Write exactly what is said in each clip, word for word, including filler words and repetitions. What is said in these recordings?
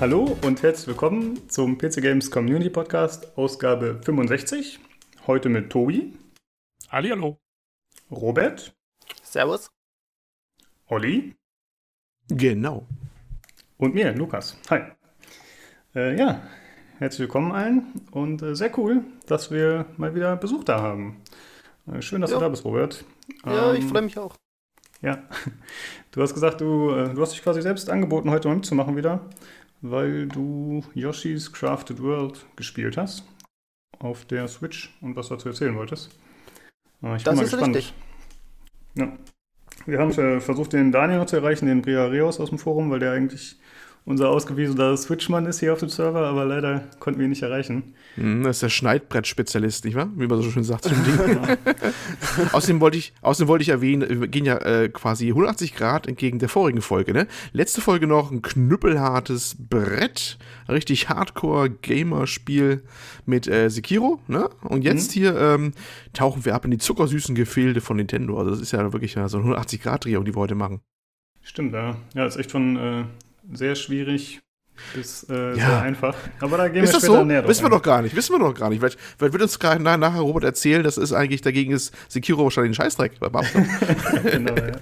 Hallo und herzlich willkommen zum P C Games Community Podcast, Ausgabe fünfundsechzig. Heute mit Tobi. Hallihallo. Robert. Servus. Olli. Genau. Und mir, Lukas. Hi. Äh, ja, herzlich willkommen allen und äh, sehr cool, dass wir mal wieder Besuch da haben. Äh, schön, dass ja. du da bist, Robert. Ja, ähm, ich freue mich auch. Ja, du hast gesagt, du, äh, du hast dich quasi selbst angeboten, heute mal mitzumachen wieder, weil du Yoshi's Crafted World gespielt hast auf der Switch und was dazu erzählen wolltest. Äh, ich bin das mal ist gespannt. richtig. Ja. Wir haben äh, versucht, den Daniel noch zu erreichen, den Bria Reos aus dem Forum, weil der eigentlich unser ausgewiesener Switchmann ist hier auf dem Server, aber leider konnten wir ihn nicht erreichen. Das ist der Schneidbrett-Spezialist, nicht wahr? Wie man so schön sagt. Zum Ding. außerdem, wollte ich, außerdem wollte ich erwähnen, wir gehen ja äh, quasi hundertachtzig Grad entgegen der vorigen Folge. Ne? Letzte Folge noch ein knüppelhartes Brett, richtig Hardcore-Gamer-Spiel mit äh, Sekiro. Ne? Und jetzt mhm. hier ähm, tauchen wir ab in die zuckersüßen Gefilde von Nintendo. Also das ist ja wirklich ja, so eine hundertachtzig Grad Drehung, die wir heute machen. Stimmt, ja. Ja, ist echt schon äh, sehr schwierig bis äh, ja. sehr einfach. Aber da gehen ist wir das später so? näher drauf. Wissen wir doch gar nicht. Wissen wir doch gar nicht. Vielleicht, vielleicht wird uns gerade nach, nachher Robert erzählen, dass es eigentlich dagegen ist, Sekiro wahrscheinlich ein Scheißdreck. Genau, ja.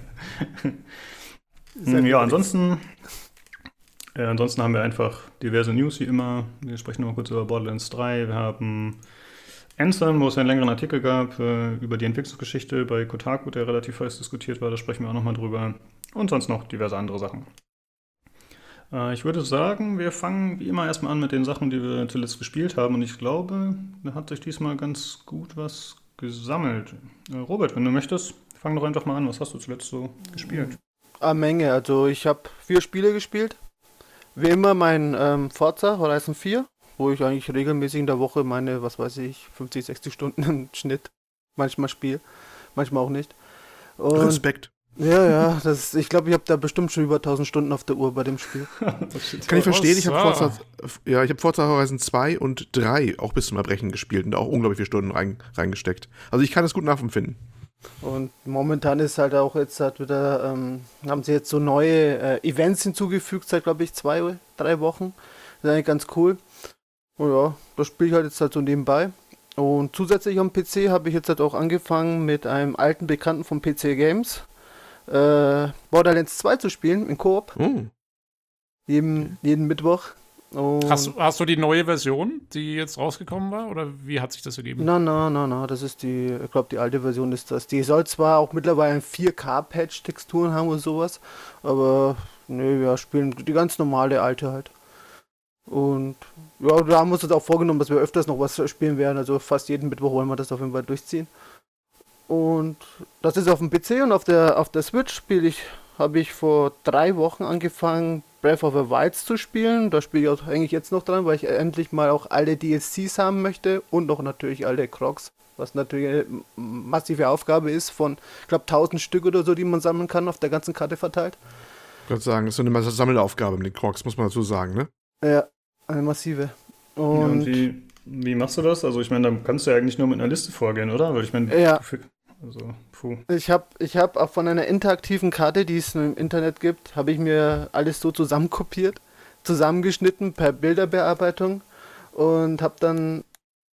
ja, ansonsten, äh, ansonsten haben wir einfach diverse News wie immer. Wir sprechen noch mal kurz über Borderlands drei. Wir haben Anthem, wo es einen längeren Artikel gab äh, über die Entwicklungsgeschichte bei Kotaku, der relativ heiß diskutiert war. Da sprechen wir auch noch mal drüber. Und sonst noch diverse andere Sachen. Äh, ich würde sagen, wir fangen wie immer erstmal an mit den Sachen, die wir zuletzt gespielt haben. Und ich glaube, da hat sich diesmal ganz gut was gesammelt. Äh, Robert, wenn du möchtest, fang doch einfach mal an. Was hast du zuletzt so gespielt? Eine Menge. Also ich habe vier Spiele gespielt. Wie immer mein ähm, Forza Horizon vier, wo ich eigentlich regelmäßig in der Woche meine, was weiß ich, fünfzig, sechzig Stunden im Schnitt manchmal spiele. Manchmal auch nicht. Und Respekt. Ja, ja, das, ich glaube, ich habe da bestimmt schon über tausend Stunden auf der Uhr bei dem Spiel. Kann ich verstehen, ich habe Forza, ja, ich hab Forza Horizon zwei und drei auch bis zum Erbrechen gespielt und auch unglaublich viele Stunden rein, reingesteckt. Also ich kann das gut nachempfinden. Und momentan ist halt auch jetzt halt wieder, ähm, haben sie jetzt so neue äh, Events hinzugefügt, seit glaube ich zwei, drei Wochen. Das ist eigentlich ganz cool. Und ja, das spiele ich halt jetzt halt so nebenbei. Und zusätzlich am P C habe ich jetzt halt auch angefangen mit einem alten Bekannten von P C Games. Äh, Borderlands zwei zu spielen, in Koop. Oh. Jeden, jeden Mittwoch. Und hast, hast du die neue Version, die jetzt rausgekommen war? Oder wie hat sich das ergeben? Na, na, na, na, das ist die, ich glaube, die alte Version ist das. Die soll zwar auch mittlerweile vier K-Patch-Texturen haben und sowas, aber ne, wir spielen die ganz normale alte halt. Und ja, da haben wir uns jetzt auch vorgenommen, dass wir öfters noch was spielen werden. Also fast jeden Mittwoch wollen wir das auf jeden Fall durchziehen. Und das ist auf dem P C und auf der auf der Switch spiele ich, habe ich vor drei Wochen angefangen, Breath of the Wild zu spielen. Da spiele ich auch eigentlich jetzt noch dran, weil ich endlich mal auch alle D L Cs haben möchte und noch natürlich alle Crocs, was natürlich eine massive Aufgabe ist von, ich glaube, tausend Stück oder so, die man sammeln kann, auf der ganzen Karte verteilt. Ich würde sagen, das ist so eine Sammelaufgabe mit den Crocs, muss man dazu sagen, ne? Ja, eine massive. Und, ja, und wie, wie machst du das? Also ich meine, da kannst du ja eigentlich nur mit einer Liste vorgehen, oder? Weil ich meine, ja. Also, puh. Ich habe ich hab auch von einer interaktiven Karte, die es im Internet gibt, habe ich mir alles so zusammenkopiert, zusammengeschnitten per Bilderbearbeitung und habe dann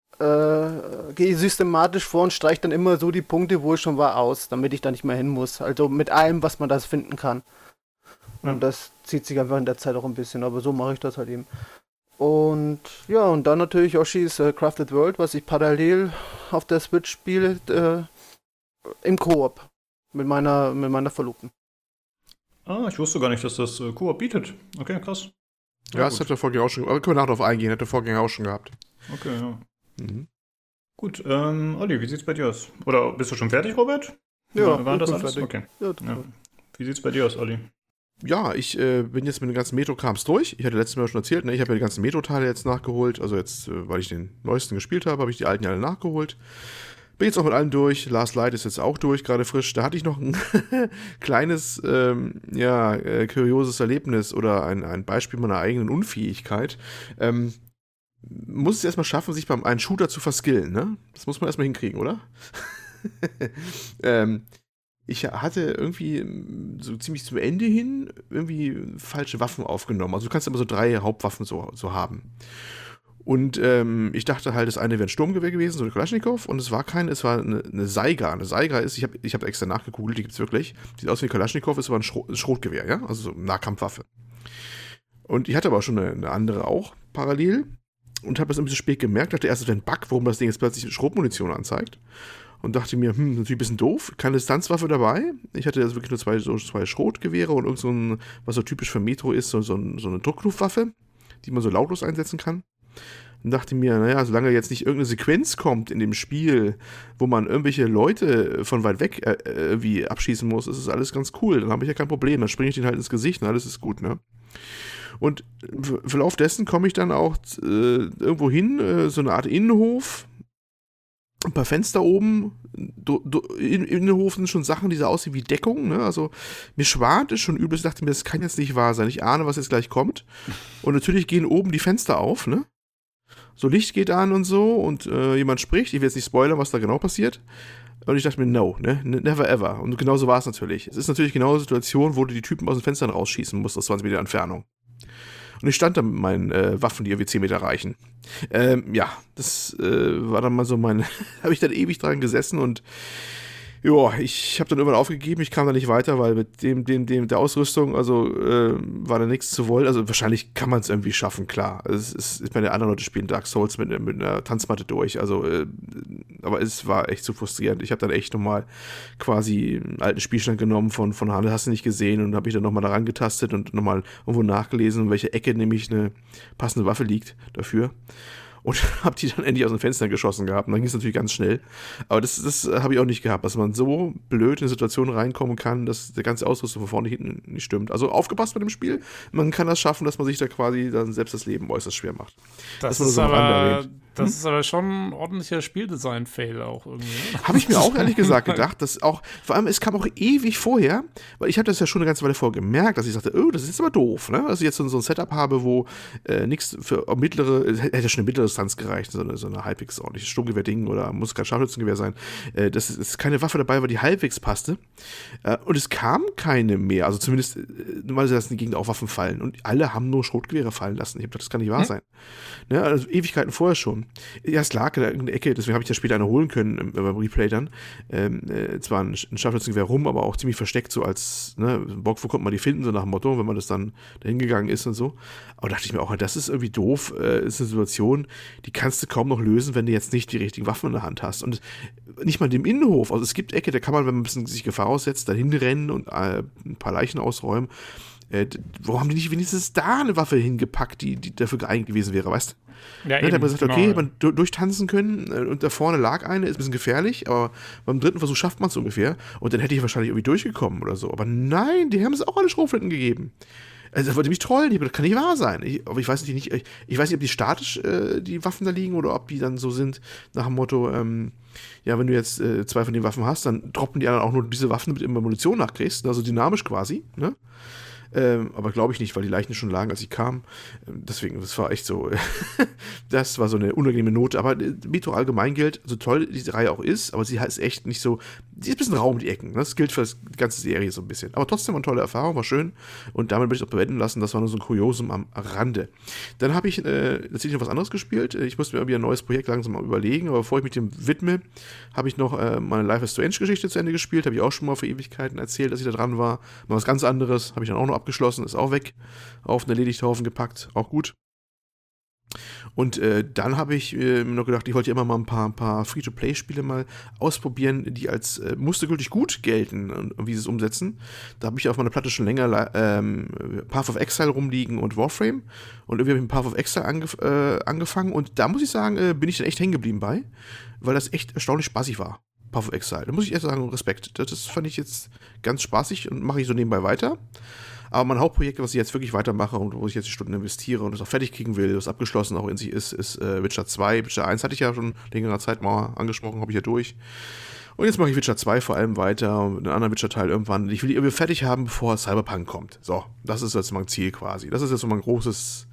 äh, gehe systematisch vor und streiche dann immer so die Punkte, wo ich schon war, aus, damit ich da nicht mehr hin muss. Also mit allem, was man da finden kann. Ja. Und das zieht sich einfach in der Zeit auch ein bisschen, aber so mache ich das halt eben. Und ja, und dann natürlich Yoshi's äh, Crafted World, was ich parallel auf der Switch spiele, äh, im Koop mit meiner mit meiner Verlobten. Ah, ich wusste gar nicht, dass das äh, Koop bietet. Okay, krass. Ja, ja das hat der Vorgänger auch schon, aber können wir nachher drauf eingehen, hat der Vorgänger auch schon gehabt. Okay, ja. Mhm. Gut, ähm, Olli, wie sieht's bei dir aus? Oder bist du schon fertig, Robert? Ja, War, war ich das bin alles? fertig. Okay. Ja, Ja. Wie sieht's bei dir aus, Olli? Ja, ich äh, bin jetzt mit den ganzen Metro-Krams durch. Ich hatte letztes Mal schon erzählt, ne? Ich habe ja die ganzen Metro-Teile jetzt nachgeholt. Also jetzt, äh, weil ich den neuesten gespielt habe, habe ich die alten ja alle nachgeholt. Bin jetzt auch mit allen durch. Last Light ist jetzt auch durch, gerade frisch. Da hatte ich noch ein kleines, ähm, ja, äh, kurioses Erlebnis oder ein, ein Beispiel meiner eigenen Unfähigkeit. Ähm, muss es erstmal schaffen, sich beim einen Shooter zu verskillen, ne? Das muss man erstmal hinkriegen, oder? ähm, ich hatte irgendwie so ziemlich zum Ende hin irgendwie falsche Waffen aufgenommen. Also du kannst immer so drei Hauptwaffen so, so haben. Und ähm, ich dachte halt, das eine wäre ein Sturmgewehr gewesen, so eine Kalaschnikow, und es war keine, es war eine, eine Saiga. Eine Saiga ist, ich habe ich hab extra nachgegoogelt, die gibt es wirklich, sieht aus wie eine Kalaschnikow, ist aber ein Schro- Schrotgewehr, ja, also so eine Nahkampfwaffe. Und ich hatte aber schon eine, eine andere auch, parallel, und habe das ein bisschen spät gemerkt, dachte erst, es wäre ein Bug, warum das Ding jetzt plötzlich Schrotmunition anzeigt. Und dachte mir, hm, natürlich ein bisschen doof, keine Distanzwaffe dabei. Ich hatte also wirklich nur zwei, so zwei Schrotgewehre und irgend so ein, was so typisch für Metro ist, so, so, ein, so eine Druckluftwaffe, die man so lautlos einsetzen kann. Und dachte mir, naja, solange jetzt nicht irgendeine Sequenz kommt in dem Spiel, wo man irgendwelche Leute von weit weg äh, irgendwie abschießen muss, ist es alles ganz cool. Dann habe ich ja kein Problem, dann springe ich den halt ins Gesicht und alles ist gut, ne? Und im Verlauf dessen komme ich dann auch äh, irgendwo hin, äh, so eine Art Innenhof, ein paar Fenster oben, do, do, in, Innenhof sind schon Sachen, die so aussehen wie Deckung, ne? Also mir schwant es schon übel, ich dachte mir, das kann jetzt nicht wahr sein, ich ahne, was jetzt gleich kommt. Und natürlich gehen oben die Fenster auf, ne? So Licht geht an und so und äh, jemand spricht, ich will jetzt nicht spoilern, was da genau passiert. Und ich dachte mir, no, ne, never ever. Und genauso war es natürlich. Es ist natürlich genau eine Situation, wo du die Typen aus den Fenstern rausschießen musst, aus zwanzig Meter Entfernung. Und ich stand da mit meinen äh, Waffen, die irgendwie zehn Meter reichen. Ähm, ja, das äh, war dann mal so mein, habe ich dann ewig dran gesessen und ja, ich habe dann irgendwann aufgegeben, ich kam da nicht weiter, weil mit dem, dem, dem, der Ausrüstung, also äh, war da nichts zu wollen. Also wahrscheinlich kann man es irgendwie schaffen, klar. Es ist, ich meine, andere Leute spielen Dark Souls mit, mit einer Tanzmatte durch, also äh, aber es war echt zu frustrierend. Ich habe dann echt nochmal quasi einen alten Spielstand genommen von, von Hand, hast du nicht gesehen, und habe ich dann nochmal da rangetastet und nochmal irgendwo nachgelesen, in welche Ecke nämlich eine passende Waffe liegt dafür. Und hab die dann endlich aus den Fenstern geschossen gehabt. Und dann ging es natürlich ganz schnell. Aber das, das habe ich auch nicht gehabt, dass man so blöd in eine Situation reinkommen kann, dass der ganze Ausrüstung von vorne hinten nicht stimmt. Also aufgepasst bei dem Spiel. Man kann das schaffen, dass man sich da quasi dann selbst das Leben äußerst schwer macht. Das, das ist, so aber, hm? das ist aber schon ein ordentlicher Spieldesign-Fail auch irgendwie. Habe ich mir auch ehrlich gesagt gedacht, dass auch, vor allem es kam auch ewig vorher, weil ich habe das ja schon eine ganze Weile vorher gemerkt, dass ich sagte, oh, das ist jetzt aber doof, ne? Dass ich jetzt so, so ein Setup habe, wo äh, nichts für mittlere, hätte schon eine mittlere Distanz gereicht, so eine, so eine halbwegs ordentliche Sturmgewehr-Ding oder muss kein Scharfschützengewehr sein. Äh, das ist, ist keine Waffe dabei, weil die halbwegs passte. Äh, und es kam keine mehr, also zumindest, äh, normalerweise lassen die Gegner auch Waffen fallen und alle haben nur Schrotgewehre fallen lassen. Ich habe gedacht, das kann nicht wahr sein. Hm? Ne? Also Ewigkeiten vorher schon. Ja, es lag in der, in der Ecke, deswegen habe ich ja später eine holen können im, beim Replay dann. Ähm, äh, zwar ein, ein Scharfschützengewehr rum, aber auch ziemlich versteckt, so als, ne, Bock, wo kommt man die finden, so nach dem Motto, wenn man das dann dahin gegangen ist und so. Aber dachte ich mir auch, das ist irgendwie doof, äh, ist eine Situation, die kannst du kaum noch lösen, wenn du jetzt nicht die richtigen Waffen in der Hand hast. Und nicht mal in dem Innenhof, also es gibt Ecke, da kann man, wenn man ein bisschen sich Gefahr aussetzt, dahin rennen und äh, ein paar Leichen ausräumen. Äh, warum haben die nicht wenigstens da eine Waffe hingepackt, die, die dafür geeignet gewesen wäre, weißt du? Ja, ne, da hat man gesagt, genau, okay, ja. man du, durchtanzen können äh, und da vorne lag eine, ist ein bisschen gefährlich, aber beim dritten Versuch schafft man es ungefähr und dann hätte ich wahrscheinlich irgendwie durchgekommen oder so. Aber nein, die haben es auch alle Schrotflinten gegeben. Also das wollte mich trollen, das kann nicht wahr sein. Ich, aber ich weiß nicht, ich, ich weiß nicht, ob die statisch äh, die Waffen da liegen oder ob die dann so sind nach dem Motto, ähm, ja, wenn du jetzt äh, zwei von den Waffen hast, dann droppen die anderen auch nur diese Waffen, damit du immer Munition nachkriegst, also dynamisch quasi, ne? Ähm, aber glaube ich nicht, weil die Leichen schon lagen, als ich kam. Ähm, deswegen, das war echt so, das war so eine unangenehme Note. Aber äh, Metro allgemein gilt, so toll diese Reihe auch ist, aber sie ist echt nicht so, sie ist ein bisschen rau um die Ecken. Das gilt für die ganze Serie so ein bisschen. Aber trotzdem eine tolle Erfahrung, war schön. Und damit möchte ich es auch bewenden lassen, das war nur so ein Kuriosum am Rande. Dann habe ich äh, tatsächlich noch was anderes gespielt. Ich musste mir irgendwie ein neues Projekt langsam mal überlegen, aber bevor ich mich dem widme, habe ich noch äh, meine Life is Strange-Geschichte zu Ende gespielt. Habe ich auch schon mal vor Ewigkeiten erzählt, dass ich da dran war. Mal was ganz anderes, habe ich dann auch noch abgeschlossen, ist auch weg, auf einen Erledigthaufen gepackt, auch gut. Und äh, dann habe ich äh, mir noch gedacht, ich wollte ja immer mal ein paar, ein paar Free-to-Play-Spiele mal ausprobieren, die als äh, mustergültig gut gelten und, und wie sie es umsetzen. Da habe ich auf meiner Platte schon länger ähm, Path of Exile rumliegen und Warframe. Und irgendwie habe ich mit Path of Exile angef- äh, angefangen und da muss ich sagen, äh, bin ich dann echt hängen geblieben bei, weil das echt erstaunlich spaßig war. Path of Exile. Da muss ich echt sagen, Respekt. Das, das fand ich jetzt ganz spaßig und mache ich so nebenbei weiter. Aber mein Hauptprojekt, was ich jetzt wirklich weitermache und wo ich jetzt die Stunden investiere und es auch fertig kriegen will, was abgeschlossen auch in sich ist, ist äh, Witcher zwei. Witcher eins hatte ich ja schon längere Zeit mal angesprochen, habe ich ja durch. Und jetzt mache ich Witcher zwei vor allem weiter und einen anderen Witcher-Teil irgendwann. Ich will die irgendwie fertig haben, bevor Cyberpunk kommt. So, das ist jetzt mein Ziel quasi. Das ist jetzt so mein großes,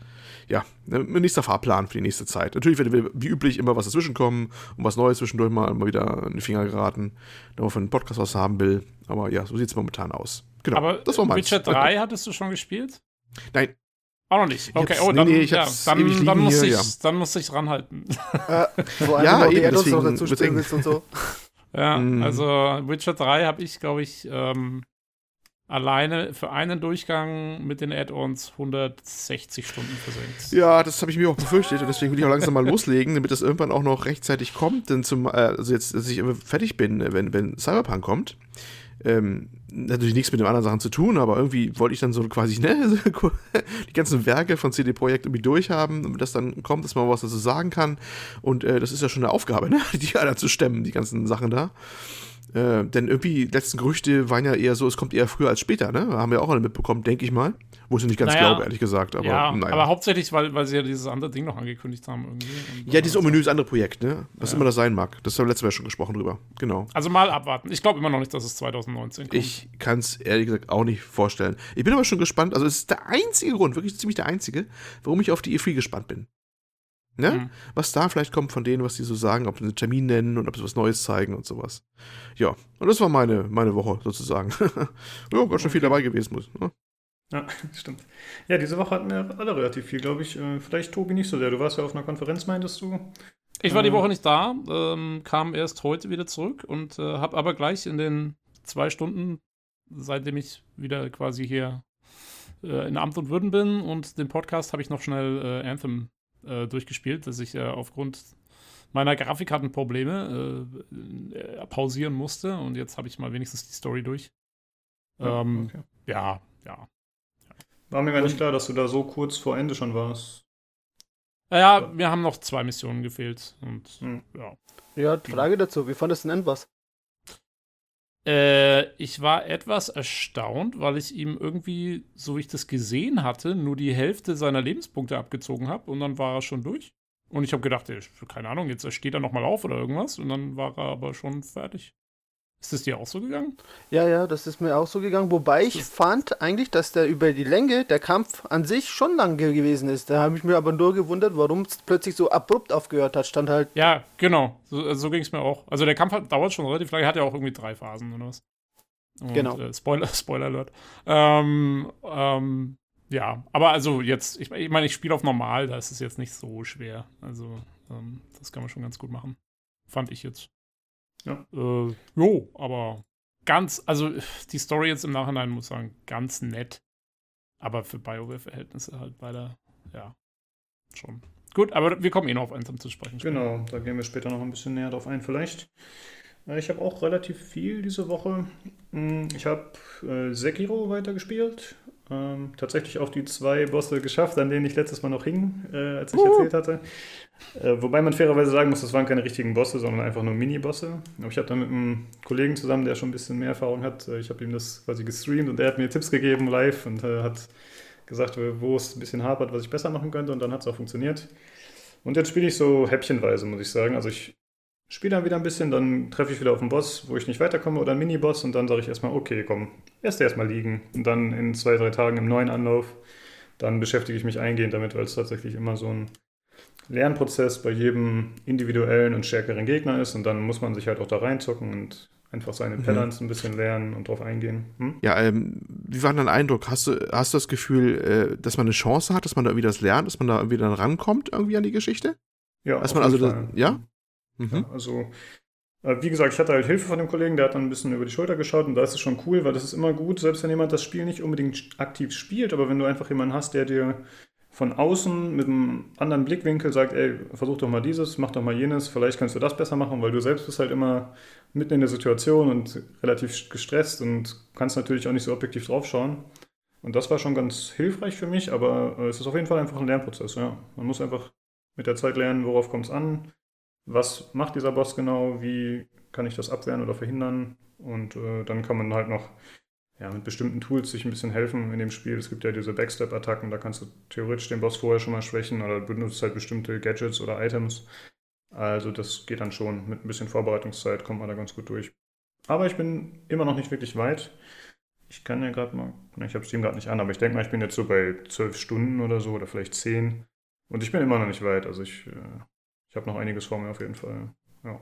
ja, ein nächster Fahrplan für die nächste Zeit. Natürlich wird wie üblich immer was dazwischen kommen und was Neues zwischendurch mal, mal wieder in die Finger geraten, wenn man von einem Podcast was haben will. Aber ja, so sieht es momentan aus. Genau, aber das war meins. Witcher drei hattest du schon gespielt? Nein. Auch noch nicht. Okay, hab's- oh, nee, dann, nee, ich ja, hab's dann, ewig dann, liegen muss hier, ich, ja. dann muss ich ranhalten. Äh, vor allem, Ja, wenn du die eben, Add-ons noch deswegen dazu wird's spielen eng. willst und so. Ja, Mm. also Witcher drei habe ich, glaube ich, ähm, alleine für einen Durchgang mit den Add-ons hundertsechzig Stunden versenkt. Ja, das habe ich mir auch befürchtet und deswegen will ich auch langsam mal loslegen, damit das irgendwann auch noch rechtzeitig kommt, denn zum, äh, also jetzt, dass ich fertig bin, wenn, wenn Cyberpunk kommt. Ähm, natürlich nichts mit den anderen Sachen zu tun, aber irgendwie wollte ich dann so quasi, ne, die ganzen Werke von C D Projekt irgendwie durchhaben, damit das dann kommt, dass man was dazu sagen kann. Und äh, das ist ja schon eine Aufgabe, ne, die einer zu stemmen, die ganzen Sachen da. Äh, denn irgendwie, die letzten Gerüchte waren ja eher so, es kommt eher früher als später, ne? Haben wir auch alle mitbekommen, denke ich mal. Wo ich es nicht ganz Naja, glaube, ehrlich gesagt. Aber, ja, naja. aber hauptsächlich, weil, weil sie ja dieses andere Ding noch angekündigt haben irgendwie. Und, Ja, dieses also, ominöse andere Projekt, ne? Was Ja. immer das sein mag. Das haben wir letztes Mal schon gesprochen drüber. Genau. Also mal abwarten. Ich glaube immer noch nicht, dass es zwanzig neunzehn kommt. Ich kann es ehrlich gesagt auch nicht vorstellen. Ich bin aber schon gespannt. Also, es ist der einzige Grund, wirklich ziemlich der einzige, warum ich auf die E drei gespannt bin. Ne? Mhm. Was da vielleicht kommt von denen, was die so sagen, ob sie einen Termin nennen und ob sie was Neues zeigen und sowas. Ja, und das war meine, meine Woche sozusagen. Ja, ganz schön viel dabei gewesen muss. Ne? Ja, stimmt. Ja, diese Woche hatten wir alle relativ viel, glaube ich. Äh, Vielleicht Tobi nicht so sehr. Du warst ja auf einer Konferenz, meintest du? Ich war die Äh, Woche nicht da, ähm, kam erst heute wieder zurück und äh, habe aber gleich in den zwei Stunden, seitdem ich wieder quasi hier äh, in Amt und Würden bin und den Podcast, habe ich noch schnell äh, Anthem äh, durchgespielt, dass ich äh, aufgrund meiner Grafikkartenprobleme äh, äh, pausieren musste und jetzt habe ich mal wenigstens die Story durch. Ja, Ähm, okay. ja, ja. War mir gar nicht klar, dass du da so kurz vor Ende schon warst. Naja, mir haben noch zwei Missionen gefehlt und Hm. ja. Ja, Frage dazu. Wie fandest du denn Endwas? Äh, ich war etwas erstaunt, weil ich ihm irgendwie, so wie ich das gesehen hatte, nur die Hälfte seiner Lebenspunkte abgezogen habe und dann war er schon durch. Und ich habe gedacht, ey, keine Ahnung, jetzt steht er nochmal auf oder irgendwas und dann war er aber schon fertig. Ist das dir auch so gegangen? Ja, ja, das ist mir auch so gegangen. Wobei ich fand eigentlich, dass der über die Länge der Kampf an sich schon lang ge- gewesen ist. Da habe ich mir aber nur gewundert, warum es plötzlich so abrupt aufgehört hat. Stand halt, Ja, genau. So, so ging es mir auch. Also der Kampf hat, dauert schon relativ lange, hat ja auch irgendwie drei Phasen oder was. Und, Genau. Äh, Spoiler, Spoiler Alert. Ähm, ähm, ja, aber also jetzt, ich, ich meine, ich spiele auf normal, da ist es jetzt nicht so schwer. Also ähm, das kann man schon ganz gut machen. Fand ich jetzt. Ja. Äh, jo, aber ganz, also die Story jetzt im Nachhinein muss ich sagen, ganz nett. Aber für BioWare-Verhältnisse halt leider, ja, schon. Gut, aber wir kommen eh noch auf Anthem zu sprechen. Genau, da gehen wir später noch ein bisschen näher drauf ein, vielleicht. Äh, Ich habe auch relativ viel diese Woche. Mm, Ich habe äh, Sekiro weitergespielt. Ähm, tatsächlich auch die zwei Bosse geschafft, an denen ich letztes Mal noch hing, äh, als ich Uh. erzählt hatte. Äh, wobei man fairerweise sagen muss, das waren keine richtigen Bosse, sondern einfach nur Mini-Bosse. Aber ich habe dann mit einem Kollegen zusammen, der schon ein bisschen mehr Erfahrung hat, äh, ich habe ihm das quasi gestreamt und er hat mir Tipps gegeben live und äh, hat gesagt, wo es ein bisschen hapert, was ich besser machen könnte, und dann hat es auch funktioniert. Und jetzt spiele ich so häppchenweise, muss ich sagen. Also ich spiele dann wieder ein bisschen, dann treffe ich wieder auf einen Boss, wo ich nicht weiterkomme, oder einen Mini-Boss, und dann sage ich erstmal, okay, komm, erst erstmal liegen. Und dann in zwei, drei Tagen im neuen Anlauf, dann beschäftige ich mich eingehend damit, weil es tatsächlich immer so ein Lernprozess bei jedem individuellen und stärkeren Gegner ist, und dann muss man sich halt auch da reinzocken und einfach seine Mhm. Patterns ein bisschen lernen und drauf eingehen. Hm? Ja, ähm, wie war dein Eindruck? Hast du, hast du das Gefühl, äh, dass man eine Chance hat, dass man da irgendwie das lernt, dass man da irgendwie dann rankommt irgendwie an die Geschichte? Ja, Dass auf man also jeden das, Fall. ja? Mhm. Ja, also, äh, wie gesagt, ich hatte halt Hilfe von dem Kollegen, der hat dann ein bisschen über die Schulter geschaut, und da ist es schon cool, weil das ist immer gut, selbst wenn jemand das Spiel nicht unbedingt aktiv spielt, aber wenn du einfach jemanden hast, der dir von außen mit einem anderen Blickwinkel sagt, ey, versuch doch mal dieses, mach doch mal jenes, vielleicht kannst du das besser machen, weil du selbst bist halt immer mitten in der Situation und relativ gestresst und kannst natürlich auch nicht so objektiv draufschauen. Und das war schon ganz hilfreich für mich, aber äh, es ist auf jeden Fall einfach ein Lernprozess, ja. Man muss einfach mit der Zeit lernen, worauf kommt es an, was macht dieser Boss genau, wie kann ich das abwehren oder verhindern, und äh, dann kann man halt noch ja, mit bestimmten Tools sich ein bisschen helfen in dem Spiel. Es gibt ja diese Backstep-Attacken, da kannst du theoretisch den Boss vorher schon mal schwächen oder benutzt halt bestimmte Gadgets oder Items. Also das geht dann schon. Mit ein bisschen Vorbereitungszeit kommt man da ganz gut durch. Aber ich bin immer noch nicht wirklich weit. Ich kann ja gerade mal, ne, ich habe Steam gerade nicht an, aber ich denke mal, ich bin jetzt so bei zwölf Stunden oder so oder vielleicht zehn. Und ich bin immer noch nicht weit. Also ich, äh, ich habe noch einiges vor mir auf jeden Fall. Ja.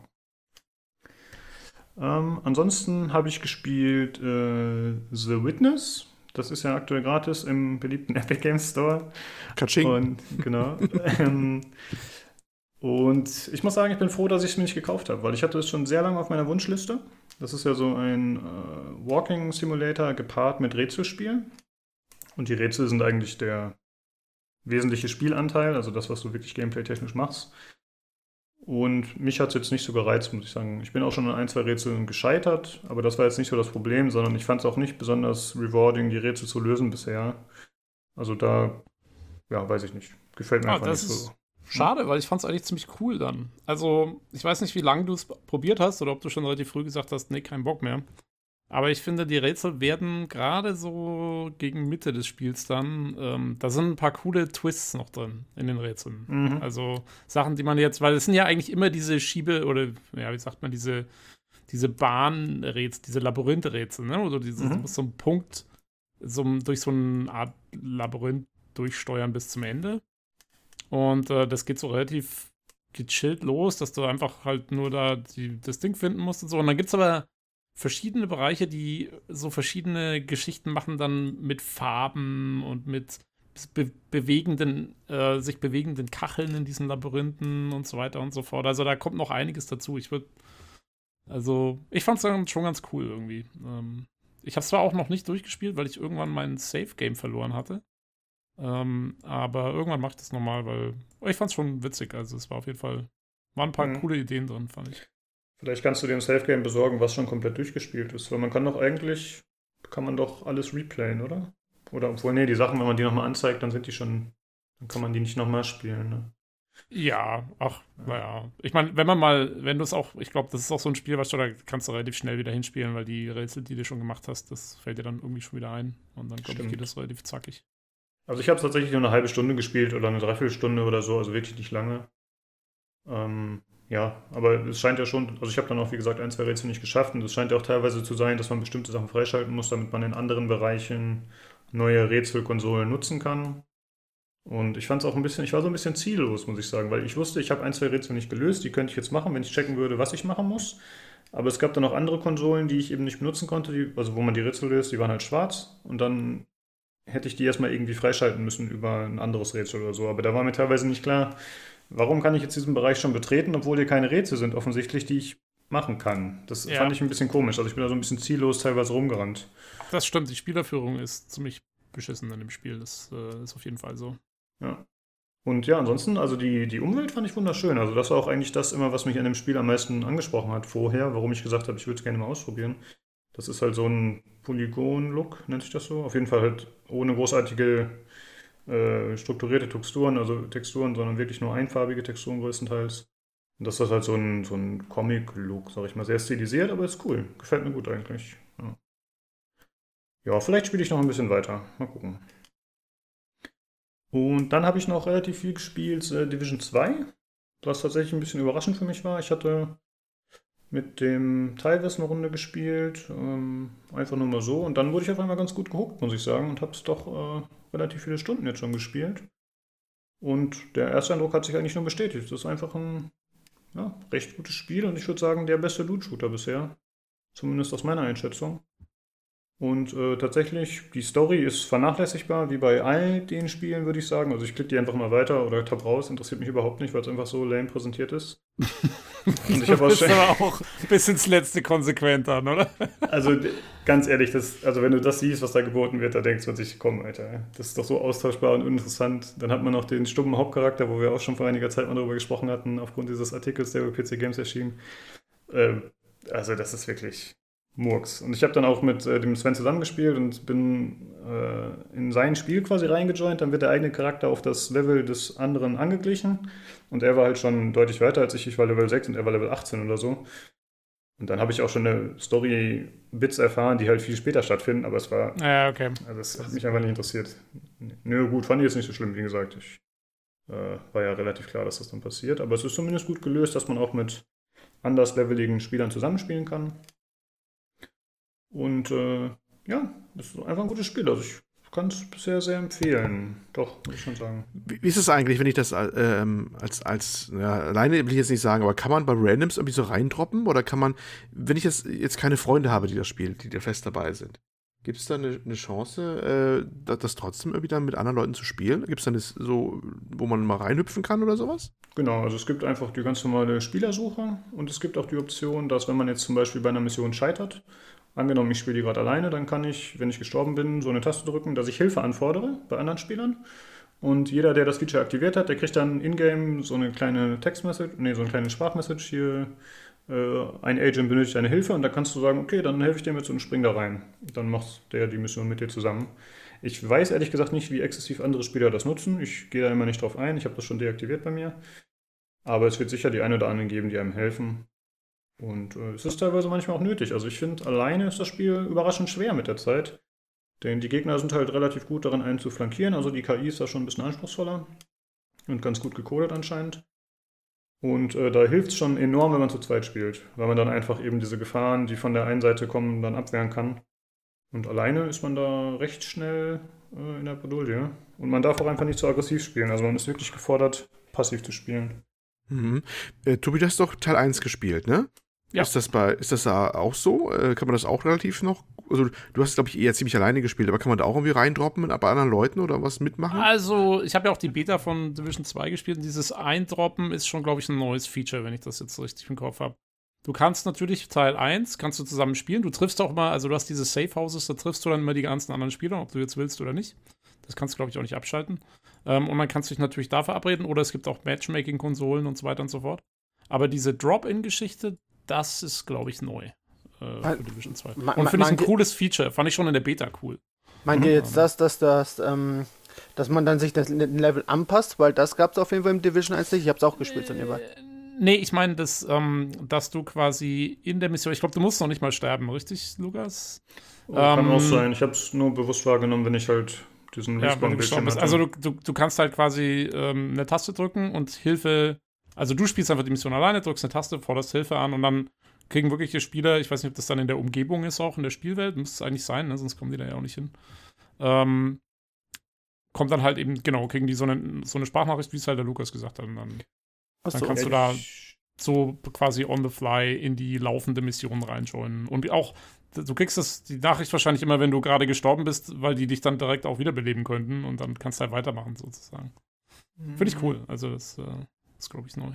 Ähm, ansonsten habe ich gespielt äh, The Witness. Das ist ja aktuell gratis im beliebten Epic Games Store. Katsching. Und genau. ähm, und ich muss sagen, ich bin froh, dass ich es mir nicht gekauft habe, weil ich hatte es schon sehr lange auf meiner Wunschliste. Das ist ja so ein äh, Walking Simulator gepaart mit Rätselspiel. Und die Rätsel sind eigentlich der wesentliche Spielanteil, also das, was du wirklich gameplay-technisch machst. Und mich hat es jetzt nicht so gereizt, muss ich sagen. Ich bin auch schon an ein, zwei Rätseln gescheitert, aber das war jetzt nicht so das Problem, sondern ich fand es auch nicht besonders rewarding, die Rätsel zu lösen bisher. Also da, ja, weiß ich nicht. Gefällt mir Ah, einfach das nicht ist so. schade, weil ich fand es eigentlich ziemlich cool dann. Also, ich weiß nicht, wie lange du es probiert hast oder ob du schon relativ früh gesagt hast, nee, kein Bock mehr. Aber ich finde, die Rätsel werden gerade so gegen Mitte des Spiels dann, ähm, da sind ein paar coole Twists noch drin in den Rätseln. Mhm. Also Sachen, die man jetzt, weil es sind ja eigentlich immer diese Schiebe- oder, ja, wie sagt man, diese, diese Bahnrätsel, diese Labyrinthrätsel, ne? Oder dieses, Mhm. du musst so einen Punkt so, durch so eine Art Labyrinth durchsteuern bis zum Ende. Und äh, das geht so relativ gechillt los, dass du einfach halt nur da die, das Ding finden musst und so. Und dann gibt es aber verschiedene Bereiche, die so verschiedene Geschichten machen, dann mit Farben und mit be bewegenden, äh, sich bewegenden Kacheln in diesen Labyrinthen und so weiter und so fort. Also da kommt noch einiges dazu. Ich würde, also ich fand es dann schon ganz cool irgendwie. Ähm, ich habe es zwar auch noch nicht durchgespielt, weil ich irgendwann mein Save-Game verloren hatte. Ähm, aber irgendwann mache ich das nochmal, weil ich fand es schon witzig. Also es war auf jeden Fall, waren ein paar Mhm. coole Ideen drin, fand ich. Vielleicht kannst du dir ein Safe-Game besorgen, was schon komplett durchgespielt ist. Weil man kann doch eigentlich, kann man doch alles replayen, oder? Oder obwohl, nee, die Sachen, wenn man die nochmal anzeigt, dann sind die schon, dann kann man die nicht nochmal spielen, ne? Ja, ach, naja. Ich meine, wenn man mal, wenn du es auch, ich glaube, das ist auch so ein Spiel, was du da kannst du relativ schnell wieder hinspielen, weil die Rätsel, die du schon gemacht hast, das fällt dir dann irgendwie schon wieder ein. Und dann, glaube ich, Stimmt. geht das relativ zackig. Also ich habe es tatsächlich nur eine halbe Stunde gespielt oder eine Dreiviertelstunde oder so, also wirklich nicht lange. Ähm, ja, aber es scheint ja schon, also ich habe dann auch, wie gesagt, ein, zwei Rätsel nicht geschafft und es scheint ja auch teilweise zu sein, dass man bestimmte Sachen freischalten muss, damit man in anderen Bereichen neue Rätselkonsolen nutzen kann. Und ich fand es auch ein bisschen, ich war so ein bisschen ziellos, muss ich sagen, weil ich wusste, ich habe ein, zwei Rätsel nicht gelöst, die könnte ich jetzt machen, wenn ich checken würde, was ich machen muss. Aber es gab dann auch andere Konsolen, die ich eben nicht benutzen konnte, die, also wo man die Rätsel löst, die waren halt schwarz und dann hätte ich die erstmal irgendwie freischalten müssen über ein anderes Rätsel oder so. Aber da war mir teilweise nicht klar, warum kann ich jetzt diesen Bereich schon betreten, obwohl hier keine Rätsel sind, offensichtlich, die ich machen kann. Das Ja. fand ich ein bisschen komisch. Also ich bin da so ein bisschen ziellos teilweise rumgerannt. Das stimmt, die Spielerführung ist ziemlich beschissen in dem Spiel. Das äh, ist auf jeden Fall so. Ja. Und ja, ansonsten, also die, die Umwelt fand ich wunderschön. Also das war auch eigentlich das immer, was mich an dem Spiel am meisten angesprochen hat vorher, warum ich gesagt habe, ich würde es gerne mal ausprobieren. Das ist halt so ein Polygon-Look, nennt sich das so. Auf jeden Fall halt ohne großartige äh, strukturierte Texturen, also Texturen, sondern wirklich nur einfarbige Texturen größtenteils. Und das ist halt so ein, so ein Comic-Look, sag ich mal. Sehr stilisiert, aber ist cool. Gefällt mir gut eigentlich. Ja, ja, vielleicht spiele ich noch ein bisschen weiter. Mal gucken. Und dann habe ich noch relativ viel gespielt, äh, Division zwei, was tatsächlich ein bisschen überraschend für mich war. Ich hatte mit dem Tyvis eine Runde gespielt, ähm, einfach nur mal so. Und dann wurde ich auf einmal ganz gut gehuckt, muss ich sagen, und habe es doch äh, relativ viele Stunden jetzt schon gespielt. Und der erste Eindruck hat sich eigentlich nur bestätigt. Das ist einfach ein ja, recht gutes Spiel und ich würde sagen, der beste Loot-Shooter bisher. Zumindest aus meiner Einschätzung. Und äh, tatsächlich, die Story ist vernachlässigbar, wie bei all den Spielen, würde ich sagen. Also ich klicke die einfach mal weiter oder tapp raus, interessiert mich überhaupt nicht, weil es einfach so lame präsentiert ist. Und ich habe auch, aber auch bis ins Letzte konsequent an, oder? Also d- ganz ehrlich, das, also wenn du das siehst, was da geboten wird, da denkst man sich, komm, Alter, das ist doch so austauschbar und uninteressant. Dann hat man noch den stummen Hauptcharakter, wo wir auch schon vor einiger Zeit mal darüber gesprochen hatten, aufgrund dieses Artikels, der bei P C Games erschien. Ähm, also das ist wirklich Murks. Und ich habe dann auch mit äh, dem Sven zusammengespielt und bin äh, in sein Spiel quasi reingejoint. Dann wird der eigene Charakter auf das Level des anderen angeglichen. Und er war halt schon deutlich weiter als ich. Ich war Level sechs und er war Level achtzehn oder so. Und dann habe ich auch schon eine Story-Bits erfahren, die halt viel später stattfinden. Aber es war, Ja, okay. also das hat mich einfach nicht interessiert. Nö, gut, fand ich jetzt nicht so schlimm, wie gesagt. Ich äh, war ja relativ klar, dass das dann passiert. Aber es ist zumindest gut gelöst, dass man auch mit andersleveligen Spielern zusammenspielen kann. Und äh, ja, das ist einfach ein gutes Spiel. Also ich kann es bisher sehr empfehlen. Doch, muss ich schon sagen. Wie, wie ist es eigentlich, wenn ich das ähm, als, als ja, alleine will ich jetzt nicht sagen, aber kann man bei Randoms irgendwie so reindroppen? Oder kann man, wenn ich jetzt, jetzt keine Freunde habe, die das spielen, die da fest dabei sind, gibt es da eine, eine Chance, äh, das, das trotzdem irgendwie dann mit anderen Leuten zu spielen? Gibt es dann das so, wo man mal reinhüpfen kann oder sowas? Genau, also es gibt einfach die ganz normale Spielersuche und es gibt auch die Option, dass wenn man jetzt zum Beispiel bei einer Mission scheitert, angenommen, ich spiele die gerade alleine, dann kann ich, wenn ich gestorben bin, so eine Taste drücken, dass ich Hilfe anfordere bei anderen Spielern. Und jeder, der das Feature aktiviert hat, der kriegt dann in-game so eine kleine Textmessage, nee, so eine kleine Sprachmessage hier, äh, ein Agent benötigt eine Hilfe und da kannst du sagen, okay, dann helfe ich dir mit und spring da rein. Dann macht der die Mission mit dir zusammen. Ich weiß ehrlich gesagt nicht, wie exzessiv andere Spieler das nutzen. Ich gehe da immer nicht drauf ein, ich habe das schon deaktiviert bei mir. Aber es wird sicher die eine oder anderen geben, die einem helfen. Und äh, es ist teilweise manchmal auch nötig. Also ich finde, alleine ist das Spiel überraschend schwer mit der Zeit. Denn die Gegner sind halt relativ gut darin, einen zu flankieren. Also die K I ist da schon ein bisschen anspruchsvoller. Und ganz gut gecodet anscheinend. Und äh, da hilft es schon enorm, wenn man zu zweit spielt. Weil man dann einfach eben diese Gefahren, die von der einen Seite kommen, dann abwehren kann. Und alleine ist man da recht schnell äh, in der Bredouille. Und man darf auch einfach nicht zu aggressiv spielen. Also man ist wirklich gefordert, passiv zu spielen. Mhm. Äh, Tobi, du hast doch Teil eins gespielt, ne? Ja. Ist das bei, ist das da auch so? Äh, kann man das auch relativ noch? Also du hast, glaube ich, eher ziemlich alleine gespielt, aber kann man da auch irgendwie reindroppen bei anderen Leuten oder was mitmachen? Also, ich habe ja auch die Beta von Division zwei gespielt und dieses Eindroppen ist schon, glaube ich, ein neues Feature, wenn ich das jetzt richtig im Kopf habe. Du kannst natürlich Teil eins, kannst du zusammen spielen. Du triffst auch mal, also du hast diese Safe Houses, da triffst du dann immer die ganzen anderen Spieler, ob du jetzt willst oder nicht. Das kannst du, glaube ich, auch nicht abschalten. Ähm, und dann kannst du dich natürlich da verabreden oder es gibt auch Matchmaking-Konsolen und so weiter und so fort. Aber diese Drop-In-Geschichte, das ist, glaube ich, neu äh, für Division zwei. Ma- und finde ich ein ma- cooles Feature. Fand ich schon in der Beta cool. Meint ihr jetzt das, dass das, ähm, dass man dann sich das Level anpasst? Weil das gab es auf jeden Fall im Division eins nicht. Ich habe es auch gespielt, so nebenbei. Nee, ich meine, dass, ähm, dass du quasi in der Mission, ich glaube, du musst noch nicht mal sterben, richtig, Lukas? Oh, kann ähm, auch sein. Ich habe es nur bewusst wahrgenommen, wenn ich halt diesen Ja, wenn du Respawn-Bildschirm gestorben bist. hatte. Also du, du, du kannst halt quasi ähm, eine Taste drücken und Hilfe, also du spielst einfach die Mission alleine, drückst eine Taste, forderst Hilfe an und dann kriegen wirkliche Spieler, ich weiß nicht, ob das dann in der Umgebung ist auch, in der Spielwelt, müsste es eigentlich sein, ne? Sonst kommen die da ja auch nicht hin. Ähm, kommt dann halt eben, genau, kriegen die so eine, so eine Sprachnachricht, wie es halt der Lukas gesagt hat. Und dann, dann Achso, kannst Ja, du da ich- so quasi on the fly in die laufende Mission reinschauen. Und auch, du kriegst das, die Nachricht wahrscheinlich immer, wenn du gerade gestorben bist, weil die dich dann direkt auch wiederbeleben könnten und dann kannst du halt weitermachen, sozusagen. Finde ich cool. Also das äh, ist, glaube ich, neu.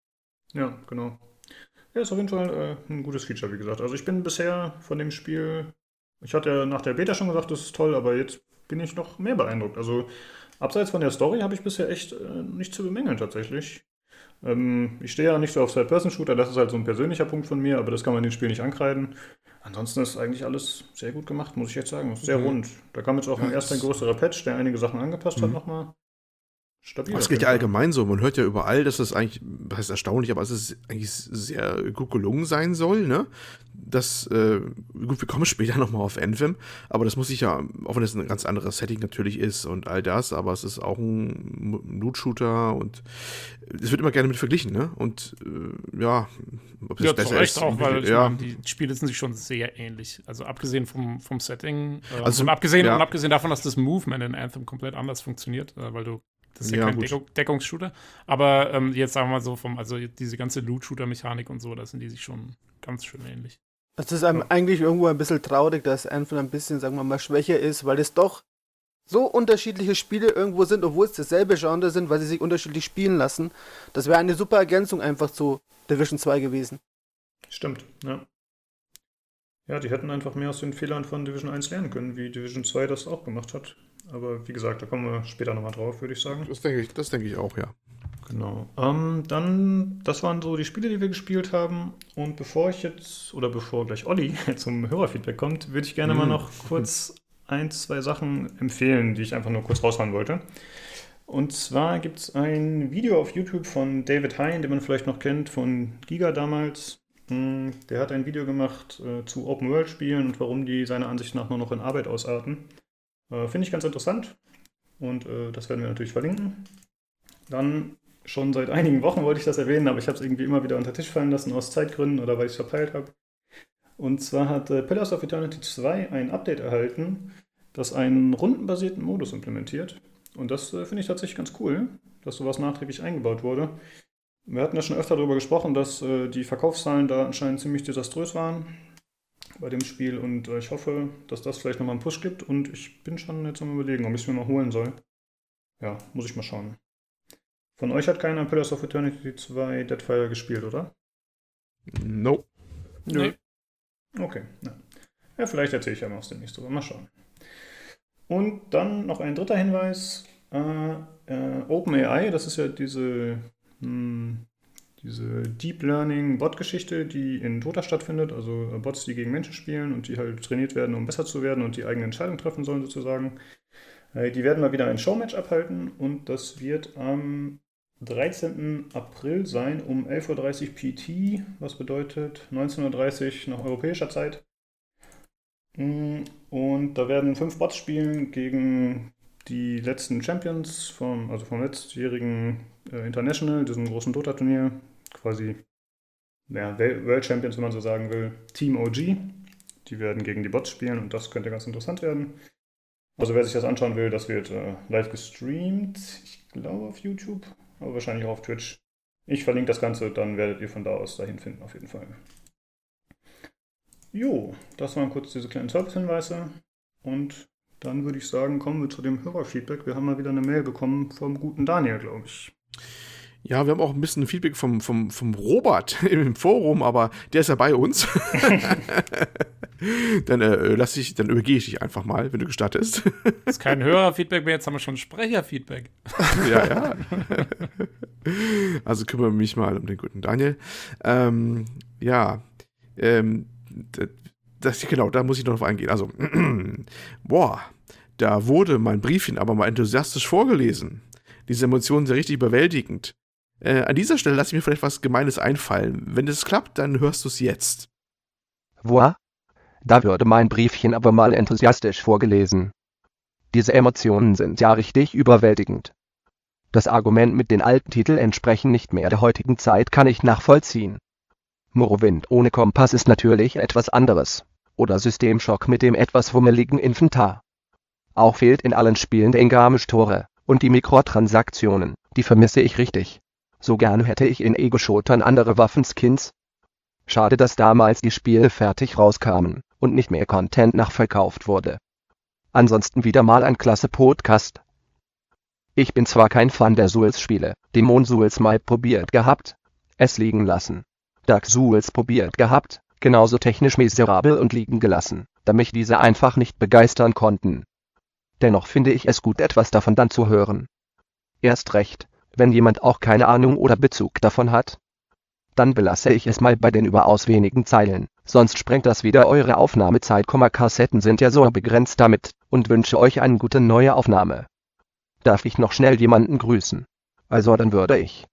Ja, genau. Ja, ist auf jeden Fall äh, ein gutes Feature, wie gesagt. Also ich bin bisher von dem Spiel, ich hatte ja nach der Beta schon gesagt, das ist toll, aber jetzt bin ich noch mehr beeindruckt. Also abseits von der Story habe ich bisher echt äh, nichts zu bemängeln tatsächlich. Ähm, ich stehe ja nicht so auf Third-Person-Shooter, das ist halt so ein persönlicher Punkt von mir, aber das kann man dem Spiel nicht ankreiden. Ansonsten ist eigentlich alles sehr gut gemacht, muss ich jetzt sagen. Ist sehr Mhm. rund. Da kam jetzt auch ein Ja, erster es- größerer Patch, der einige Sachen angepasst hat Mhm. nochmal. Stabil. Das auf geht jeden ja Fall. allgemein so. Man hört ja überall, dass das eigentlich, das heißt erstaunlich, aber es ist eigentlich sehr gut gelungen sein soll, ne? Das, äh, gut, wir kommen später nochmal auf Anthem, aber das muss ich ja, auch wenn es ein ganz anderes Setting natürlich ist und all das, aber es ist auch ein Loot-Shooter und es wird immer gerne mit verglichen, ne? Und äh, ja, ob es Ja, zu besser Recht ist. auch, weil ich ja, meine, die Spiele sind sich schon sehr ähnlich. Also abgesehen vom, vom Setting, äh, Also, und, abgesehen, ja. und abgesehen davon, dass das Movement in Anthem komplett anders funktioniert, äh, weil du, das ist ja, Ja, kein gut. Deckung, Deckungsshooter. Aber ähm, jetzt sagen wir mal so, vom, also diese ganze Loot-Shooter-Mechanik und so, da sind die sich schon ganz schön ähnlich. Es ist einem eigentlich irgendwo ein bisschen traurig, dass Anthem ein bisschen, sagen wir mal, schwächer ist, weil es doch so unterschiedliche Spiele irgendwo sind, obwohl es dasselbe Genre sind, weil sie sich unterschiedlich spielen lassen. Das wäre eine super Ergänzung einfach zu Division zwei gewesen. Stimmt, ja. Ja, die hätten einfach mehr aus den Fehlern von Division eins lernen können, wie Division zwei das auch gemacht hat. Aber wie gesagt, da kommen wir später nochmal drauf, würde ich sagen. das denke ich, das denke ich auch, ja. Genau. Ähm, dann, das waren so die Spiele, die wir gespielt haben. Und bevor ich jetzt, oder bevor gleich Olli zum Hörerfeedback kommt, würde ich gerne Mm. mal noch kurz ein, zwei Sachen empfehlen, die ich einfach nur kurz raushauen wollte. Und zwar gibt es ein Video auf YouTube von David Hein, den man vielleicht noch kennt, von Giga damals. Mm, Der hat ein Video gemacht äh, zu Open-World-Spielen und warum die seiner Ansicht nach nur noch in Arbeit ausarten. Äh, Finde ich ganz interessant. Und äh, das werden wir natürlich verlinken. Dann schon seit einigen Wochen wollte ich das erwähnen, aber ich habe es irgendwie immer wieder unter den Tisch fallen lassen, aus Zeitgründen oder weil ich es verpeilt habe. Und zwar hat äh, Pillars of Eternity zwei ein Update erhalten, das einen rundenbasierten Modus implementiert. Und das äh, finde ich tatsächlich ganz cool, dass sowas nachträglich eingebaut wurde. Wir hatten ja schon öfter darüber gesprochen, dass äh, die Verkaufszahlen da anscheinend ziemlich desaströs waren bei dem Spiel. Und äh, ich hoffe, dass das vielleicht nochmal einen Push gibt. Und ich bin schon jetzt am Überlegen, ob ich es mir mal holen soll. Ja, muss ich mal schauen. Von euch hat keiner Pillars of Eternity zwei Deadfire gespielt, oder? Nope. Nee. Okay, ja. Ja, vielleicht erzähle ich ja mal aus dem nächsten drüber. Mal schauen. Und dann noch ein dritter Hinweis. Äh, äh, OpenAI, das ist ja diese, mh, diese Deep Learning Bot-Geschichte, die in Dota stattfindet. Also äh, Bots, die gegen Menschen spielen und die halt trainiert werden, um besser zu werden und die eigene Entscheidung treffen sollen sozusagen. Äh, die werden mal wieder ein Showmatch abhalten und das wird am dreizehnten April sein um elf Uhr dreißig P T, was bedeutet neunzehn Uhr dreißig nach europäischer Zeit. Und da werden fünf Bots spielen gegen die letzten Champions vom, also vom letztjährigen äh, International, diesem großen Dota-Turnier, quasi ja, World Champions, wenn man so sagen will, Team O G. Die werden gegen die Bots spielen und das könnte ganz interessant werden. Also wer sich das anschauen will, das wird äh, live gestreamt, ich glaube auf YouTube, aber wahrscheinlich auch auf Twitch. Ich verlinke das Ganze, dann werdet ihr von da aus dahin finden auf jeden Fall. Jo, das waren kurz diese kleinen Service-Hinweise und dann würde ich sagen, kommen wir zu dem Hörerfeedback. Wir haben mal wieder eine Mail bekommen vom guten Daniel, glaube ich. Ja, wir haben auch ein bisschen Feedback vom, vom, vom Robert im Forum, aber der ist ja bei uns. dann, äh, lass ich, dann übergehe ich dich einfach mal, wenn du gestattest. Das ist kein Hörerfeedback mehr, jetzt haben wir schon Sprecherfeedback. ja, ja. Also kümmere mich mal um den guten Daniel. Ähm, ja, ähm, das, genau, da muss ich noch drauf eingehen. Also, boah, da wurde mein Briefchen aber mal enthusiastisch vorgelesen. Diese Emotionen sind richtig überwältigend. Äh, an dieser Stelle lasse ich mir vielleicht was Gemeines einfallen. Wenn es klappt, dann hörst du es jetzt. Boah, da würde mein Briefchen aber mal enthusiastisch vorgelesen. Diese Emotionen sind ja richtig überwältigend. Das Argument mit den alten Titeln entsprechen nicht mehr der heutigen Zeit kann ich nachvollziehen. Morrowind ohne Kompass ist natürlich etwas anderes. Oder Systemschock mit dem etwas wummeligen Inventar. Auch fehlt in allen Spielen der Ingame-Tore und die Mikrotransaktionen, die vermisse ich richtig. So gerne hätte ich in Ego-Shootern andere Waffenskins. Schade, dass damals die Spiele fertig rauskamen und nicht mehr Content nachverkauft wurde. Ansonsten wieder mal ein klasse Podcast. Ich bin zwar kein Fan der Souls-Spiele, Demon Souls mal probiert gehabt, es liegen lassen. Dark Souls probiert gehabt, genauso technisch miserabel und liegen gelassen, da mich diese einfach nicht begeistern konnten. Dennoch finde ich es gut, etwas davon dann zu hören. Erst recht, wenn jemand auch keine Ahnung oder Bezug davon hat. Dann belasse ich es mal bei den überaus wenigen Zeilen, sonst sprengt das wieder eure Aufnahmezeit. Kassetten sind ja so begrenzt damit, und wünsche euch eine gute neue Aufnahme. Darf ich noch schnell jemanden grüßen? Also dann würde ich...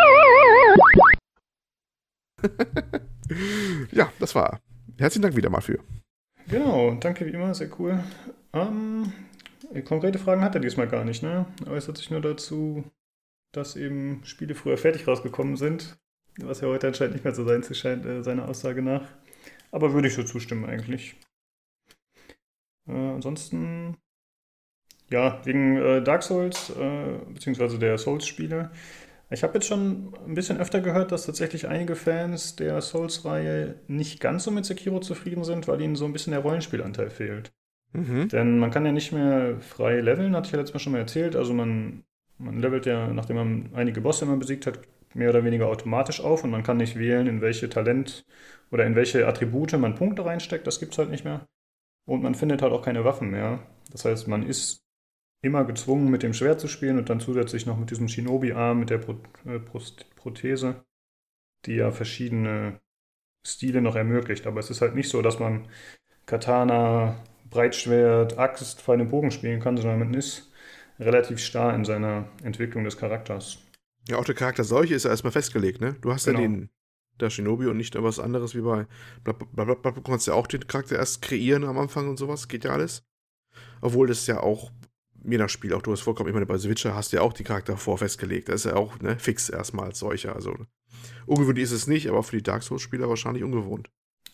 Ja, das war. Herzlichen Dank wieder mal für. Genau, danke wie immer, sehr cool. Ähm, konkrete Fragen hat er diesmal gar nicht, ne? Er äußert sich nur dazu, dass eben Spiele früher fertig rausgekommen sind, was ja heute anscheinend nicht mehr so sein zu scheint, äh, seiner Aussage nach. Aber würde ich so zustimmen eigentlich. Äh, ansonsten, ja, wegen äh, Dark Souls, äh, beziehungsweise der Souls-Spiele. Ich habe jetzt schon ein bisschen öfter gehört, dass tatsächlich einige Fans der Souls-Reihe nicht ganz so mit Sekiro zufrieden sind, weil ihnen so ein bisschen der Rollenspielanteil fehlt. Mhm. Denn man kann ja nicht mehr frei leveln, hatte ich ja letztes Mal schon mal erzählt. Also man, man levelt ja, nachdem man einige Bosse immer besiegt hat, mehr oder weniger automatisch auf und man kann nicht wählen, in welche Talent oder in welche Attribute man Punkte reinsteckt. Das gibt's halt nicht mehr. Und man findet halt auch keine Waffen mehr. Das heißt, man ist immer gezwungen, mit dem Schwert zu spielen und dann zusätzlich noch mit diesem Shinobi-Arm, mit der Pro- äh, Prost- Prothese, die ja verschiedene Stile noch ermöglicht. Aber es ist halt nicht so, dass man Katana, Breitschwert, Axt, Pfeil und Bogen spielen kann, sondern man ist relativ starr in seiner Entwicklung des Charakters. Ja, auch der Charakter solche ist ja erstmal festgelegt, ne? Du hast Genau. ja den, der Shinobi und nicht was anderes wie bei Blablabla. Du kannst ja auch den Charakter erst kreieren am Anfang und sowas, geht ja alles. Obwohl das ja auch, je nach Spiel, auch du hast vollkommen, ich meine, bei The Witcher hast du ja auch die Charakter vor festgelegt. Das ist ja auch, ne, fix erstmal als solcher. Also ungewöhnlich ist es nicht, aber für die Dark Souls-Spieler wahrscheinlich ungewohnt.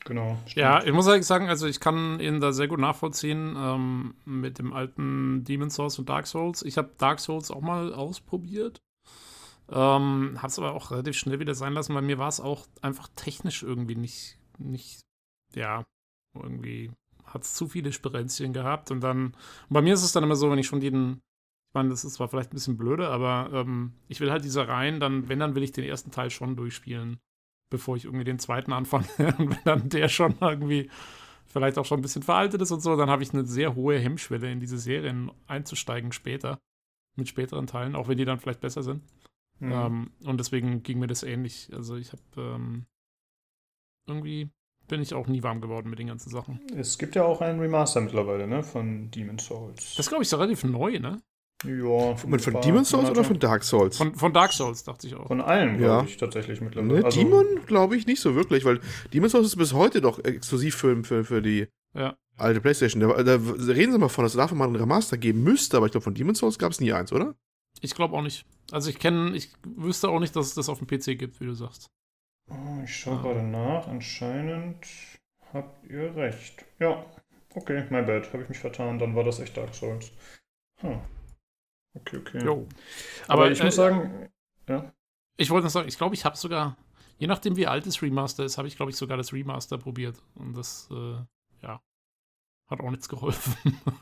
Genau. Stimmt. Ja, ich muss eigentlich sagen, also ich kann ihn da sehr gut nachvollziehen ähm, mit dem alten Demon's Souls und Dark Souls. Ich habe Dark Souls auch mal ausprobiert. Ähm, hab's aber auch relativ schnell wieder sein lassen, weil mir war es auch einfach technisch irgendwie nicht, nicht, ja, irgendwie hat es zu viele Spirenzchen gehabt und dann, und bei mir ist es dann immer so, wenn ich schon jeden, ich meine, das ist zwar vielleicht ein bisschen blöde, aber ähm, ich will halt diese Reihen, dann, wenn, dann will ich den ersten Teil schon durchspielen, bevor ich irgendwie den zweiten anfange und wenn dann der schon irgendwie vielleicht auch schon ein bisschen veraltet ist und so, dann habe ich eine sehr hohe Hemmschwelle in diese Serien einzusteigen später, mit späteren Teilen, auch wenn die dann vielleicht besser sind. Mhm. Ähm, und deswegen ging mir das ähnlich. Also ich habe ähm, irgendwie bin ich auch nie warm geworden mit den ganzen Sachen. Es gibt ja auch einen Remaster mittlerweile, ne, von Demon's Souls. Das ist, glaube ich, so relativ neu, ne? Ja. Von, von Demon's Souls oder von Dark Souls? Von, von Dark Souls, dachte ich auch. Von allen, glaube ja. ich, tatsächlich mittlerweile. Ne, also, Demon glaube ich nicht so wirklich, weil Demon's Souls ist bis heute doch exklusiv für, für, für die ja. alte PlayStation. Da, da reden sie mal von, dass es dafür mal einen Remaster geben müsste, aber ich glaube, von Demon's Souls gab es nie eins, oder? Ich glaube auch nicht. Also ich kenne, ich wüsste auch nicht, dass es das auf dem P C gibt, wie du sagst. Oh, ich schaue ah. gerade nach. Anscheinend habt ihr recht. Ja, okay, my bad. Habe ich mich vertan. Dann war das echt Dark Souls. Huh. Okay, okay. Jo. Aber, Aber ich äh, muss sagen, ja. Ich wollte noch sagen, ich glaube, ich habe sogar, je nachdem wie alt das Remaster ist, habe ich, glaube ich, sogar das Remaster probiert. Und das, äh, ja, hat auch nichts geholfen.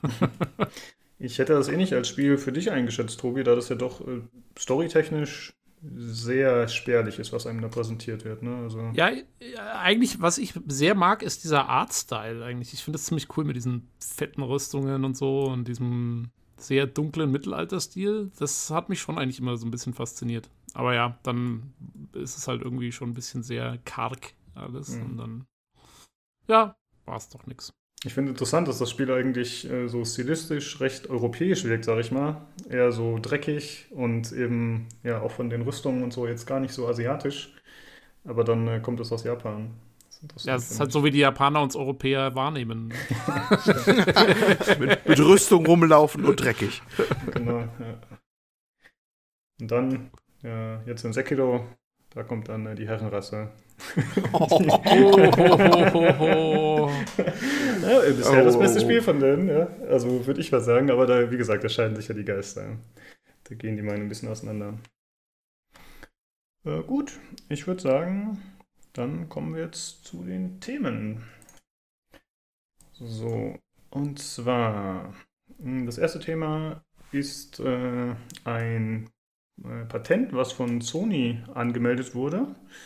Ich hätte das eh nicht als Spiel für dich eingeschätzt, Tobi, da das ja doch äh, storytechnisch sehr spärlich ist, was einem da präsentiert wird. Ne? Also ja, eigentlich, was ich sehr mag, ist dieser Artstyle eigentlich. Ich finde es ziemlich cool mit diesen fetten Rüstungen und so und diesem sehr dunklen Mittelalterstil. Das hat mich schon eigentlich immer so ein bisschen fasziniert. Aber ja, dann ist es halt irgendwie schon ein bisschen sehr karg alles. Mhm. Und dann, ja, war es doch nix. Ich finde interessant, dass das Spiel eigentlich äh, so stilistisch recht europäisch wirkt, sag ich mal. Eher so dreckig und eben ja auch von den Rüstungen und so jetzt gar nicht so asiatisch. Aber dann äh, kommt es aus Japan. Das ja, es ist halt so, wie die Japaner uns Europäer wahrnehmen. mit, mit Rüstung rumlaufen und dreckig. Genau, ja. Und dann, ja, jetzt in Sekiro, da kommt dann äh, die Herrenrasse. Oh, oh, oh, oh, oh. Ja, bisher oh. das beste Spiel von denen, ja. Also würde ich was sagen, aber da, wie gesagt, da scheiden sich ja die Geister. Da gehen die Meinungen ein bisschen auseinander. Äh, gut, ich würde sagen, dann kommen wir jetzt zu den Themen. So, und zwar, das erste Thema ist äh, ein äh, Patent, was von Sony angemeldet wurde.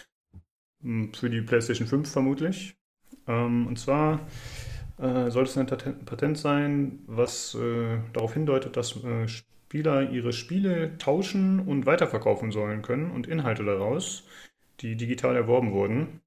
Für die PlayStation fünf vermutlich. Ähm, und zwar äh, soll es ein Patent sein, was äh, darauf hindeutet, dass äh, Spieler ihre Spiele tauschen und weiterverkaufen sollen können und Inhalte daraus, die digital erworben wurden.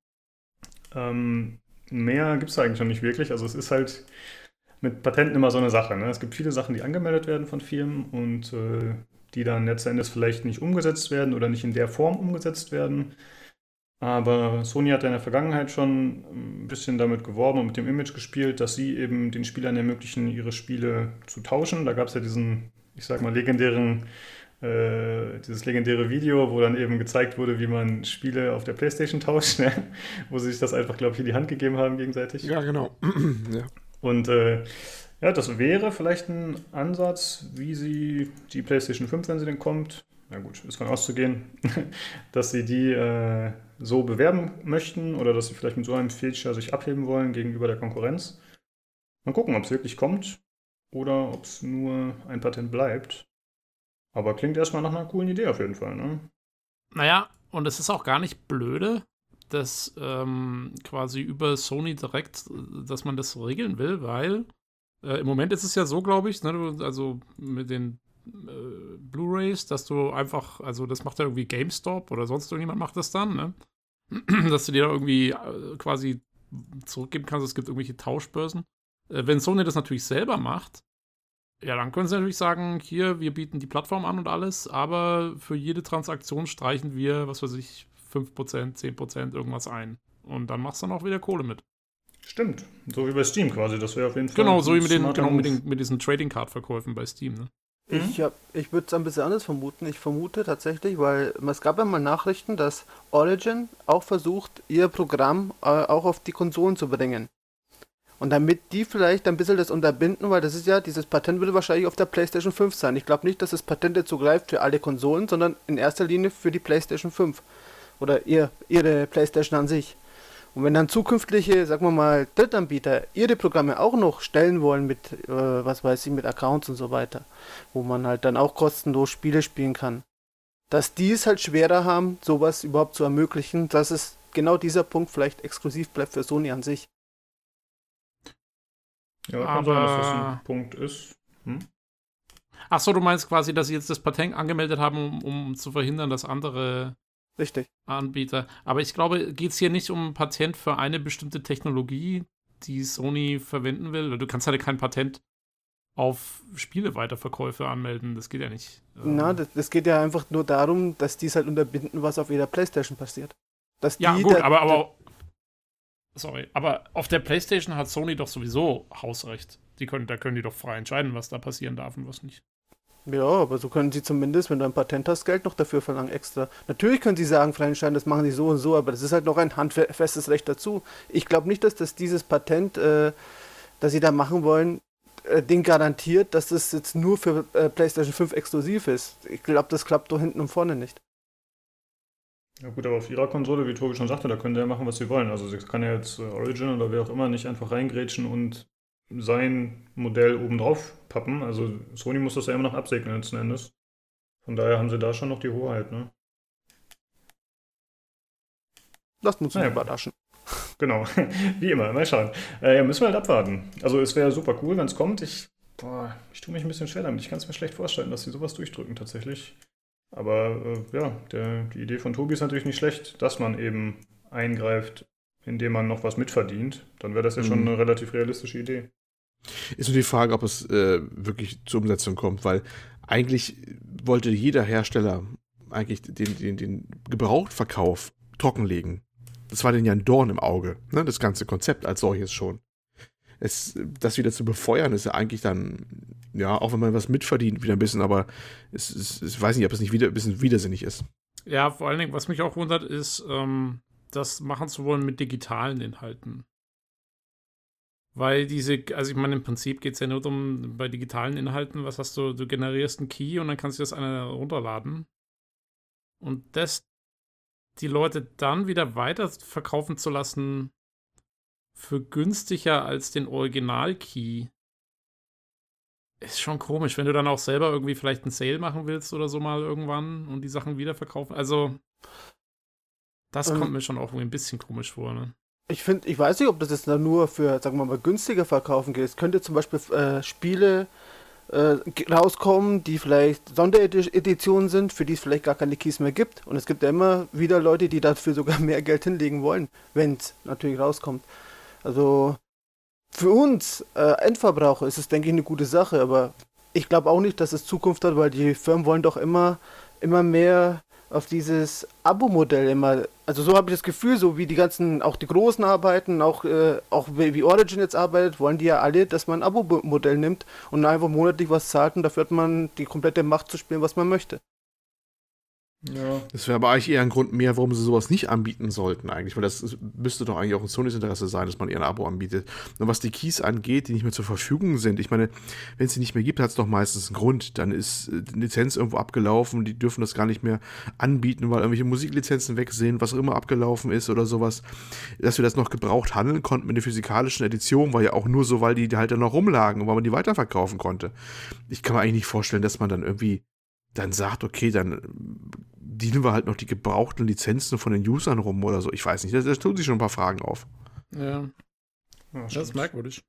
Ähm, mehr gibt es eigentlich noch nicht wirklich. Also es ist halt mit Patenten immer so eine Sache. Ne? Es gibt viele Sachen, die angemeldet werden von Firmen und äh, die dann letzten Endes vielleicht nicht umgesetzt werden oder nicht in der Form umgesetzt werden. Aber Sony hat in der Vergangenheit schon ein bisschen damit geworben und mit dem Image gespielt, dass sie eben den Spielern ermöglichen, ihre Spiele zu tauschen. Da gab es ja diesen, ich sag mal, legendären, äh, dieses legendäre Video, wo dann eben gezeigt wurde, wie man Spiele auf der PlayStation tauscht, ne? Wo sie sich das einfach, glaube ich, in die Hand gegeben haben gegenseitig. Ja, genau. Ja. Und äh, ja, das wäre vielleicht ein Ansatz, wie sie die PlayStation fünf, wenn sie denn kommt, na gut, ist von auszugehen, dass sie die äh, so bewerben möchten oder dass sie vielleicht mit so einem Feature sich abheben wollen gegenüber der Konkurrenz. Mal gucken, ob es wirklich kommt oder ob es nur ein Patent bleibt. Aber klingt erstmal nach einer coolen Idee auf jeden Fall, ne? Naja, und es ist auch gar nicht blöde, dass ähm, quasi über Sony direkt, dass man das regeln will, weil äh, im Moment ist es ja so, glaube ich, ne, also mit den äh, Blu-rays, dass du einfach, also das macht ja irgendwie GameStop oder sonst irgendjemand macht das dann, ne? Dass du dir da irgendwie äh, quasi zurückgeben kannst, es gibt irgendwelche Tauschbörsen. Äh, wenn Sony das natürlich selber macht, ja, dann können sie natürlich sagen, hier, wir bieten die Plattform an und alles, aber für jede Transaktion streichen wir, was weiß ich, fünf Prozent, zehn Prozent irgendwas ein. Und dann machst du dann auch wieder Kohle mit. Stimmt, so wie bei Steam quasi, das wäre auf jeden Fall Genau, so wie mit, den, genau mit, den, mit diesen Trading-Card-Verkäufen bei Steam, ne? Ich, hab- ich würde es ein bisschen anders vermuten. Ich vermute tatsächlich, weil es gab ja mal Nachrichten, dass Origin auch versucht, ihr Programm äh, auch auf die Konsolen zu bringen. Und damit die vielleicht ein bisschen das unterbinden, weil das ist ja, dieses Patent würde wahrscheinlich auf der PlayStation fünf sein. Ich glaube nicht, dass das Patent jetzt so greift für alle Konsolen, sondern in erster Linie für die PlayStation fünf. Oder ihr, ihre PlayStation an sich. Und wenn dann zukünftige, sagen wir mal, Drittanbieter ihre Programme auch noch stellen wollen mit, äh, was weiß ich, mit Accounts und so weiter, wo man halt dann auch kostenlos Spiele spielen kann, dass die es halt schwerer haben, sowas überhaupt zu ermöglichen, dass es genau dieser Punkt vielleicht exklusiv bleibt für Sony an sich. Ja, kann sein, dass das ein Aber. Punkt ist. Hm? Ach so, du meinst quasi, dass sie jetzt das Patent angemeldet haben, um, um zu verhindern, dass andere Richtig. Anbieter. Aber ich glaube, geht es hier nicht um ein Patent für eine bestimmte Technologie, die Sony verwenden will? Du kannst halt kein Patent auf Spieleweiterverkäufe anmelden. Das geht ja nicht. Na, Ähm, das, das geht ja einfach nur darum, dass die es halt unterbinden, was auf jeder PlayStation passiert. Dass ja, die gut, der- aber, aber. Sorry, aber auf der PlayStation hat Sony doch sowieso Hausrecht. Die können, da können die doch frei entscheiden, was da passieren darf und was nicht. Ja, aber so können sie zumindest, wenn du ein Patent hast, Geld noch dafür verlangen extra. Natürlich können sie sagen, frei entscheiden, das machen sie so und so, aber das ist halt noch ein handfestes Recht dazu. Ich glaube nicht, dass das dieses Patent, äh, das sie da machen wollen, äh, den garantiert, dass das jetzt nur für äh, PlayStation fünf exklusiv ist. Ich glaube, das klappt doch hinten und vorne nicht. Ja gut, aber auf ihrer Konsole, wie Tobi schon sagte, da können sie ja machen, was sie wollen. Also sie kann ja jetzt äh, Origin oder wer auch immer nicht einfach reingrätschen und sein Modell obendrauf pappen. Also Sony muss das ja immer noch absegnen letzten Endes. Von daher haben sie da schon noch die Hoheit, ne? Lasst uns Naja. mal überraschen. Genau, wie immer, mal schauen. Äh, ja, müssen wir halt abwarten. Also es wäre super cool, wenn es kommt. Ich, boah, ich tue mich ein bisschen schwer damit. Ich kann es mir schlecht vorstellen, dass sie sowas durchdrücken tatsächlich. Aber äh, ja, der, die Idee von Tobi ist natürlich nicht schlecht, dass man eben eingreift, indem man noch was mitverdient. Dann wäre das ja schon Mhm. eine relativ realistische Idee. Ist nur die Frage, ob es äh, wirklich zur Umsetzung kommt, weil eigentlich wollte jeder Hersteller eigentlich den, den, den Gebrauchtverkauf trockenlegen. Das war denen ja ein Dorn im Auge, ne? Das ganze Konzept als solches schon. Es, das wieder zu befeuern, ist ja eigentlich dann, ja, auch wenn man was mitverdient, wieder ein bisschen, aber es, es, ich weiß nicht, ob es nicht wieder, ein bisschen widersinnig ist. Ja, vor allen Dingen, was mich auch wundert, ist, ähm, das machen zu wollen mit digitalen Inhalten. Weil diese, also ich meine, im Prinzip geht es ja nur darum, bei digitalen Inhalten, was hast du, du generierst einen Key und dann kannst du das einer runterladen. Und das, die Leute dann wieder weiter verkaufen zu lassen, für günstiger als den Original-Key, ist schon komisch, wenn du dann auch selber irgendwie vielleicht einen Sale machen willst oder so mal irgendwann und die Sachen wieder verkaufen. Also, das Ähm, kommt mir schon auch irgendwie ein bisschen komisch vor, ne? Ich finde, ich weiß nicht, ob das jetzt nur für, sagen wir mal, günstiger verkaufen geht. Es könnte zum Beispiel äh, Spiele äh, ge- rauskommen, die vielleicht Sondereditionen sind, für die es vielleicht gar keine Keys mehr gibt. Und es gibt ja immer wieder Leute, die dafür sogar mehr Geld hinlegen wollen, wenn es natürlich rauskommt. Also für uns äh, Endverbraucher ist es, denke ich, eine gute Sache, aber ich glaube auch nicht, dass es Zukunft hat, weil die Firmen wollen doch immer, immer mehr auf dieses Abo-Modell immer, also so habe ich das Gefühl, so wie die ganzen, auch die Großen arbeiten, auch, äh, auch wie wie Origin jetzt arbeitet, wollen die ja alle, dass man ein Abo-Modell nimmt und einfach monatlich was zahlt und dafür hat man die komplette Macht zu spielen, was man möchte. Ja. Das wäre aber eigentlich eher ein Grund mehr, warum sie sowas nicht anbieten sollten eigentlich, weil das ist- müsste doch eigentlich auch in Sonys Interesse sein, dass man eher ein Abo anbietet. Und was die Keys angeht, die nicht mehr zur Verfügung sind, ich meine, wenn es die nicht mehr gibt, hat es doch meistens einen Grund. Dann ist äh, die Lizenz irgendwo abgelaufen, die dürfen das gar nicht mehr anbieten, weil irgendwelche Musiklizenzen weg sind, was auch immer abgelaufen ist oder sowas. Dass wir das noch gebraucht handeln konnten mit der physikalischen Edition, war ja auch nur so, weil die halt dann noch rumlagen und weil man die weiterverkaufen konnte. Ich kann mir eigentlich nicht vorstellen, dass man dann irgendwie dann sagt, okay, dann dienen wir halt noch die gebrauchten Lizenzen von den Usern rum oder so. Ich weiß nicht, da, da tun sich schon ein paar Fragen auf. Ja, Ja, das ist stimmt. merkwürdig.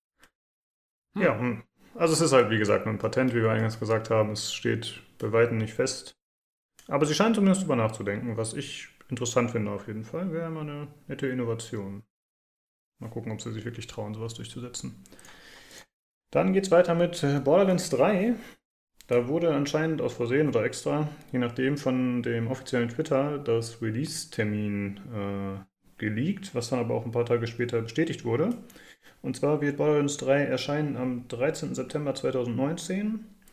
Ja, hm. Also es ist halt, wie gesagt, nur ein Patent, wie wir eingangs gesagt haben. Es steht bei weitem nicht fest. Aber sie scheinen zumindest drüber nachzudenken, was ich interessant finde auf jeden Fall. Wäre immer eine nette Innovation. Mal gucken, ob sie sich wirklich trauen, sowas durchzusetzen. Dann geht's weiter mit äh, Borderlands drei. Da wurde anscheinend aus Versehen oder extra, je nachdem, von dem offiziellen Twitter das Release-Termin äh, geleakt, was dann aber auch ein paar Tage später bestätigt wurde. Und zwar wird Borderlands drei erscheinen am dreizehnten September zweitausendneunzehn.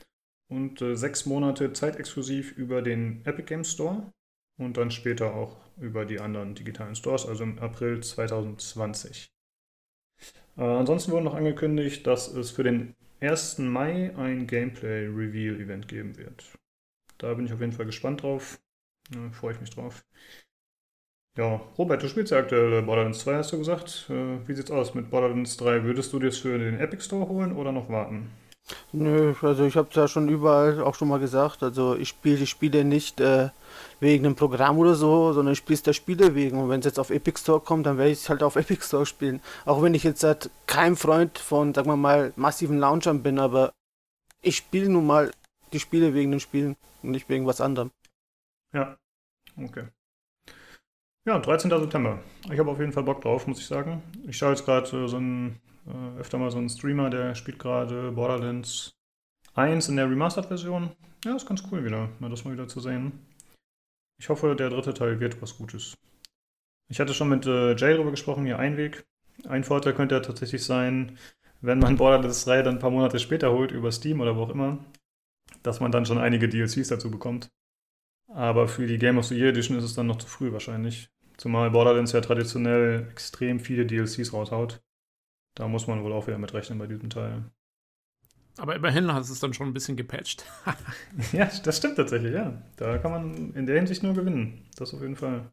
und äh, sechs Monate zeitexklusiv über den Epic Games Store und dann später auch über die anderen digitalen Stores, also im April zwanzig zwanzig. Äh, ansonsten wurde noch angekündigt, dass es für den ersten Mai ein Gameplay-Reveal-Event geben wird. Da bin ich auf jeden Fall gespannt drauf. Ja, freue ich mich drauf. Ja, Robert, du spielst ja aktuell Borderlands zwei, hast du gesagt. Äh, wie sieht's aus mit Borderlands drei? Würdest du dir das für den Epic Store holen oder noch warten? Nö, also ich habe es ja schon überall auch schon mal gesagt. Also ich spiele die Spiele nicht äh, wegen einem Programm oder so, sondern ich spiele es der Spiele wegen. Und wenn es jetzt auf Epic Store kommt, dann werde ich es halt auf Epic Store spielen. Auch wenn ich jetzt halt kein Freund von, sagen wir mal, massiven Launchern bin, aber ich spiele nun mal die Spiele wegen den Spielen und nicht wegen was anderem. Ja, okay. Ja, dreizehnten September. Ich habe auf jeden Fall Bock drauf, muss ich sagen. Ich schaue jetzt gerade äh, so einen, äh, öfter mal so einen Streamer, der spielt gerade Borderlands eins in der Remastered-Version. Ja, ist ganz cool wieder, mal das mal wieder zu sehen. Ich hoffe, der dritte Teil wird was Gutes. Ich hatte schon mit äh, Jay darüber gesprochen, hier Einweg. Ein Vorteil könnte ja tatsächlich sein, wenn man Borderlands drei dann ein paar Monate später holt, über Steam oder wo auch immer, dass man dann schon einige D L Cs dazu bekommt. Aber für die Game of the Year Edition ist es dann noch zu früh wahrscheinlich. Zumal Borderlands ja traditionell extrem viele D L Cs raushaut. Da muss man wohl auch wieder mit rechnen bei diesem Teil. Aber immerhin hast du es dann schon ein bisschen gepatcht. Ja, das stimmt tatsächlich, ja. Da kann man in der Hinsicht nur gewinnen. Das auf jeden Fall.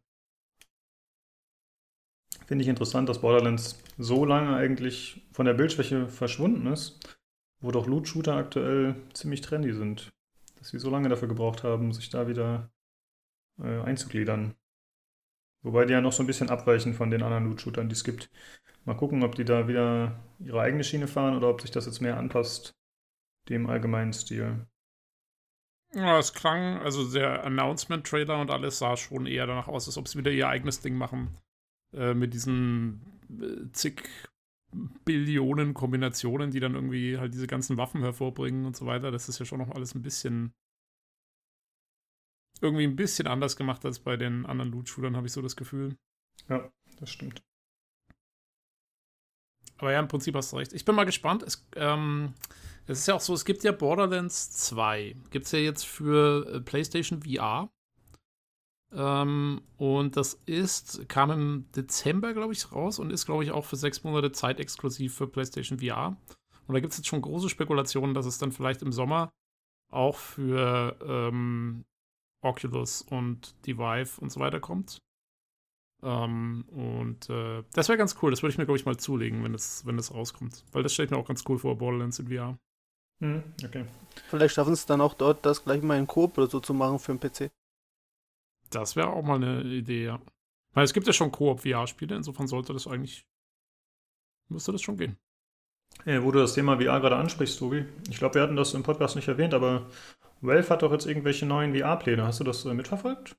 Finde ich interessant, dass Borderlands so lange eigentlich von der Bildschwäche verschwunden ist, wo doch Loot-Shooter aktuell ziemlich trendy sind. Dass sie so lange dafür gebraucht haben, sich da wieder äh, einzugliedern. Wobei die ja noch so ein bisschen abweichen von den anderen Loot-Shootern, die es gibt. Mal gucken, ob die da wieder ihre eigene Schiene fahren oder ob sich das jetzt mehr anpasst dem allgemeinen Stil. Ja, es klang, also der Announcement-Trailer und alles sah schon eher danach aus, als ob sie wieder ihr eigenes Ding machen. Äh, mit diesen äh, zig Billionen Kombinationen, die dann irgendwie halt diese ganzen Waffen hervorbringen und so weiter. Das ist ja schon noch alles ein bisschen irgendwie ein bisschen anders gemacht als bei den anderen Loot-Shootern, habe ich so das Gefühl. Ja, das stimmt. Aber ja, im Prinzip hast du recht. Ich bin mal gespannt. Es, ähm, es ist ja auch so, es gibt ja Borderlands zwei. Gibt es ja jetzt für äh, PlayStation V R. Ähm, und das ist, kam im Dezember, glaube ich, raus und ist, glaube ich, auch für sechs Monate zeitexklusiv für PlayStation V R. Und da gibt es jetzt schon große Spekulationen, dass es dann vielleicht im Sommer auch für ähm, Oculus und die Vive und so weiter kommt. Ähm, und äh, das wäre ganz cool. Das würde ich mir, glaube ich, mal zulegen, wenn das, wenn das rauskommt. Weil das stelle ich mir auch ganz cool vor, Borderlands in V R. Hm, okay. Vielleicht schaffen es dann auch dort, das gleich mal in Coop oder so zu machen für den P C. Das wäre auch mal eine Idee, ja. Weil es gibt ja schon Koop-V R-Spiele, insofern sollte das eigentlich, müsste das schon gehen. Ja, wo du das Thema V R gerade ansprichst, Tobi. Ich glaube, wir hatten das im Podcast nicht erwähnt, aber Valve hat doch jetzt irgendwelche neuen V R-Pläne. Hast du das äh, mitverfolgt?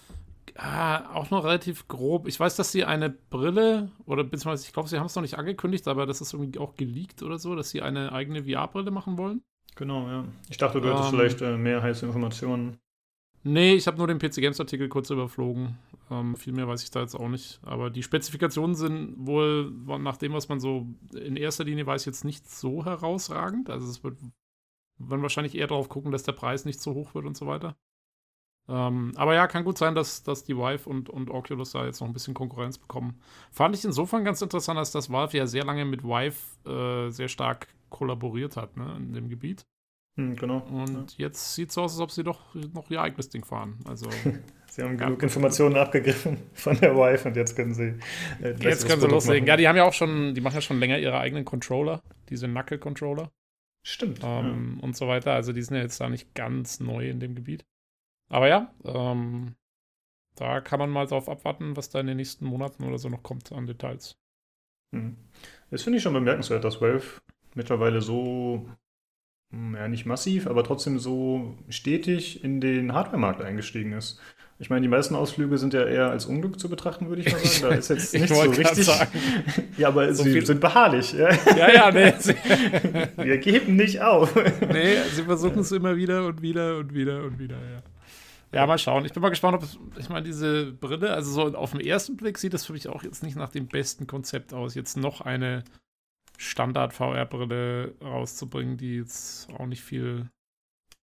Ah, auch noch relativ grob. Ich weiß, dass sie eine Brille, oder beziehungsweise ich glaube, sie haben es noch nicht angekündigt, aber das ist irgendwie auch geleakt oder so, dass sie eine eigene V R-Brille machen wollen. Genau, ja. Ich dachte, du hättest Ähm, vielleicht äh, mehr heiße Informationen. Nee, ich habe nur den P C Games Artikel kurz überflogen. Ähm, viel mehr weiß ich da jetzt auch nicht. Aber die Spezifikationen sind wohl, nach dem, was man so in erster Linie weiß, jetzt nicht so herausragend. Also es wird, werden wahrscheinlich eher darauf gucken, dass der Preis nicht so hoch wird und so weiter. Ähm, aber ja, kann gut sein, dass, dass die Vive und, und Oculus da jetzt noch ein bisschen Konkurrenz bekommen. Fand ich insofern ganz interessant, dass das Valve ja sehr lange mit Vive äh, sehr stark kollaboriert hat, ne, in dem Gebiet. Hm, genau. Und ja. Jetzt sieht es so aus, als ob sie doch noch ihr eigenes Ding fahren. Also Sie haben genug Informationen abgegriffen von der Vive und jetzt können sie. Äh, jetzt können sie loslegen. Machen. Ja, die haben ja auch schon, die machen ja schon länger ihre eigenen Controller, diese Knuckle-Controller. Stimmt. Ähm, ja. Und so weiter. Also die sind ja jetzt da nicht ganz neu in dem Gebiet. Aber ja, ähm, da kann man mal drauf abwarten, was da in den nächsten Monaten oder so noch kommt an Details. Hm. Das finde ich schon bemerkenswert, dass Valve mittlerweile so, ja nicht massiv, aber trotzdem so stetig in den Hardware-Markt eingestiegen ist. Ich meine, die meisten Ausflüge sind ja eher als Unglück zu betrachten, würde ich mal sagen. Da ist jetzt nicht so richtig. Ja, aber so sie viel... sind beharrlich. Ja, ja, ja nee. Wir geben nicht auf. Nee, sie versuchen es immer wieder und wieder und wieder und wieder, ja. Ja, mal schauen. Ich bin mal gespannt, ob es, ich meine, diese Brille, also so auf den ersten Blick sieht das für mich auch jetzt nicht nach dem besten Konzept aus, jetzt noch eine Standard-V R-Brille rauszubringen, die jetzt auch nicht viel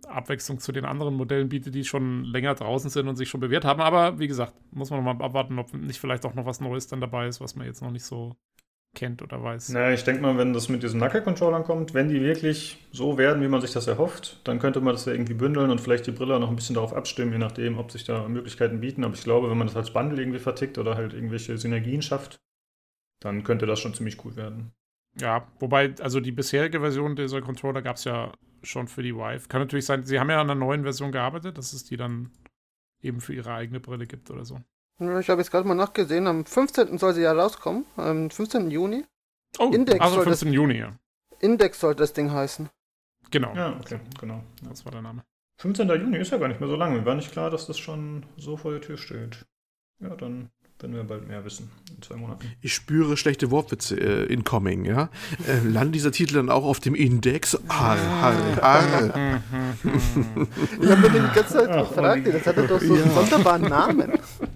Abwechslung zu den anderen Modellen bietet, die schon länger draußen sind und sich schon bewährt haben. Aber wie gesagt, muss man noch mal abwarten, ob nicht vielleicht auch noch was Neues dann dabei ist, was man jetzt noch nicht so kennt oder weiß. Naja, ich denke mal, wenn das mit diesen Knuckle-Controllern kommt, wenn die wirklich so werden, wie man sich das erhofft, dann könnte man das ja irgendwie bündeln und vielleicht die Brille noch ein bisschen darauf abstimmen, je nachdem, ob sich da Möglichkeiten bieten. Aber ich glaube, wenn man das als Bundle irgendwie vertickt oder halt irgendwelche Synergien schafft, dann könnte das schon ziemlich cool werden. Ja, wobei, also die bisherige Version dieser Controller gab es ja schon für die Vive. Kann natürlich sein, sie haben ja an einer neuen Version gearbeitet, dass es die dann eben für ihre eigene Brille gibt oder so. Ich habe jetzt gerade mal nachgesehen, am fünfzehnten soll sie ja rauskommen, am fünfzehnten Juni. Oh, Index also soll fünfzehnten das, Juni, ja. Index soll das Ding heißen. Genau. Ja, okay, genau. Ja. Das war der Name. fünfzehnten Juni ist ja gar nicht mehr so lange. Mir war nicht klar, dass das schon so vor der Tür steht. Ja, dann werden wir bald mehr wissen, in zwei Monaten. Ich spüre schlechte Wortwitze äh, incoming, ja. Äh, landet dieser Titel dann auch auf dem Index? Har, har, har. Ich habe mir die ganze Zeit Ach, gefragt, oh, das hat doch so einen sonderbaren Namen.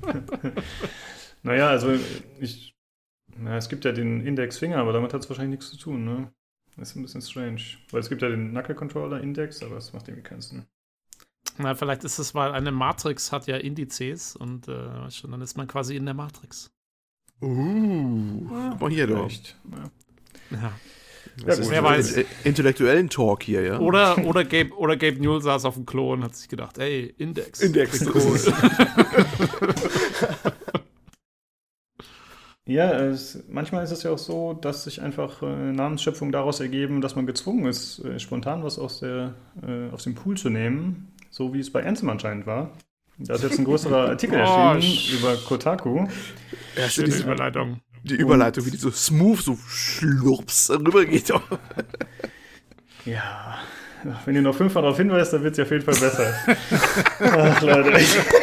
Naja, also ich. Na, es gibt ja den Index-Finger, aber damit hat es wahrscheinlich nichts zu tun, ne? Das ist ein bisschen strange. Weil es gibt ja den Knuckle-Controller-Index, aber das macht irgendwie keinen Sinn. Na, vielleicht ist es, weil eine Matrix hat ja Indizes und äh, schon, dann ist man quasi in der Matrix. Uh, guck mal hier doch. Echt? Ja. Ja. Das Ja, ist wer ein weiß. äh, intellektuellen Talk hier, ja. Oder, oder, Gabe, oder Gabe Newell saß auf dem Klo und hat sich gedacht, ey, Index. Index. Cool. Ja, es, manchmal ist es ja auch so, dass sich einfach äh, Namensschöpfungen daraus ergeben, dass man gezwungen ist, äh, spontan was aus, der, äh, aus dem Pool zu nehmen, so wie es bei Anthem anscheinend war. Da ist jetzt ein größerer Artikel Oh, erschienen sch- über Kotaku. Ja, Schöne diese, Überleitung. die Überleitung, wie die so smooth, so schlurps rübergeht. Ja, wenn ihr noch fünfmal darauf hinweist, dann wird es ja auf jeden Fall besser. Ach, Leute.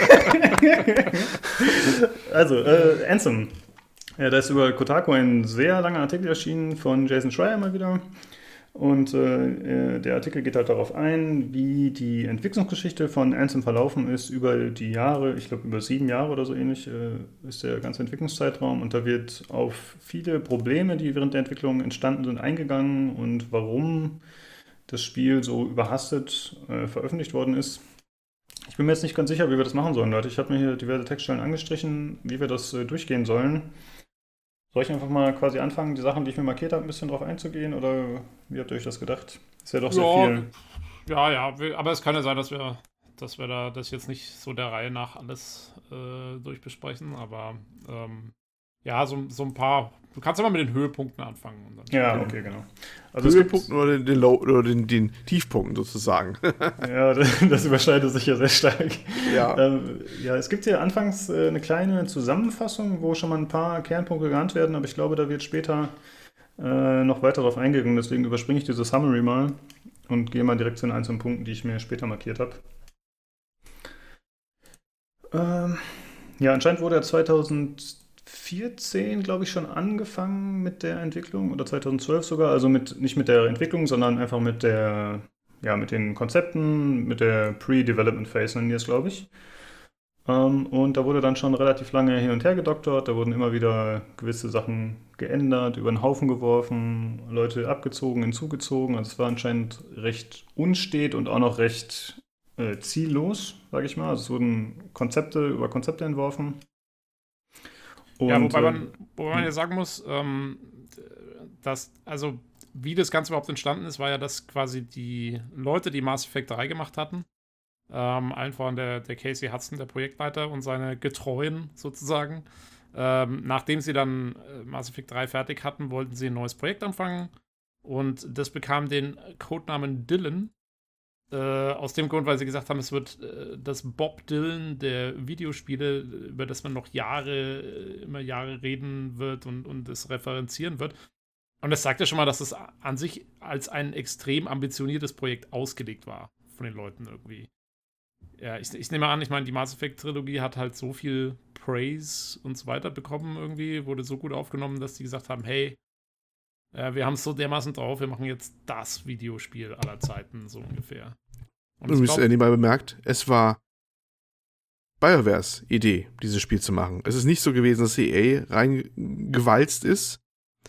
Also, äh, Anthem. Ja, da ist über Kotaku ein sehr langer Artikel erschienen von Jason Schreier mal wieder. Und äh, der Artikel geht halt darauf ein, wie die Entwicklungsgeschichte von Anthem verlaufen ist über die Jahre, ich glaube über sieben Jahre oder so ähnlich äh, ist der ganze Entwicklungszeitraum. Und da wird auf viele Probleme, die während der Entwicklung entstanden sind, eingegangen und warum das Spiel so überhastet äh, veröffentlicht worden ist. Ich bin mir jetzt nicht ganz sicher, wie wir das machen sollen, Leute. Ich habe mir hier diverse Textstellen angestrichen, wie wir das äh, durchgehen sollen. Soll ich einfach mal quasi anfangen, die Sachen, die ich mir markiert habe, ein bisschen drauf einzugehen? Oder wie habt ihr euch das gedacht? Ist ja doch sehr Ja, viel. Ja, ja, wir, aber es kann ja sein, dass wir, dass wir da das jetzt nicht so der Reihe nach alles äh, durchbesprechen, aber ähm, ja, so, so ein paar. Du kannst ja mal mit den Höhepunkten anfangen. Und dann Ja, okay, genau. Also es gibt, Höhepunkten oder den, den, Low, oder den, den Tiefpunkten sozusagen. ja, das, das überschneidet sich ja sehr stark. Ja. Ähm, ja, es gibt hier anfangs äh, eine kleine Zusammenfassung, wo schon mal ein paar Kernpunkte genannt werden, aber ich glaube, da wird später äh, noch weiter darauf eingegangen. Deswegen überspringe ich diese Summary mal und gehe mal direkt zu den einzelnen Punkten, die ich mir später markiert habe. Ähm, ja, anscheinend wurde er zweitausendvierzehn, glaube ich, schon angefangen mit der Entwicklung oder zweitausendzwölf sogar, also mit, nicht mit der Entwicklung, sondern einfach mit der, ja, mit den Konzepten, mit der Pre-Development Phase nennen die es, glaube ich. Ähm, und da wurde dann schon relativ lange hin und her gedoktert, da wurden immer wieder gewisse Sachen geändert, über den Haufen geworfen, Leute abgezogen, hinzugezogen, also es war anscheinend recht unstet und auch noch recht äh, ziellos, sage ich mal, also es wurden Konzepte über Konzepte entworfen. Und, ja, wobei äh, man, wobei man ja sagen muss, ähm, dass, also wie das Ganze überhaupt entstanden ist, war ja, dass quasi die Leute, die Mass Effect drei gemacht hatten, ähm, allen voran der, der Casey Hudson, der Projektleiter und seine Getreuen sozusagen, ähm, nachdem sie dann äh, Mass Effect drei fertig hatten, wollten sie ein neues Projekt anfangen und das bekam den Codenamen Dylan. Äh, aus dem Grund, weil sie gesagt haben, es wird äh, das Bob Dylan der Videospiele, über das man noch Jahre, äh, immer Jahre reden wird und, und es referenzieren wird. Und das sagt ja schon mal, dass es an sich als ein extrem ambitioniertes Projekt ausgelegt war von den Leuten irgendwie. Ja, ich, ich nehme an, ich meine, die Mass Effect Trilogie hat halt so viel Praise und so weiter bekommen irgendwie, wurde so gut aufgenommen, dass die gesagt haben, hey, äh, wir haben es so dermaßen drauf, wir machen jetzt das Videospiel aller Zeiten, so ungefähr. Und ich Übrigens, glaub, äh, nebenbei bemerkt, es war BioWares Idee, dieses Spiel zu machen. Es ist nicht so gewesen, dass E A reingewalzt ist.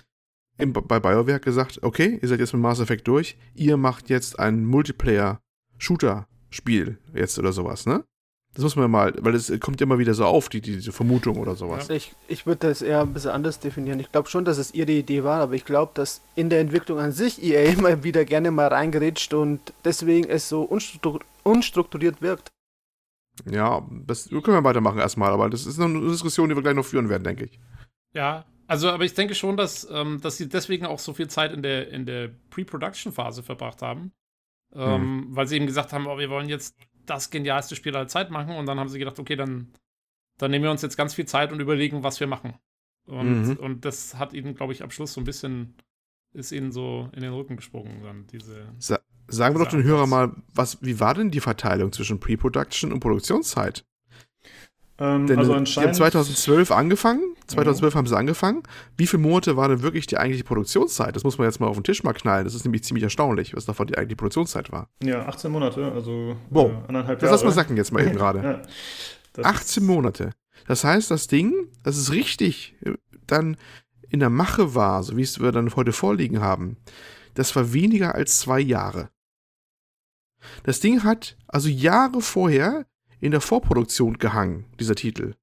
Im, bei BioWare gesagt, okay, ihr seid jetzt mit Mass Effect durch, ihr macht jetzt ein Multiplayer Shooter-Spiel jetzt oder sowas, ne? Das muss man mal, weil es kommt immer wieder so auf, die, diese Vermutung oder sowas. Ich, ich würde das eher ein bisschen anders definieren. Ich glaube schon, dass es ihre Idee war, aber ich glaube, dass in der Entwicklung an sich E A immer wieder gerne mal reingerätscht und deswegen es so unstruktur- unstrukturiert wirkt. Ja, das können wir weitermachen erstmal, aber das ist noch eine Diskussion, die wir gleich noch führen werden, denke ich. Ja, also, aber ich denke schon, dass, ähm, dass sie deswegen auch so viel Zeit in der, in der Pre-Production-Phase verbracht haben, ähm, hm. weil sie eben gesagt haben, oh, wir wollen jetzt das genialste Spiel aller Zeit machen und dann haben sie gedacht, okay, dann, dann nehmen wir uns jetzt ganz viel Zeit und überlegen, was wir machen. Und, mhm. und das hat ihnen, glaube ich, am Schluss so ein bisschen, ist ihnen so in den Rücken gesprungen, dann diese... Sa- sagen wir doch den Hörern mal, was, wie war denn die Verteilung zwischen Pre-Production und Produktionszeit? Ähm, Denn also die haben zweitausendzwölf angefangen, zweitausendzwölf mhm. haben sie angefangen. Wie viele Monate war denn wirklich die eigentliche Produktionszeit? Das muss man jetzt mal auf den Tisch mal knallen. Das ist nämlich ziemlich erstaunlich, was davon die eigentliche Produktionszeit war. Ja, achtzehn Monate, also wow. äh, anderthalb das Jahre. Das lass mal sacken jetzt mal eben gerade. ja, achtzehn Monate. Das heißt, das Ding, das ist richtig dann in der Mache war, so wie es wir dann heute vorliegen haben, das war weniger als zwei Jahre. Das Ding hat also Jahre vorher in der Vorproduktion gehangen, dieser Titel.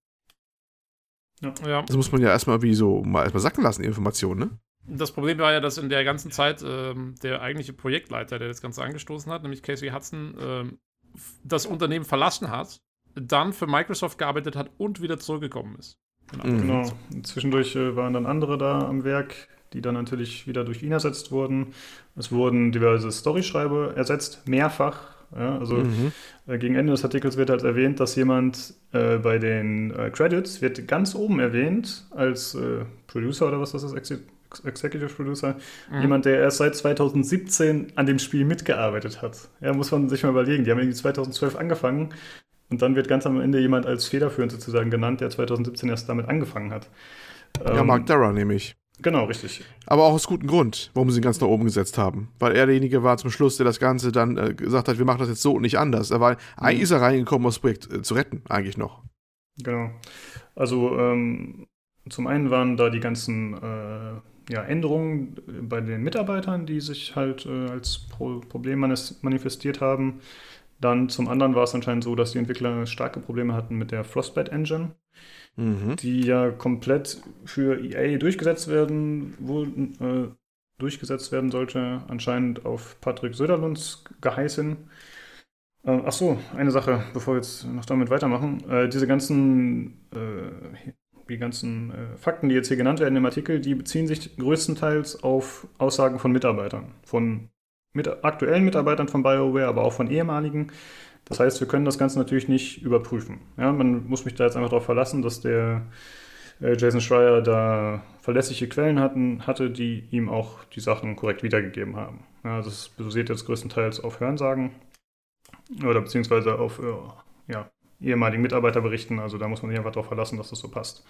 Ja. ja. Das muss man ja erstmal wie so mal erstmal sacken lassen, die Informationen, ne? Das Problem war ja, dass in der ganzen Zeit ähm, der eigentliche Projektleiter, der das Ganze angestoßen hat, nämlich Casey Hudson, ähm, das Unternehmen verlassen hat, dann für Microsoft gearbeitet hat und wieder zurückgekommen ist. Genau. Mhm. genau. Zwischendurch äh, waren dann andere da am Werk, die dann natürlich wieder durch ihn ersetzt wurden. Es wurden diverse Storyschreiber ersetzt, mehrfach. Ja, also mhm. äh, gegen Ende des Artikels wird halt erwähnt, dass jemand äh, bei den äh, Credits wird ganz oben erwähnt als äh, Producer oder was das ist, Ex- Executive Producer, mhm. jemand, der erst seit zweitausendsiebzehn an dem Spiel mitgearbeitet hat. Ja, muss man sich mal überlegen. Die haben irgendwie zweitausendzwölf angefangen und dann wird ganz am Ende jemand als federführend sozusagen genannt, der zweitausendsiebzehn erst damit angefangen hat. Ja, ähm, Mark Darrah nämlich. Genau, richtig. Aber auch aus gutem Grund, warum sie ihn ganz nach oben gesetzt haben. Weil er derjenige war zum Schluss, der das Ganze dann äh, gesagt hat, wir machen das jetzt so und nicht anders. Er war, mhm. eigentlich ist er reingekommen, um das Projekt äh, zu retten, eigentlich noch. Genau. Also ähm, zum einen waren da die ganzen äh, ja, Änderungen bei den Mitarbeitern, die sich halt äh, als Pro- Problem manis- manifestiert haben. Dann zum anderen war es anscheinend so, dass die Entwickler starke Probleme hatten mit der Frostbite Engine. Mhm. Die ja komplett für E A durchgesetzt werden, wo, äh, durchgesetzt werden sollte, anscheinend auf Patrick Söderlunds Geheiß hin. Äh, ach so, eine Sache, bevor wir jetzt noch damit weitermachen. Äh, diese ganzen, äh, die ganzen äh, Fakten, die jetzt hier genannt werden im Artikel, die beziehen sich größtenteils auf Aussagen von Mitarbeitern, von mit aktuellen Mitarbeitern von BioWare, aber auch von ehemaligen. Das heißt, wir können das Ganze natürlich nicht überprüfen. Ja, man muss mich da jetzt einfach darauf verlassen, dass der äh, Jason Schreier da verlässliche Quellen hatten, hatte, die ihm auch die Sachen korrekt wiedergegeben haben. Ja, das basiert jetzt größtenteils auf Hörensagen oder beziehungsweise auf äh, ja, ehemaligen Mitarbeiterberichten. Also da muss man sich einfach darauf verlassen, dass das so passt.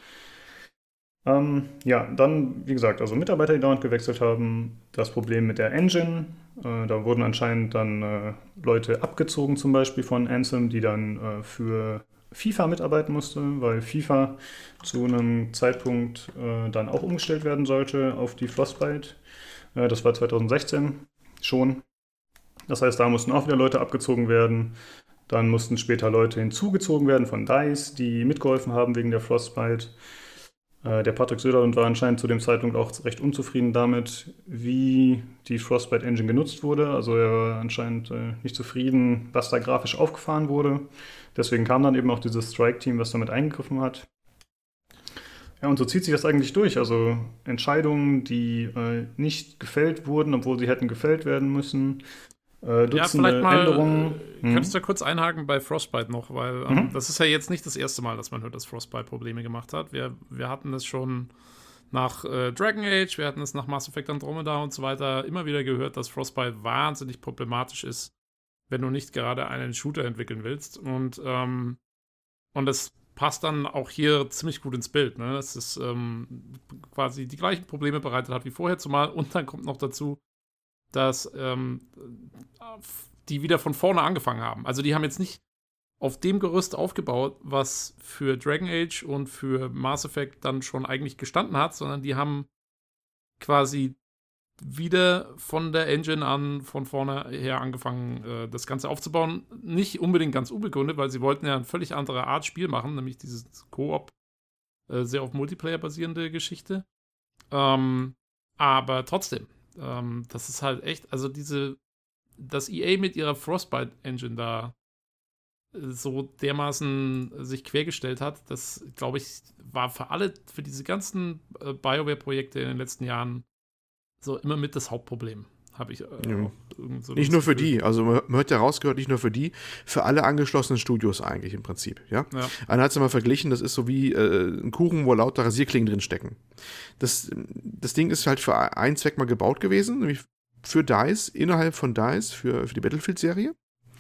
Ähm, ja, dann, wie gesagt, also Mitarbeiter, die dauernd gewechselt haben, das Problem mit der Engine, äh, da wurden anscheinend dann äh, Leute abgezogen zum Beispiel von Anthem, die dann äh, für FIFA mitarbeiten musste, weil FIFA zu einem Zeitpunkt äh, dann auch umgestellt werden sollte auf die Frostbite. Äh, das war zweitausendsechzehn schon. Das heißt, da mussten auch wieder Leute abgezogen werden. Dann mussten später Leute hinzugezogen werden von DICE, die mitgeholfen haben wegen der Frostbite. Der Patrick Söderlund war anscheinend zu dem Zeitpunkt auch recht unzufrieden damit, wie die Frostbite Engine genutzt wurde. Also er war anscheinend äh, nicht zufrieden, was da grafisch aufgefahren wurde. Deswegen kam dann eben auch dieses Strike-Team, was damit eingegriffen hat. Ja, und so zieht sich das eigentlich durch. Also Entscheidungen, die äh, nicht gefällt wurden, obwohl sie hätten gefällt werden müssen. Äh, Dutzende ja, vielleicht mal, Änderungen. Äh, könntest du kurz einhaken bei Frostbite noch, weil ähm, mhm. das ist ja jetzt nicht das erste Mal, dass man hört, dass Frostbite Probleme gemacht hat. Wir, wir hatten das schon nach äh, Dragon Age, wir hatten es nach Mass Effect Andromeda und so weiter immer wieder gehört, dass Frostbite wahnsinnig problematisch ist, wenn du nicht gerade einen Shooter entwickeln willst. Und, ähm, und das passt dann auch hier ziemlich gut ins Bild, ne? Dass es ähm, quasi die gleichen Probleme bereitet hat wie vorher, zumal und dann kommt noch dazu, dass ähm, die wieder von vorne angefangen haben. Also die haben jetzt nicht auf dem Gerüst aufgebaut, was für Dragon Age und für Mass Effect dann schon eigentlich gestanden hat, sondern die haben quasi wieder von der Engine an, von vorne her angefangen, äh, das Ganze aufzubauen. Nicht unbedingt ganz unbegründet, weil sie wollten ja eine völlig andere Art Spiel machen, nämlich dieses Koop, äh, sehr auf Multiplayer basierende Geschichte. Ähm, aber trotzdem, ähm, das ist halt echt, also diese, dass E A mit ihrer Frostbite-Engine da äh, so dermaßen äh, sich quergestellt hat, das, glaube ich, war für alle, für diese ganzen äh, BioWare-Projekte in den letzten Jahren so immer mit das Hauptproblem, habe ich äh, Ja. auch irgend so Nicht das nur für Gefühl. die, also man man hat ja rausgehört, nicht nur für die, für alle angeschlossenen Studios eigentlich im Prinzip, ja. Ja. Einer hat es mal verglichen, das ist so wie äh, ein Kuchen, wo lauter Rasierklingen drin stecken. Das, das Ding ist halt für einen Zweck mal gebaut gewesen, nämlich für DICE, innerhalb von DICE, für, für die Battlefield-Serie.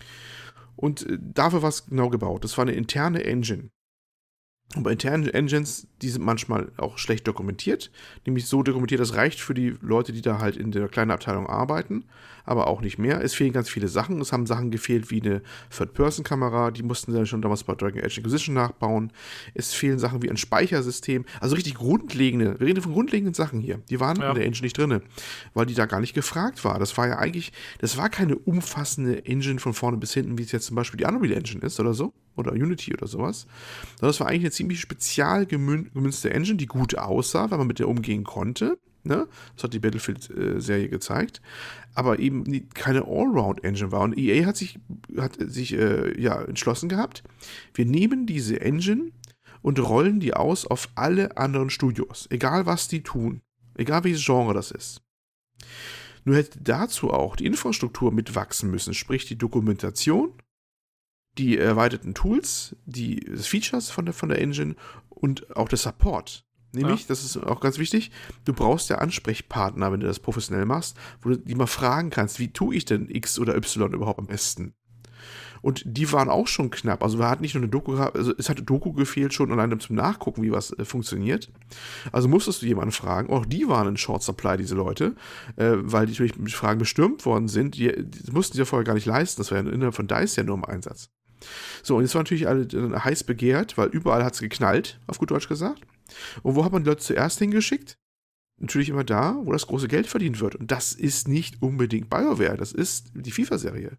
Und äh, dafür war es genau gebaut. Das war eine interne Engine. Und bei internen Engines, die sind manchmal auch schlecht dokumentiert. Nämlich so dokumentiert, das reicht für die Leute, die da halt in der kleinen Abteilung arbeiten, aber auch nicht mehr. Es fehlen ganz viele Sachen. Es haben Sachen gefehlt wie eine Third-Person-Kamera, die mussten sie dann schon damals bei Dragon Age Inquisition nachbauen. Es fehlen Sachen wie ein Speichersystem. Also richtig grundlegende, wir reden von grundlegenden Sachen hier. Die waren Ja. in der Engine nicht drin, weil die da gar nicht gefragt war. Das war ja eigentlich, das war keine umfassende Engine von vorne bis hinten, wie es jetzt zum Beispiel die Unreal Engine ist oder so. Oder Unity oder sowas. Sondern das war eigentlich eine ziemlich spezial gemün- gemünzte Engine, die gut aussah, weil man mit der umgehen konnte. Ne? Das hat die Battlefield-Serie gezeigt. Aber eben nie, keine Allround-Engine war. Und E A hat sich, hat sich äh, ja, entschlossen gehabt, wir nehmen diese Engine und rollen die aus auf alle anderen Studios. Egal, was die tun. Egal, welches Genre das ist. Nur hätte dazu auch die Infrastruktur mitwachsen müssen, sprich die Dokumentation, die erweiterten Tools, die das Features von der, von der Engine und auch der Support. Nämlich, ja. Das ist auch ganz wichtig, du brauchst ja Ansprechpartner, wenn du das professionell machst, wo du die mal fragen kannst, wie tue ich denn X oder Y überhaupt am besten? Und die waren auch schon knapp. Also wir hatten nicht nur eine Doku gehabt, also es hatte Doku gefehlt schon allein zum Nachgucken, wie was äh, funktioniert. Also musstest du jemanden fragen. Auch die waren in Short Supply, diese Leute, äh, weil die natürlich mit Fragen bestürmt worden sind. Die, die mussten sie ja vorher gar nicht leisten. Das war ja innerhalb von DICE ja nur im Einsatz. So, und jetzt war natürlich alle äh, heiß begehrt, weil überall hat es geknallt, auf gut Deutsch gesagt. Und wo hat man die Leute zuerst hingeschickt? Natürlich immer da, wo das große Geld verdient wird. Und das ist nicht unbedingt BioWare, das ist die FIFA-Serie.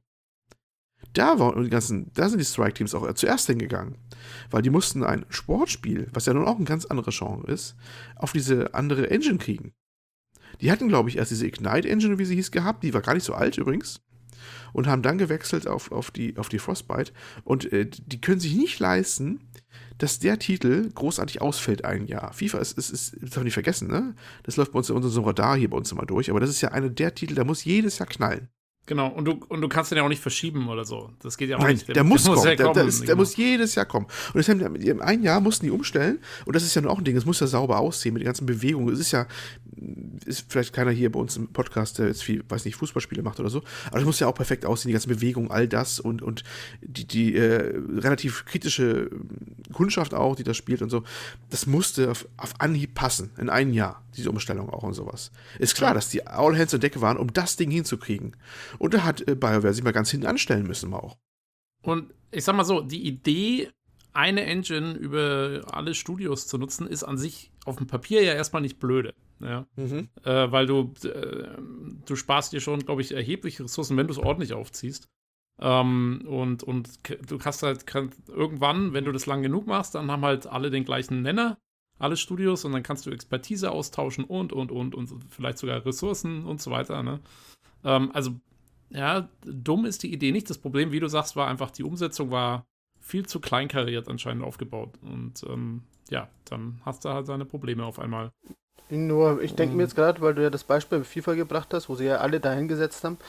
Da waren die ganzen, da sind die Strike-Teams auch zuerst hingegangen. Weil die mussten ein Sportspiel, was ja nun auch ein ganz anderes Genre ist, auf diese andere Engine kriegen. Die hatten, glaube ich, erst diese Ignite-Engine, wie sie hieß, gehabt, die war gar nicht so alt übrigens. Und haben dann gewechselt auf, auf, die, auf die Frostbite. Und äh, die können sich nicht leisten, dass der Titel großartig ausfällt ein Jahr. FIFA ist, ist, ist das darf man nicht vergessen, ne? Das läuft bei uns in unserem Radar hier bei uns immer durch. Aber das ist ja einer der Titel, der muss jedes Jahr knallen. Genau, und du, und du kannst den ja auch nicht verschieben oder so. Das geht ja auch Nein, nicht. Der, der muss der kommen. Muss ja der, kommen. der, ist, der genau. muss jedes Jahr kommen. Und das haben, im ein Jahr mussten die umstellen. Und das ist ja auch ein Ding. Es muss ja sauber aussehen mit den ganzen Bewegungen. Es ist ja, ist vielleicht keiner hier bei uns im Podcast, der jetzt viel, weiß nicht, Fußballspiele macht oder so. Aber das muss ja auch perfekt aussehen, die ganzen Bewegungen, all das und, und die, die äh, relativ kritische Kundschaft auch, die das spielt und so. Das musste auf, auf Anhieb passen. In einem Jahr, diese Umstellung auch und sowas. Ist klar, Ja. dass die all hands on deck waren, um das Ding hinzukriegen. Und da hat äh, BioWare sich mal ganz hinten anstellen müssen mal auch. Und ich sag mal so, die Idee, eine Engine über alle Studios zu nutzen, ist an sich auf dem Papier ja erstmal nicht blöde. Ja? Mhm. Äh, weil du, äh, du sparst dir schon, glaube ich, erhebliche Ressourcen, wenn du es ordentlich aufziehst. Ähm, und, und k- du hast halt kann, irgendwann, wenn du das lang genug machst, dann haben halt alle den gleichen Nenner, alle Studios, und dann kannst du Expertise austauschen und, und, und, und vielleicht sogar Ressourcen und so weiter. Ne? Ähm, also, ja, dumm ist die Idee nicht. Das Problem, wie du sagst, war einfach, die Umsetzung war viel zu kleinkariert anscheinend aufgebaut. Und ähm, ja, dann hast du halt deine Probleme auf einmal. Nur, ich denke Mhm. mir jetzt gerade, weil du ja das Beispiel mit FIFA gebracht hast, wo sie ja alle da hingesetzt haben,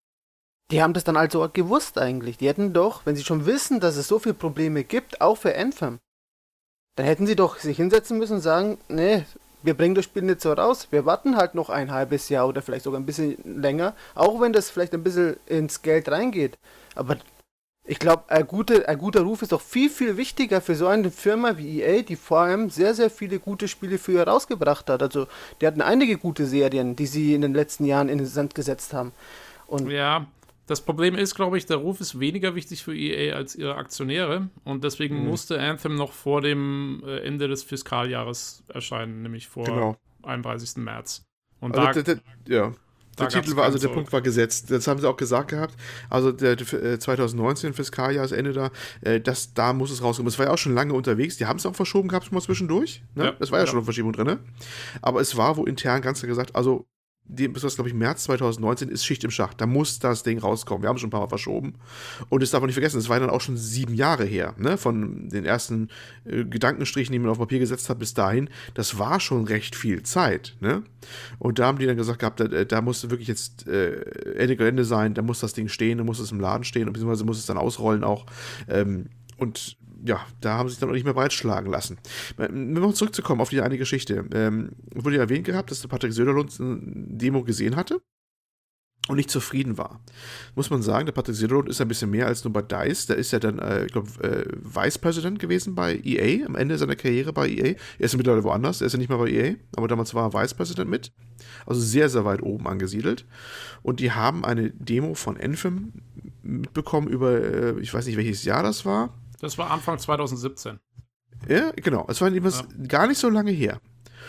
die haben das dann also auch gewusst eigentlich. Die hätten doch, wenn sie schon wissen, dass es so viele Probleme gibt, auch für Anthem, dann hätten sie doch sich hinsetzen müssen und sagen, nee, wir bringen das Spiel nicht so raus, wir warten halt noch ein halbes Jahr oder vielleicht sogar ein bisschen länger, auch wenn das vielleicht ein bisschen ins Geld reingeht. Aber ich glaube, ein, gute, ein guter Ruf ist doch viel, viel wichtiger für so eine Firma wie E A, die vor allem sehr, sehr viele gute Spiele früher rausgebracht hat. Also, die hatten einige gute Serien, die sie in den letzten Jahren in den Sand gesetzt haben. Und Ja, das Problem ist, glaube ich, der Ruf ist weniger wichtig für E A als ihre Aktionäre. Und deswegen Mhm. musste Anthem noch vor dem äh, Ende des Fiskaljahres erscheinen, nämlich vor Genau. einunddreißigsten März. Und also da, der, der, ja. Der Titel war, also der Punkt war gesetzt. Das haben sie auch gesagt gehabt. Also der, der zwanzig neunzehn, Fiskaljahresende da, äh, das, da muss es rauskommen. Es war ja auch schon lange unterwegs. Die haben es auch verschoben gehabt, schon mal zwischendurch. Ne? Ja, das war ja, ja schon eine Verschiebung drin. Ne? Aber es war wohl intern ganz klar gesagt, also die, bis was, glaube ich, März zwanzig neunzehn ist Schicht im Schacht. Da muss das Ding rauskommen. Wir haben schon ein paar Mal verschoben. Und das darf man nicht vergessen, es war dann auch schon sieben Jahre her, ne? Von den ersten äh, Gedankenstrichen, die man auf Papier gesetzt hat, bis dahin. Das war schon recht viel Zeit, ne? Und da haben die dann gesagt gehabt, da, da muss wirklich jetzt äh, Ende Gelände sein, da muss das Ding stehen, da muss es im Laden stehen, beziehungsweise muss es dann ausrollen auch. Ähm, und ja, da haben sie sich dann auch nicht mehr breitschlagen lassen. Um noch zurückzukommen auf die eine Geschichte. Ähm, wurde ja erwähnt gehabt, dass der Patrick Söderlund eine Demo gesehen hatte und nicht zufrieden war. Muss man sagen, der Patrick Söderlund ist ein bisschen mehr als nur bei DICE. Der ist ja dann, äh, ich glaube, äh, Vice President gewesen bei E A, am Ende seiner Karriere bei E A. Er ist ja mittlerweile woanders, er ist ja nicht mehr bei E A, aber damals war er Vice President mit. Also sehr, sehr weit oben angesiedelt. Und die haben eine Demo von Anthem mitbekommen über, äh, ich weiß nicht, welches Jahr das war. Das war Anfang zwanzig siebzehn. Ja, genau. Es war ja. gar nicht so lange her.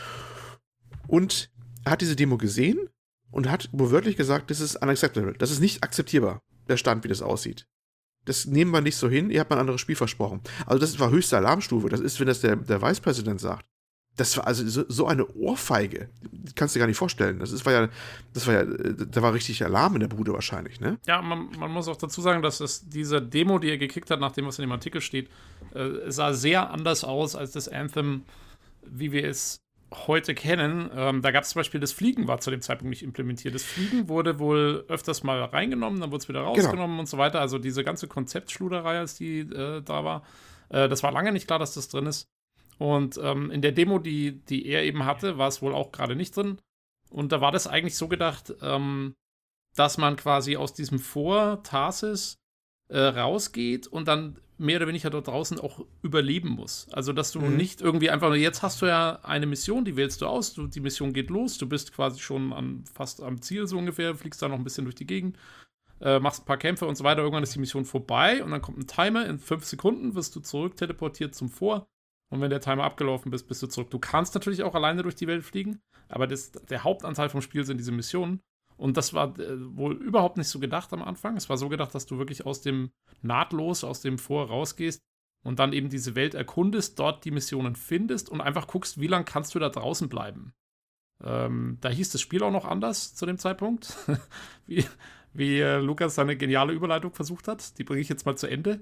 Und er hat diese Demo gesehen und hat wörtlich gesagt, das ist unacceptable. Das ist nicht akzeptierbar, der Stand, wie das aussieht. Das nehmen wir nicht so hin, ihr habt mal ein anderes Spiel versprochen. Also das war höchste Alarmstufe. Das ist, wenn das der, der Vice President sagt. Das war also so, so eine Ohrfeige. Die kannst du dir gar nicht vorstellen. Das ist, war ja, das war ja, da war richtig Alarm in der Bude wahrscheinlich, ne? Ja, man, man muss auch dazu sagen, dass es diese Demo, die er gekickt hat, nach dem, was in dem Artikel steht, äh, sah sehr anders aus als das Anthem, wie wir es heute kennen. Ähm, da gab es zum Beispiel, das Fliegen war zu dem Zeitpunkt nicht implementiert. Das Fliegen wurde wohl öfters mal reingenommen, dann wurde es wieder rausgenommen genau. und so weiter. Also diese ganze Konzeptschluderei, als die äh, da war, äh, das war lange nicht klar, dass das drin ist. Und ähm, in der Demo, die, die er eben hatte, war es wohl auch gerade nicht drin. Und da war das eigentlich so gedacht, ähm, dass man quasi aus diesem Vor-Tarsis äh, rausgeht und dann mehr oder weniger dort draußen auch überleben muss. Also, dass du mhm. nicht irgendwie einfach, jetzt hast du ja eine Mission, die wählst du aus, du, die Mission geht los, du bist quasi schon an, fast am Ziel so ungefähr, fliegst da noch ein bisschen durch die Gegend, äh, machst ein paar Kämpfe und so weiter, irgendwann ist die Mission vorbei und dann kommt ein Timer, in fünf Sekunden wirst du zurück teleportiert zum Vor. Und wenn der Timer abgelaufen ist, bist du zurück. Du kannst natürlich auch alleine durch die Welt fliegen, aber das, der Hauptanteil vom Spiel sind diese Missionen. Und das war äh, wohl überhaupt nicht so gedacht am Anfang. Es war so gedacht, dass du wirklich aus dem nahtlos, aus dem Vor rausgehst und dann eben diese Welt erkundest, dort die Missionen findest und einfach guckst, wie lange kannst du da draußen bleiben. Ähm, da hieß das Spiel auch noch anders zu dem Zeitpunkt. wie... wie äh, Lukas seine geniale Überleitung versucht hat. Die bringe ich jetzt mal zu Ende.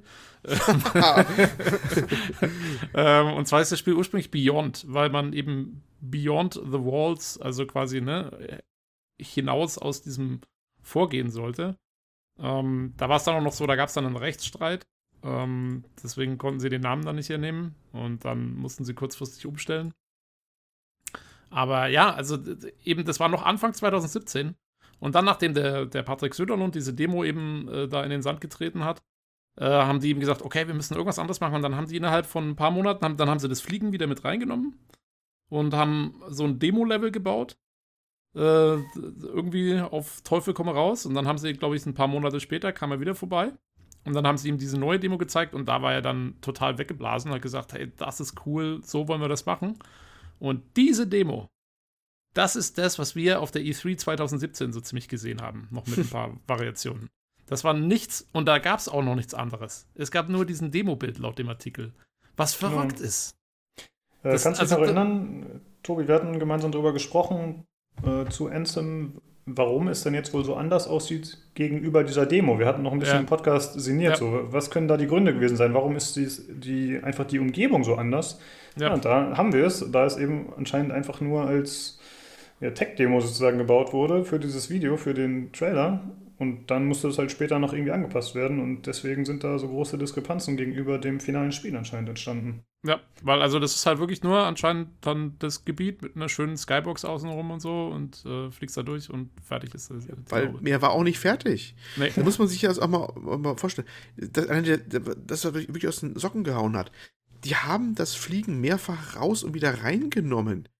ähm, und zwar ist das Spiel ursprünglich Beyond, weil man eben Beyond the Walls, also quasi ne, hinaus aus diesem Vorgehen sollte. Ähm, da war es dann auch noch so, da gab es dann einen Rechtsstreit. Ähm, deswegen konnten sie den Namen dann nicht hernehmen und dann mussten sie kurzfristig umstellen. Aber ja, also eben, das war noch Anfang zwanzig siebzehn. Und dann, nachdem der, der Patrick Söderlund diese Demo eben äh, da in den Sand getreten hat, äh, haben die ihm gesagt, okay, wir müssen irgendwas anderes machen. Und dann haben die innerhalb von ein paar Monaten, haben, dann haben sie das Fliegen wieder mit reingenommen und haben so ein Demo-Level gebaut. Äh, irgendwie auf Teufel komm raus. Und dann haben sie, glaube ich, ein paar Monate später, kam er wieder vorbei. Und dann haben sie ihm diese neue Demo gezeigt und da war er dann total weggeblasen und hat gesagt, hey, das ist cool, so wollen wir das machen. Und diese Demo, das ist das, was wir auf der E drei zwanzig siebzehn so ziemlich gesehen haben. Noch mit ein paar Variationen. Das war nichts, und da gab es auch noch nichts anderes. Es gab nur diesen Demo-Bild laut dem Artikel. Was verrückt ja. ist. Äh, das, kannst du dich also, noch erinnern, Tobi, wir hatten gemeinsam darüber gesprochen, äh, zu Anthem, warum es denn jetzt wohl so anders aussieht gegenüber dieser Demo. Wir hatten noch ein bisschen ja. im Podcast sinniert. Ja. So. Was können da die Gründe gewesen sein? Warum ist dies, die, einfach die Umgebung so anders? Ja. Ja, und da haben wir es, da es eben anscheinend einfach nur als ja, Tech-Demo sozusagen gebaut wurde für dieses Video, für den Trailer. Und dann musste es halt später noch irgendwie angepasst werden. Und deswegen sind da so große Diskrepanzen gegenüber dem finalen Spiel anscheinend entstanden. Ja, weil also das ist halt wirklich nur anscheinend dann das Gebiet mit einer schönen Skybox außenrum und so und äh, fliegst da durch und fertig ist das. Ja, weil mehr war auch nicht fertig. Nee. Da muss man sich das auch mal, mal vorstellen. Das, das er wirklich aus den Socken gehauen hat. Die haben das Fliegen mehrfach raus und wieder reingenommen.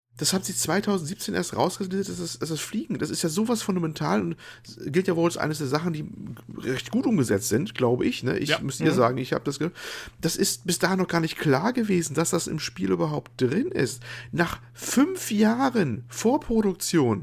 Das haben sie zwanzig siebzehn erst rausgelistet, das ist das ist Fliegen. Das ist ja sowas fundamental und gilt ja wohl als eines der Sachen, die recht gut umgesetzt sind, glaube ich. Ne? Ich ja. müsste ja mhm. sagen, ich habe das ge- Das ist bis dahin noch gar nicht klar gewesen, dass das im Spiel überhaupt drin ist. Nach fünf Jahren Vorproduktion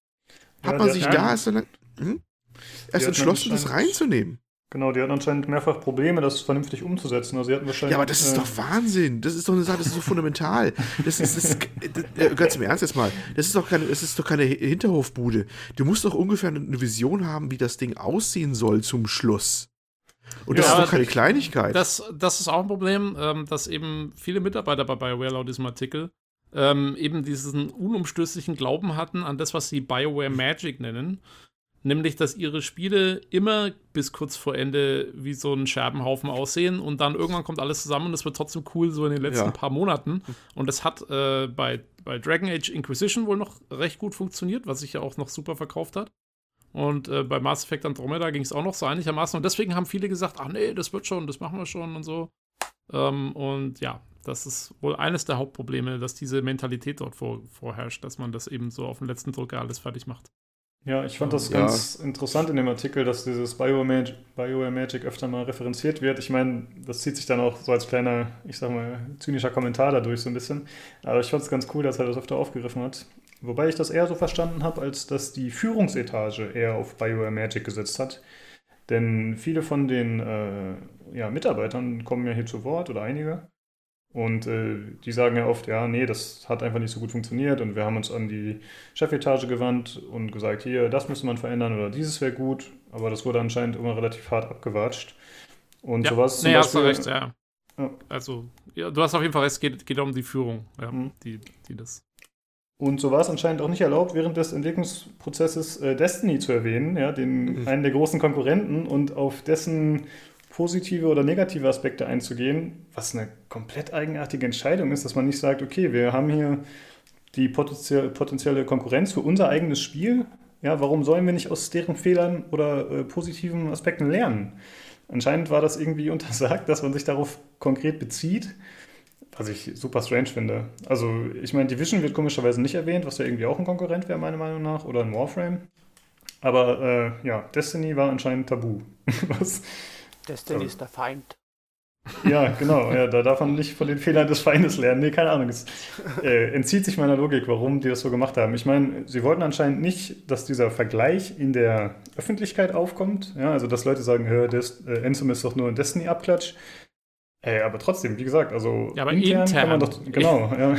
ja, hat man sich da erst, dann, hm? erst entschlossen, das reinzunehmen. Genau, die hatten anscheinend mehrfach Probleme, das vernünftig umzusetzen. Also die hatten wahrscheinlich, ja, aber das ist äh, doch Wahnsinn. Das ist doch eine Sache, das ist so fundamental. Das ist, das ist äh, ganz im Ernst jetzt mal, das ist doch keine, das ist doch keine Hinterhofbude. Du musst doch ungefähr eine Vision haben, wie das Ding aussehen soll zum Schluss. Und das ja, ist doch keine Kleinigkeit. Das, das ist auch ein Problem, ähm, dass eben viele Mitarbeiter bei BioWare laut diesem Artikel ähm, eben diesen unumstößlichen Glauben hatten an das, was sie BioWare Magic nennen. Nämlich, dass ihre Spiele immer bis kurz vor Ende wie so ein Scherbenhaufen aussehen und dann irgendwann kommt alles zusammen und es wird trotzdem cool so in den letzten ja. paar Monaten. Und das hat äh, bei, bei Dragon Age Inquisition wohl noch recht gut funktioniert, was sich ja auch noch super verkauft hat. Und äh, bei Mass Effect Andromeda ging es auch noch so einigermaßen. Und deswegen haben viele gesagt, ach nee, das wird schon, das machen wir schon und so. Ähm, und ja, das ist wohl eines der Hauptprobleme, dass diese Mentalität dort vor, vorherrscht, dass man das eben so auf den letzten Drücker alles fertig macht. Ja, ich fand das ja. ganz interessant in dem Artikel, dass dieses BioWare Bio Magic öfter mal referenziert wird. Ich meine, das zieht sich dann auch so als kleiner, ich sag mal, zynischer Kommentar dadurch so ein bisschen. Aber ich fand es ganz cool, dass er das öfter aufgegriffen hat. Wobei ich das eher so verstanden habe, als dass die Führungsetage eher auf BioWare Magic gesetzt hat. Denn viele von den äh, ja, Mitarbeitern kommen ja hier zu Wort oder einige. Und äh, die sagen ja oft, ja, nee, das hat einfach nicht so gut funktioniert und wir haben uns an die Chefetage gewandt und gesagt, hier, das müsste man verändern oder dieses wäre gut, aber das wurde anscheinend immer relativ hart abgewatscht. Und ja, sowas nee, hast du recht, ja. ja. Also, ja, du hast auf jeden Fall recht, es geht, geht um die Führung, ja, mhm. die, die das... Und so war es anscheinend auch nicht erlaubt, während des Entwicklungsprozesses äh, Destiny zu erwähnen, ja, den, mhm. einen der großen Konkurrenten und auf dessen positive oder negative Aspekte einzugehen, was eine komplett eigenartige Entscheidung ist, dass man nicht sagt, okay, wir haben hier die potenzielle, potenzielle Konkurrenz für unser eigenes Spiel. Ja, warum sollen wir nicht aus deren Fehlern oder äh, positiven Aspekten lernen? Anscheinend war das irgendwie untersagt, dass man sich darauf konkret bezieht, was ich super strange finde. Also, ich meine, Division wird komischerweise nicht erwähnt, was ja irgendwie auch ein Konkurrent wäre, meiner Meinung nach, oder ein Warframe. Aber äh, ja, Destiny war anscheinend tabu. was Destiny also, ist der Feind. Ja, genau. Ja, da darf man nicht von den Fehlern des Feindes lernen. Nee, keine Ahnung. Es äh, entzieht sich meiner Logik, warum die das so gemacht haben. Ich meine, sie wollten anscheinend nicht, dass dieser Vergleich in der Öffentlichkeit aufkommt. Ja, also, dass Leute sagen, hör, Des- äh, Anthem ist doch nur ein Destiny-Abklatsch. Ey, aber trotzdem, wie gesagt, also ja, aber intern, intern kann man doch, genau, ja.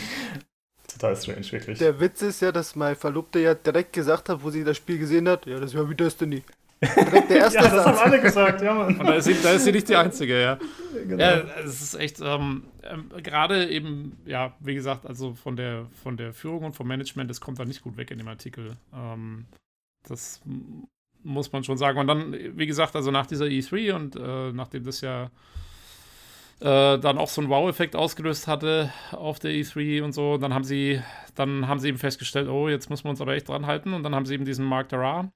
Total strange, wirklich. Der Witz ist ja, dass mein Verlobter ja direkt gesagt hat, wo sie das Spiel gesehen hat, ja, das wäre wie Destiny. Direkt der erste ja, das Satz. Haben alle gesagt, ja, Mann. Und da ist, sie, da ist sie nicht die Einzige, ja. Genau. Ja, es ist echt, ähm, ähm, gerade eben, ja, wie gesagt, also von der, von der Führung und vom Management, das kommt da nicht gut weg in dem Artikel. Ähm, das m- muss man schon sagen. Und dann, wie gesagt, also nach dieser E drei und äh, nachdem das ja äh, dann auch so einen Wow-Effekt ausgelöst hatte auf der E drei und so, dann haben sie, dann haben sie eben festgestellt, oh, jetzt müssen wir uns aber echt dran halten. Und dann haben sie eben diesen Mark Darrah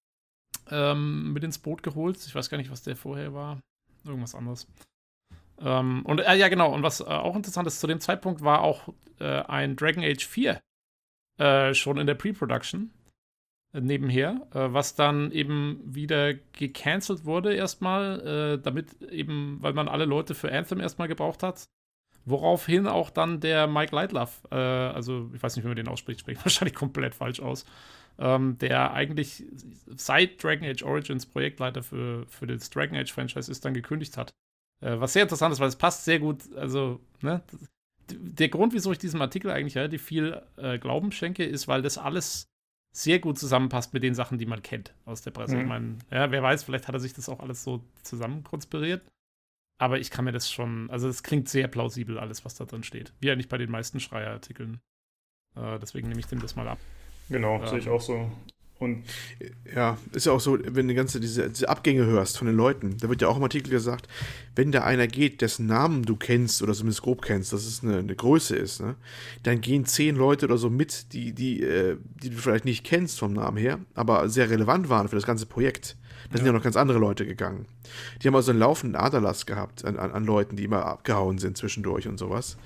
Ähm, mit ins Boot geholt. Ich weiß gar nicht, was der vorher war. Irgendwas anderes. Ähm, und äh, ja, genau. Und was äh, auch interessant ist, zu dem Zeitpunkt war auch äh, ein Dragon Age vier äh, schon in der Pre-Production äh, nebenher, äh, was dann eben wieder gecancelt wurde erstmal, äh, damit eben, weil man alle Leute für Anthem erstmal gebraucht hat. Woraufhin auch dann der Mike Lightlove, äh, also ich weiß nicht, wie man den ausspricht, spricht wahrscheinlich komplett falsch aus, Ähm, der eigentlich seit Dragon Age Origins Projektleiter für, für das Dragon Age Franchise ist, dann gekündigt hat. Äh, was sehr interessant ist, weil es passt sehr gut, also, ne, der Grund, wieso ich diesem Artikel eigentlich relativ viel äh, Glauben schenke, ist, weil das alles sehr gut zusammenpasst mit den Sachen, die man kennt aus der Presse. Mhm. Ich meine, ja, wer weiß, vielleicht hat er sich das auch alles so zusammenkonspiriert. Aber ich kann mir das schon, also es klingt sehr plausibel, alles, was da drin steht. Wie eigentlich bei den meisten Schreier-Artikeln. Äh, deswegen nehme ich dem das mal ab. Genau, ähm, sehe ich auch so. Und ja, ist ja auch so, wenn du ganze diese, diese Abgänge hörst von den Leuten, da wird ja auch im Artikel gesagt, wenn da einer geht, dessen Namen du kennst oder zumindest grob kennst, dass es eine, eine Größe ist, ne, dann gehen zehn Leute oder so mit, die, die, äh, die du vielleicht nicht kennst vom Namen her, aber sehr relevant waren für das ganze Projekt. Da sind ja noch ganz andere Leute gegangen. Die haben also einen laufenden Aderlass gehabt an, an, an Leuten, die immer abgehauen sind zwischendurch und sowas.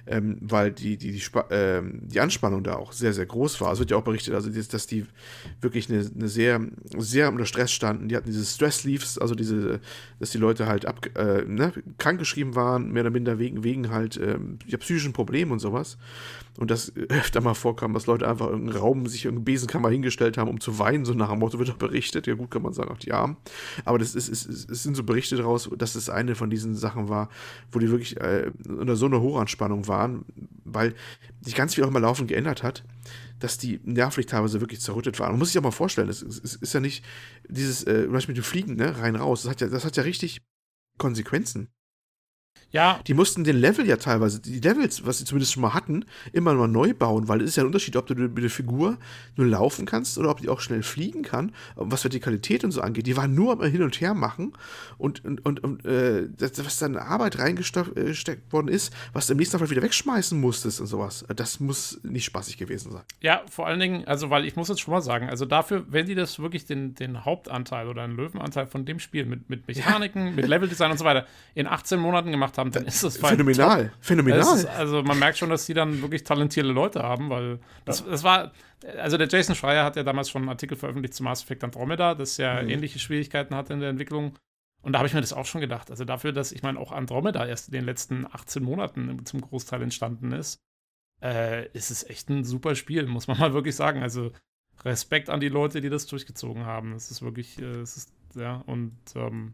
ähm, weil die, die, die, Spa- ähm, die Anspannung da auch sehr, sehr groß war. Es wird ja auch berichtet, also dass dass die wirklich eine, eine sehr, sehr unter Stress standen. Die hatten diese Stress-Leaves, also diese, dass die Leute halt ab, äh, ne, krankgeschrieben waren, mehr oder minder wegen, wegen halt ähm, ja, psychischen Problemen und sowas. Und das öfter mal vorkam, dass Leute einfach in irgendeinen Raum sich in irgendeine Besenkammer hingestellt haben, um zu weinen, so nach dem Motto wird auch berichtet. Ja gut, kann man sagen, auch die Armen. Aber das ist, ist, ist, es sind so Berichte daraus, dass es eine von diesen Sachen war, wo die wirklich äh, unter so einer Hochanspannung waren, weil sich ganz viel auch immer laufend geändert hat, dass die nervlich teilweise wirklich zerrüttet waren. Man muss sich auch mal vorstellen, es ist, ist ja nicht dieses, äh, zum Beispiel mit dem Fliegen, ne, rein raus, das hat ja, das hat ja richtig Konsequenzen. Ja. Die mussten den Level ja teilweise, die Levels, was sie zumindest schon mal hatten, immer mal neu bauen, weil es ist ja ein Unterschied, ob du mit der Figur nur laufen kannst oder ob die auch schnell fliegen kann, was Vertikalität und so angeht. Die waren nur am Hin und Her machen und, und, und, und äh, das, was dann Arbeit reingesteckt worden ist, was du im nächsten Fall wieder wegschmeißen musstest und sowas, das muss nicht spaßig gewesen sein. Ja, vor allen Dingen, also weil ich muss jetzt schon mal sagen, also dafür, wenn die das wirklich den, den Hauptanteil oder einen Löwenanteil von dem Spiel mit, mit Mechaniken, ja. mit Leveldesign und so weiter in achtzehn Monaten gemacht haben, dann ist das phänomenal. Top. Phänomenal. Ist, also man merkt schon, dass die dann wirklich talentierte Leute haben, weil das, das war, also der Jason Schreier hat ja damals schon einen Artikel veröffentlicht zu Mass Effect Andromeda, das ja mhm. ähnliche Schwierigkeiten hatte in der Entwicklung. Und da habe ich mir das auch schon gedacht. Also dafür, dass, ich meine, auch Andromeda erst in den letzten achtzehn Monaten zum Großteil entstanden ist, äh, ist es echt ein super Spiel, muss man mal wirklich sagen. Also Respekt an die Leute, die das durchgezogen haben. Es ist wirklich, äh, es ist, ja, und ähm,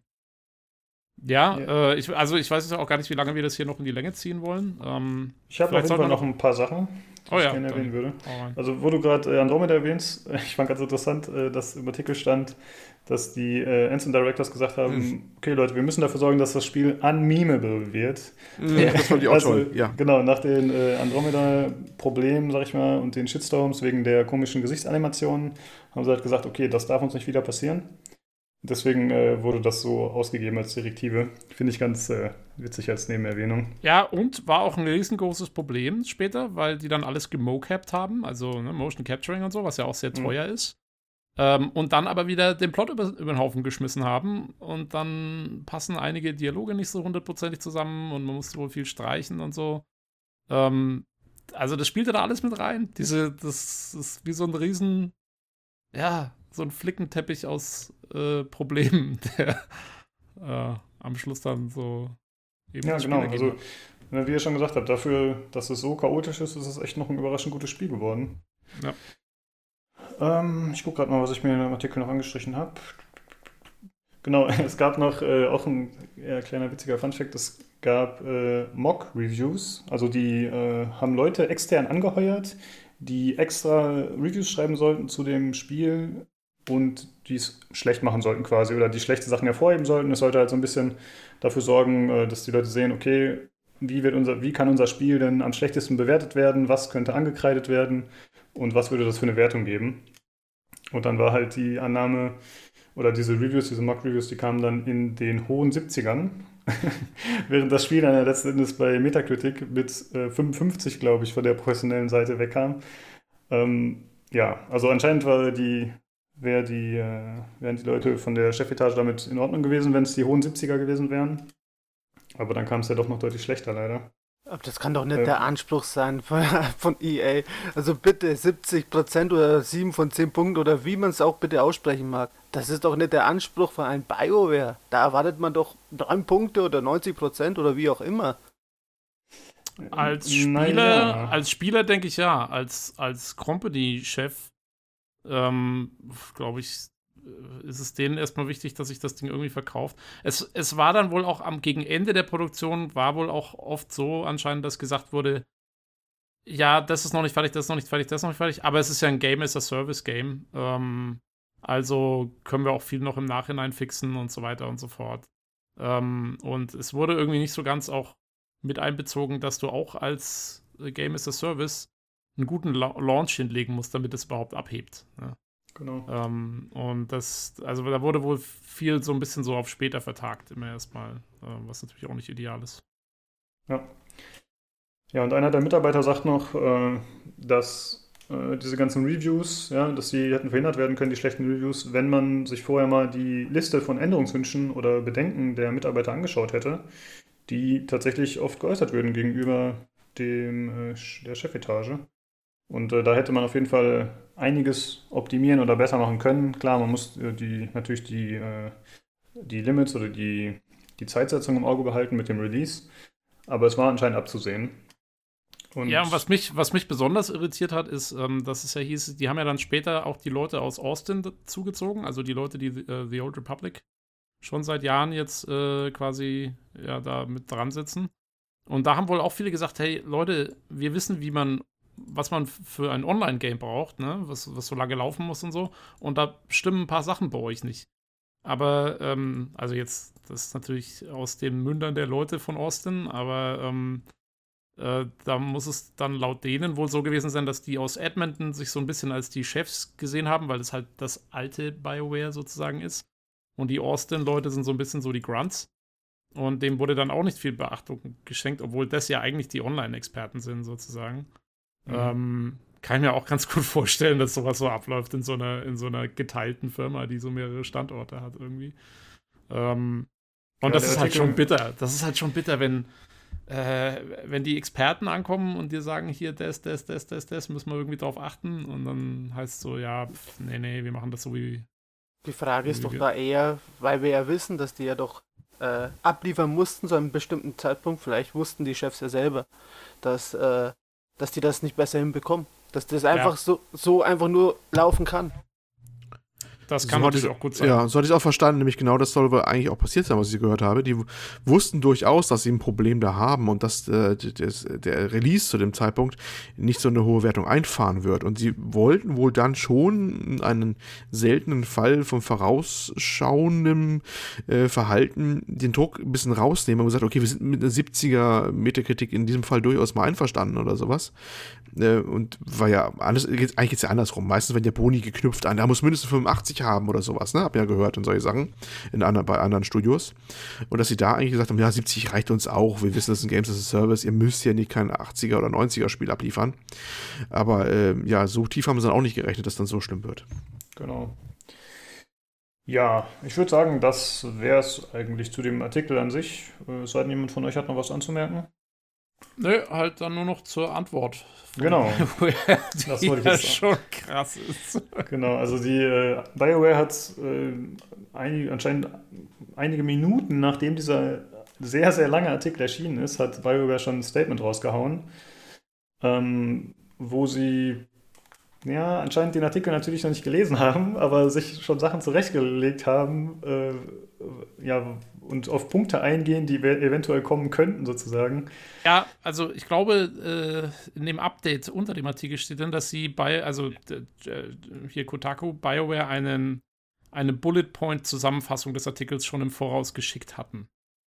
Ja, ja. Äh, ich, also ich weiß jetzt auch gar nicht, wie lange wir das hier noch in die Länge ziehen wollen. Ähm, ich habe auf jeden Fall noch ein paar Sachen, die oh, ich ja, gerne erwähnen würde. Oh, also wo du gerade äh, Andromeda erwähnst, ich fand ganz interessant, äh, dass im Artikel stand, dass die äh, Ensign Directors gesagt haben, mhm. okay Leute, wir müssen dafür sorgen, dass das Spiel unmemeable wird. Ja, das fand ich auch also, toll. Ja. Genau, nach den äh, Andromeda-Problemen, sag ich mal, und den Shitstorms wegen der komischen Gesichtsanimationen, haben sie halt gesagt, okay, das darf uns nicht wieder passieren. Deswegen äh, wurde das so ausgegeben als Direktive. Finde ich ganz äh, witzig als Nebenerwähnung. Ja, und war auch ein riesengroßes Problem später, weil die dann alles gemocapt haben, also ne, Motion Capturing und so, was ja auch sehr teuer mhm. ist. Ähm, und dann aber wieder den Plot über, über den Haufen geschmissen haben und dann passen einige Dialoge nicht so hundertprozentig zusammen und man musste wohl viel streichen und so. Ähm, also das spielte da alles mit rein. Diese, das ist wie so ein riesen, ja, so ein Flickenteppich aus äh, Problemen, der äh, am Schluss dann so eben ja, genau. Also, wie ihr schon gesagt habt, dafür, dass es so chaotisch ist, ist es echt noch ein überraschend gutes Spiel geworden. Ja. Ähm, ich gucke gerade mal, was ich mir im Artikel noch angestrichen habe. Genau, es gab noch äh, auch ein eher kleiner witziger Funfact, es gab äh, Mock-Reviews, also die äh, haben Leute extern angeheuert, die extra Reviews schreiben sollten zu dem Spiel und die es schlecht machen sollten quasi oder die schlechte Sachen hervorheben sollten. Es sollte halt so ein bisschen dafür sorgen, dass die Leute sehen, okay, wie wird unser, wie kann unser Spiel denn am schlechtesten bewertet werden, was könnte angekreidet werden und was würde das für eine Wertung geben. Und dann war halt die Annahme, oder diese Reviews, diese Mock-Reviews, die kamen dann in den hohen siebzigern, während das Spiel dann ja letzten Endes bei Metacritic mit äh, fünfundfünfzig, glaube ich, von der professionellen Seite wegkam. Ähm, ja, also anscheinend war die Wär die, äh, wären die Leute von der Chefetage damit in Ordnung gewesen, wenn es die hohen siebziger gewesen wären. Aber dann kam es ja doch noch deutlich schlechter, leider. Aber das kann doch nicht äh, der Anspruch sein von, von E A. Also bitte siebzig Prozent oder sieben von zehn Punkten oder wie man es auch bitte aussprechen mag. Das ist doch nicht der Anspruch von einem BioWare. Da erwartet man doch drei Punkte oder neunzig Prozent oder wie auch immer. Als Spieler, ja. als Spieler denke ich ja. Als, als Company-Chef Ähm, glaube ich, ist es denen erstmal wichtig, dass sich das Ding irgendwie verkauft. Es, es war dann wohl auch am gegen Ende der Produktion, war wohl auch oft so anscheinend, dass gesagt wurde, ja, das ist noch nicht fertig, das ist noch nicht fertig, das ist noch nicht fertig, aber es ist ja ein Game as a Service Game. Ähm, also können wir auch viel noch im Nachhinein fixen und so weiter und so fort. Ähm, und es wurde irgendwie nicht so ganz auch mit einbezogen, dass du auch als Game as a Service einen guten La- Launch hinlegen muss, damit es überhaupt abhebt. Ja. Genau. Ähm, und das, also da wurde wohl viel so ein bisschen so auf später vertagt, immer erstmal, äh, was natürlich auch nicht ideal ist. Ja. Ja, und einer der Mitarbeiter sagt noch, äh, dass äh, diese ganzen Reviews, ja, dass sie hätten verhindert werden können, die schlechten Reviews, wenn man sich vorher mal die Liste von Änderungswünschen oder Bedenken der Mitarbeiter angeschaut hätte, die tatsächlich oft geäußert würden gegenüber dem äh, der Chefetage. Und äh, da hätte man auf jeden Fall einiges optimieren oder besser machen können. Klar, man muss äh, die, natürlich die, äh, die Limits oder die, die Zeitsetzung im Auge behalten mit dem Release. Aber es war anscheinend abzusehen. Und ja, und was mich, was mich besonders irritiert hat, ist, ähm, dass es ja hieß, die haben ja dann später auch die Leute aus Austin zugezogen, also die Leute, die äh, The Old Republic schon seit Jahren jetzt äh, quasi ja da mit dran sitzen. Und da haben wohl auch viele gesagt, hey Leute, wir wissen, wie man, was man für ein Online-Game braucht, ne, was, was so lange laufen muss und so. Und da stimmen ein paar Sachen bei euch nicht. Aber, ähm, also jetzt, das ist natürlich aus den Mündern der Leute von Austin, aber ähm, äh, da muss es dann laut denen wohl so gewesen sein, dass die aus Edmonton sich so ein bisschen als die Chefs gesehen haben, weil das halt das alte BioWare sozusagen ist. Und die Austin-Leute sind so ein bisschen so die Grunts. Und dem wurde dann auch nicht viel Beachtung geschenkt, obwohl das ja eigentlich die Online-Experten sind, sozusagen. Mhm. Ähm, kann ich mir auch ganz gut vorstellen, dass sowas so abläuft in so einer, in so einer geteilten Firma, die so mehrere Standorte hat irgendwie. Ähm, und ja, das ist halt schon bitter. Das ist halt schon bitter, wenn, äh, wenn die Experten ankommen und dir sagen, hier, das, das, das, das, das, müssen wir irgendwie drauf achten. Und dann heißt es so, ja, pf, nee, nee, wir machen das so wie. Die Frage ist doch da eher, weil wir ja wissen, dass die ja doch äh, abliefern mussten zu einem bestimmten Zeitpunkt. Vielleicht wussten die Chefs ja selber, dass, äh, dass die das nicht besser hinbekommen. Dass das einfach ja. so, so einfach nur laufen kann. Das kann so natürlich auch gut sein. Ja, so hatte ich es auch verstanden, nämlich genau das soll wohl eigentlich auch passiert sein, was ich gehört habe. Die w- wussten durchaus, dass sie ein Problem da haben und dass äh, des, der Release zu dem Zeitpunkt nicht so eine hohe Wertung einfahren wird. Und sie wollten wohl dann schon einen seltenen Fall von vorausschauendem äh, Verhalten den Druck ein bisschen rausnehmen und gesagt, okay, wir sind mit einer siebziger Metakritik in diesem Fall durchaus mal einverstanden oder sowas. Äh, und war ja anders, eigentlich geht es ja andersrum. Meistens werden ja Boni geknüpft an, da muss mindestens fünfundachtzig haben oder sowas, ne? Hab ja gehört und solche Sachen in anderen, bei anderen Studios. Und dass sie da eigentlich gesagt haben, ja, siebzig reicht uns auch, wir wissen, das ist ein Games as a Service, ihr müsst ja nicht kein achtziger oder neunziger Spiel abliefern. Aber äh, ja, so tief haben sie dann auch nicht gerechnet, dass dann so schlimm wird. Genau. Ja, ich würde sagen, das wäre es eigentlich zu dem Artikel an sich. Es sei denn, jemand von euch hat noch was anzumerken. Nö, halt dann nur noch zur Antwort. Genau. BioWare, die das wollte ich ja jetzt schon krass ist. Genau, also die äh, BioWare hat äh, ein, anscheinend einige Minuten, nachdem dieser sehr, sehr lange Artikel erschienen ist, hat BioWare schon ein Statement rausgehauen, ähm, wo sie ja anscheinend den Artikel natürlich noch nicht gelesen haben, aber sich schon Sachen zurechtgelegt haben, äh, ja, und auf Punkte eingehen, die eventuell kommen könnten, sozusagen. Ja, also ich glaube, äh, in dem Update unter dem Artikel steht dann, dass sie bei, also äh, hier Kotaku, BioWare einen, eine Bullet-Point-Zusammenfassung des Artikels schon im Voraus geschickt hatten.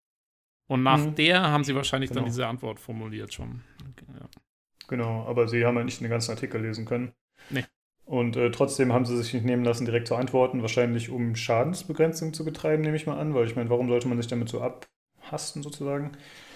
Und nach mhm. der haben sie wahrscheinlich genau. dann diese Antwort formuliert schon. Okay, ja. Genau, aber sie haben ja nicht den ganzen Artikel lesen können. Nee. Und äh, trotzdem haben sie sich nicht nehmen lassen, direkt zu antworten, wahrscheinlich um Schadensbegrenzung zu betreiben, nehme ich mal an, weil ich meine, warum sollte man sich damit so abhasten sozusagen?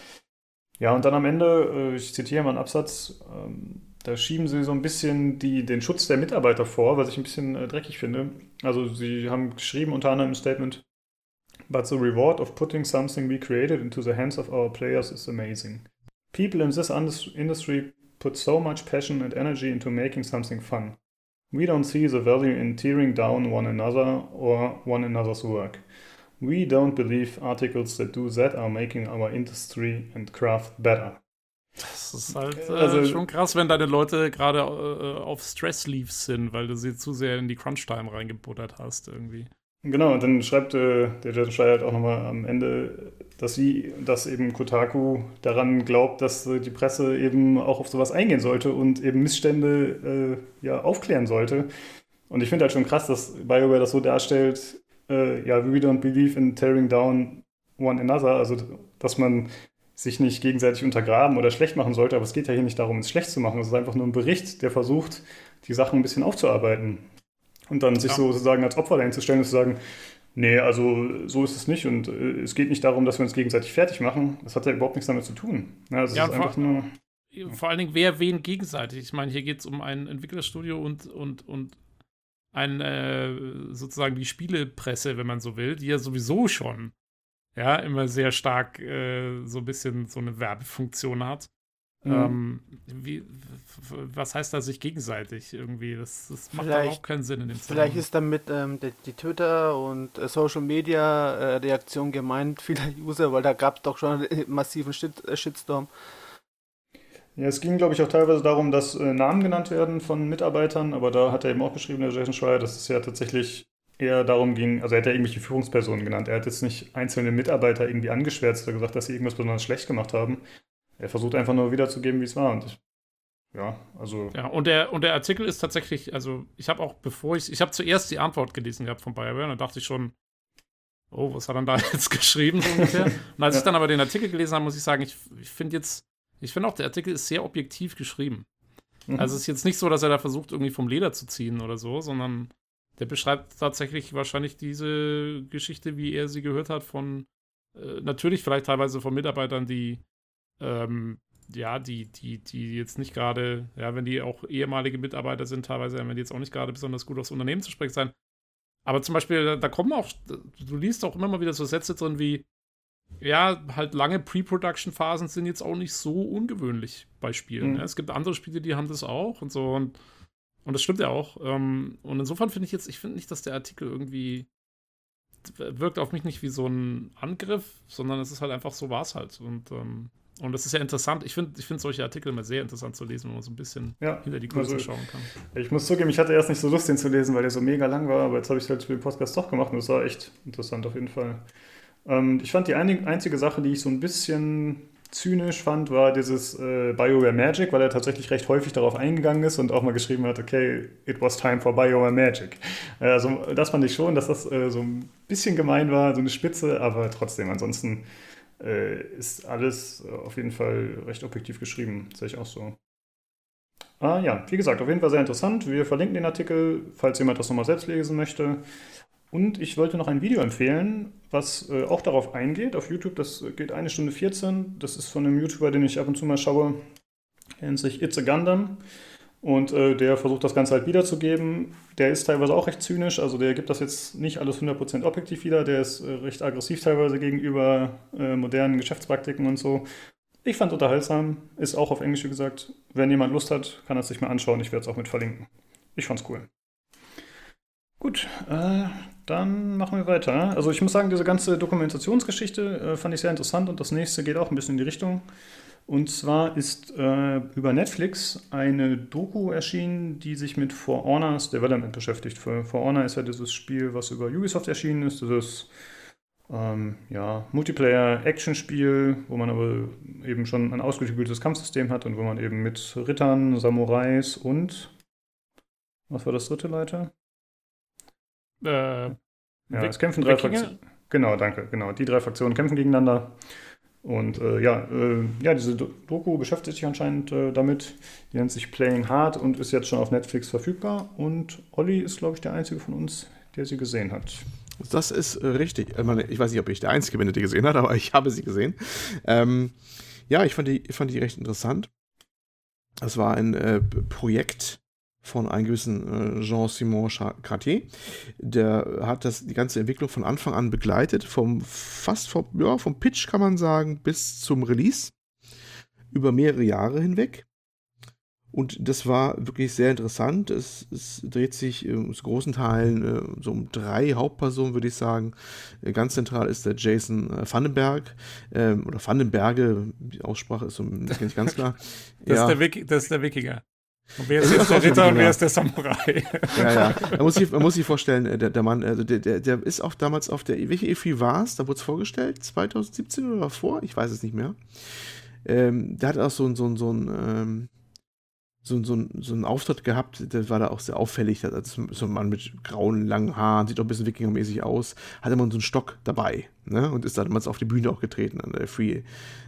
Ja, und dann am Ende, äh, ich zitiere mal einen Absatz, ähm, da schieben sie so ein bisschen die, den Schutz der Mitarbeiter vor, was ich ein bisschen äh, dreckig finde. Also sie haben geschrieben unter anderem im Statement, "But the reward of putting something we created into the hands of our players is amazing. People in this industry put so much passion and energy into making something fun. We don't see the value in tearing down one another or one another's work. We don't believe articles that do that are making our industry and craft better." Das ist halt äh, also, schon krass, wenn deine Leute gerade äh, auf Stress-Leaves sind, weil du sie zu sehr in die Crunch-Time reingebuttert hast irgendwie. Genau, und dann schreibt äh, der Jason Schreier halt auch nochmal am Ende, dass sie, dass eben Kotaku daran glaubt, dass äh, die Presse eben auch auf sowas eingehen sollte und eben Missstände äh, ja, aufklären sollte. Und ich finde halt schon krass, dass BioWare das so darstellt, äh, ja, we don't believe in tearing down one another, also dass man sich nicht gegenseitig untergraben oder schlecht machen sollte, aber es geht ja hier nicht darum, es schlecht zu machen, es ist einfach nur ein Bericht, der versucht, die Sachen ein bisschen aufzuarbeiten. Und dann sich ja. so sozusagen als Opfer dahin zu stellen und zu sagen, nee, also so ist es nicht und äh, es geht nicht darum, dass wir uns gegenseitig fertig machen. Das hat ja überhaupt nichts damit zu tun. Ja, also ja, es ist einfach vor, nur, vor allen Dingen, wer wen gegenseitig. Ich meine, hier geht es um ein Entwicklerstudio und, und, und ein, äh, sozusagen die Spielepresse, wenn man so will, die ja sowieso schon ja immer sehr stark äh, so ein bisschen so eine Werbefunktion hat. Mhm. Ähm, wie, was heißt da sich gegenseitig irgendwie? Das, das macht Vielleicht- auch keinen Sinn in dem Vielleicht Zusammenhang. ist damit ähm, die, die Twitter- und äh, Social-Media-Reaktion gemeint vieler User, weil da gab es doch schon einen massiven Shit, äh, Shitstorm. Ja, es ging, glaube ich, auch teilweise darum, dass äh, Namen genannt werden von Mitarbeitern, aber da hat er eben auch beschrieben, der Jason Schreier, dass es ja tatsächlich eher darum ging, also er hat ja irgendwelche Führungspersonen genannt. Er hat jetzt nicht einzelne Mitarbeiter irgendwie angeschwärzt oder gesagt, dass sie irgendwas besonders schlecht gemacht haben. Er versucht einfach nur wiederzugeben, wie es war. Und ich, ja, also. Ja, und der, und der Artikel ist tatsächlich, also ich habe auch, bevor ich, ich habe zuerst die Antwort gelesen gehabt von BioWare und dann dachte ich schon, oh, was hat er da jetzt geschrieben so ungefähr? Und als Ja. ich dann aber den Artikel gelesen habe, muss ich sagen, ich, ich finde jetzt, ich finde auch, der Artikel ist sehr objektiv geschrieben. Mhm. Also es ist jetzt nicht so, dass er da versucht, irgendwie vom Leder zu ziehen oder so, sondern der beschreibt tatsächlich wahrscheinlich diese Geschichte, wie er sie gehört hat, von äh, natürlich vielleicht teilweise von Mitarbeitern, die ähm, ja, die, die, die jetzt nicht gerade, ja, wenn die auch ehemalige Mitarbeiter sind, teilweise, wenn die jetzt auch nicht gerade besonders gut aufs Unternehmen zu sprechen sein. Aber zum Beispiel, da, da kommen auch, du liest auch immer mal wieder so Sätze drin wie, ja, halt lange Pre-Production-Phasen sind jetzt auch nicht so ungewöhnlich bei Spielen. Mhm. Ja. Es gibt andere Spiele, die haben das auch und so und, und das stimmt ja auch. Ähm, und insofern finde ich jetzt, ich finde nicht, dass der Artikel irgendwie wirkt auf mich nicht wie so ein Angriff, sondern es ist halt einfach so, war es halt. Und, ähm, und das ist ja interessant. Ich finde ich find solche Artikel immer sehr interessant zu lesen, wo man so ein bisschen Ja, hinter die Kulissen also- schauen kann. Ich muss zugeben, ich hatte erst nicht so Lust, den zu lesen, weil der so mega lang war, aber jetzt habe ich es halt für den Podcast doch gemacht und das war echt interessant auf jeden Fall. Ähm, ich fand die einig- einzige Sache, die ich so ein bisschen zynisch fand, war dieses äh, BioWare Magic, weil er tatsächlich recht häufig darauf eingegangen ist und auch mal geschrieben hat, okay, it was time for BioWare Magic. Äh, also das fand ich schon, dass das äh, so ein bisschen gemein war, so eine Spitze, aber trotzdem, ansonsten äh, ist alles äh, auf jeden Fall recht objektiv geschrieben, sehe ich auch so. Ah ja, wie gesagt, auf jeden Fall sehr interessant. Wir verlinken den Artikel, falls jemand das nochmal selbst lesen möchte. Und ich wollte noch ein Video empfehlen, was äh, auch darauf eingeht, auf YouTube. Das geht eine Stunde vierzehn. Das ist von einem YouTuber, den ich ab und zu mal schaue. Er nennt sich It's a Gundam. Und äh, der versucht das Ganze halt wiederzugeben. Der ist teilweise auch recht zynisch. Also der gibt das jetzt nicht alles hundert Prozent objektiv wieder. Der ist äh, recht aggressiv teilweise gegenüber äh, modernen Geschäftspraktiken und so. Ich fand es unterhaltsam. Ist auch auf Englisch, wie gesagt. Wenn jemand Lust hat, kann er es sich mal anschauen. Ich werde es auch mit verlinken. Ich fand's cool. Gut, äh, dann machen wir weiter. Also ich muss sagen, diese ganze Dokumentationsgeschichte äh, fand ich sehr interessant und das nächste geht auch ein bisschen in die Richtung. Und zwar ist äh, über Netflix eine Doku erschienen, die sich mit For Honor's Development beschäftigt. For, For Honor ist ja dieses Spiel, was über Ubisoft erschienen ist, dieses ähm, ja, Multiplayer-Action-Spiel, wo man aber eben schon ein ausgeklügeltes Kampfsystem hat und wo man eben mit Rittern, Samurais und was war das dritte, Leute? Äh, Ja, Wik- es kämpfen drei Wikinger? Fraktionen. Genau, danke. Genau, die drei Fraktionen kämpfen gegeneinander. Und äh, ja, äh, ja, diese Do- Doku beschäftigt sich anscheinend äh, damit. Die nennt sich Playing Hard und ist jetzt schon auf Netflix verfügbar. Und Olli ist, glaube ich, der einzige von uns, der sie gesehen hat. Das ist äh, richtig. Ich, meine, ich weiß nicht, ob ich der Einzige bin, der die gesehen hat, aber ich habe sie gesehen. Ähm, ja, ich fand die, ich fand die recht interessant. Das war ein äh, Projekt von einem gewissen äh, Jean-Simon Cartier. Der hat das, die ganze Entwicklung von Anfang an begleitet, vom fast vom, ja, vom Pitch kann man sagen, bis zum Release, über mehrere Jahre hinweg. Und das war wirklich sehr interessant. Es, es dreht sich äh, zu großen Teilen äh, so um drei Hauptpersonen, würde ich sagen. Äh, ganz zentral ist der Jason äh, Vandenberg ähm, oder Vandenberge, die Aussprache ist so nicht ganz klar. Das, ja. ist der Wik- das ist der Wikinger. Und wer ist Es jetzt ist der auch der Ritter und Wikinger. wer ist der Samurai? Ja, ja. Man muss sich, man muss sich vorstellen, äh, der, der Mann, also der, der, der ist auch damals auf der, welche E drei war es? Da wurde es vorgestellt, zwanzig siebzehn oder davor? Ich weiß es nicht mehr. Ähm, der hat auch so ein, so ein, so ein, ähm, so, so, so einen Auftritt gehabt, der war da auch sehr auffällig. Also so ein Mann mit grauen, langen Haaren, sieht auch ein bisschen wikingermäßig aus, hat immer so einen Stock dabei, ne? Und ist damals auf die Bühne auch getreten an der Free.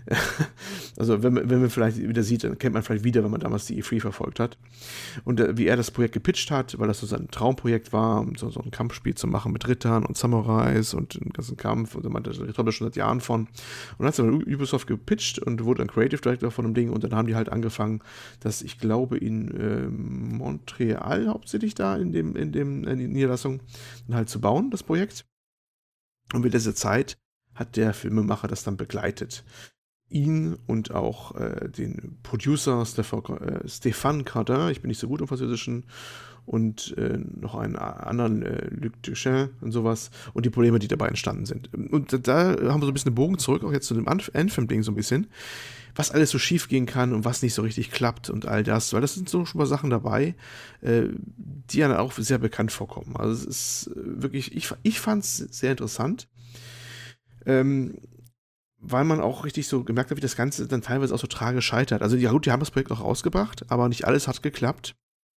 Also wenn man, wenn man vielleicht wieder sieht, dann kennt man vielleicht wieder, wenn man damals die E drei verfolgt hat. Und äh, wie er das Projekt gepitcht hat, weil das so sein Traumprojekt war, um so, so ein Kampfspiel zu machen mit Rittern und Samurais und den ganzen Kampf, und er meinte, ich träume schon seit Jahren von. Und dann hat es dann Ubisoft gepitcht und wurde dann Creative Director von dem Ding und dann haben die halt angefangen, dass ich glaube in äh, Montreal hauptsächlich da in dem, in dem, in die Niederlassung dann halt zu bauen, das Projekt. Und mit dieser Zeit hat der Filmemacher das dann begleitet. ihn und auch äh, den Producer Stefan, äh, Stéphane Cardin, ich bin nicht so gut im Französischen, und äh, noch einen anderen, äh, Luc Duchesne und sowas, und die Probleme, die dabei entstanden sind. Und da, da haben wir so ein bisschen den Bogen zurück, auch jetzt zu dem Anthem-Ding so ein bisschen, was alles so schief gehen kann und was nicht so richtig klappt und all das, weil das sind so schon mal Sachen dabei, äh, die ja auch sehr bekannt vorkommen. Also es ist wirklich, ich, ich fand es sehr interessant, ähm, weil man auch richtig so gemerkt hat, wie das Ganze dann teilweise auch so tragisch scheitert. Also ja gut, die haben das Projekt auch rausgebracht, aber nicht alles hat geklappt.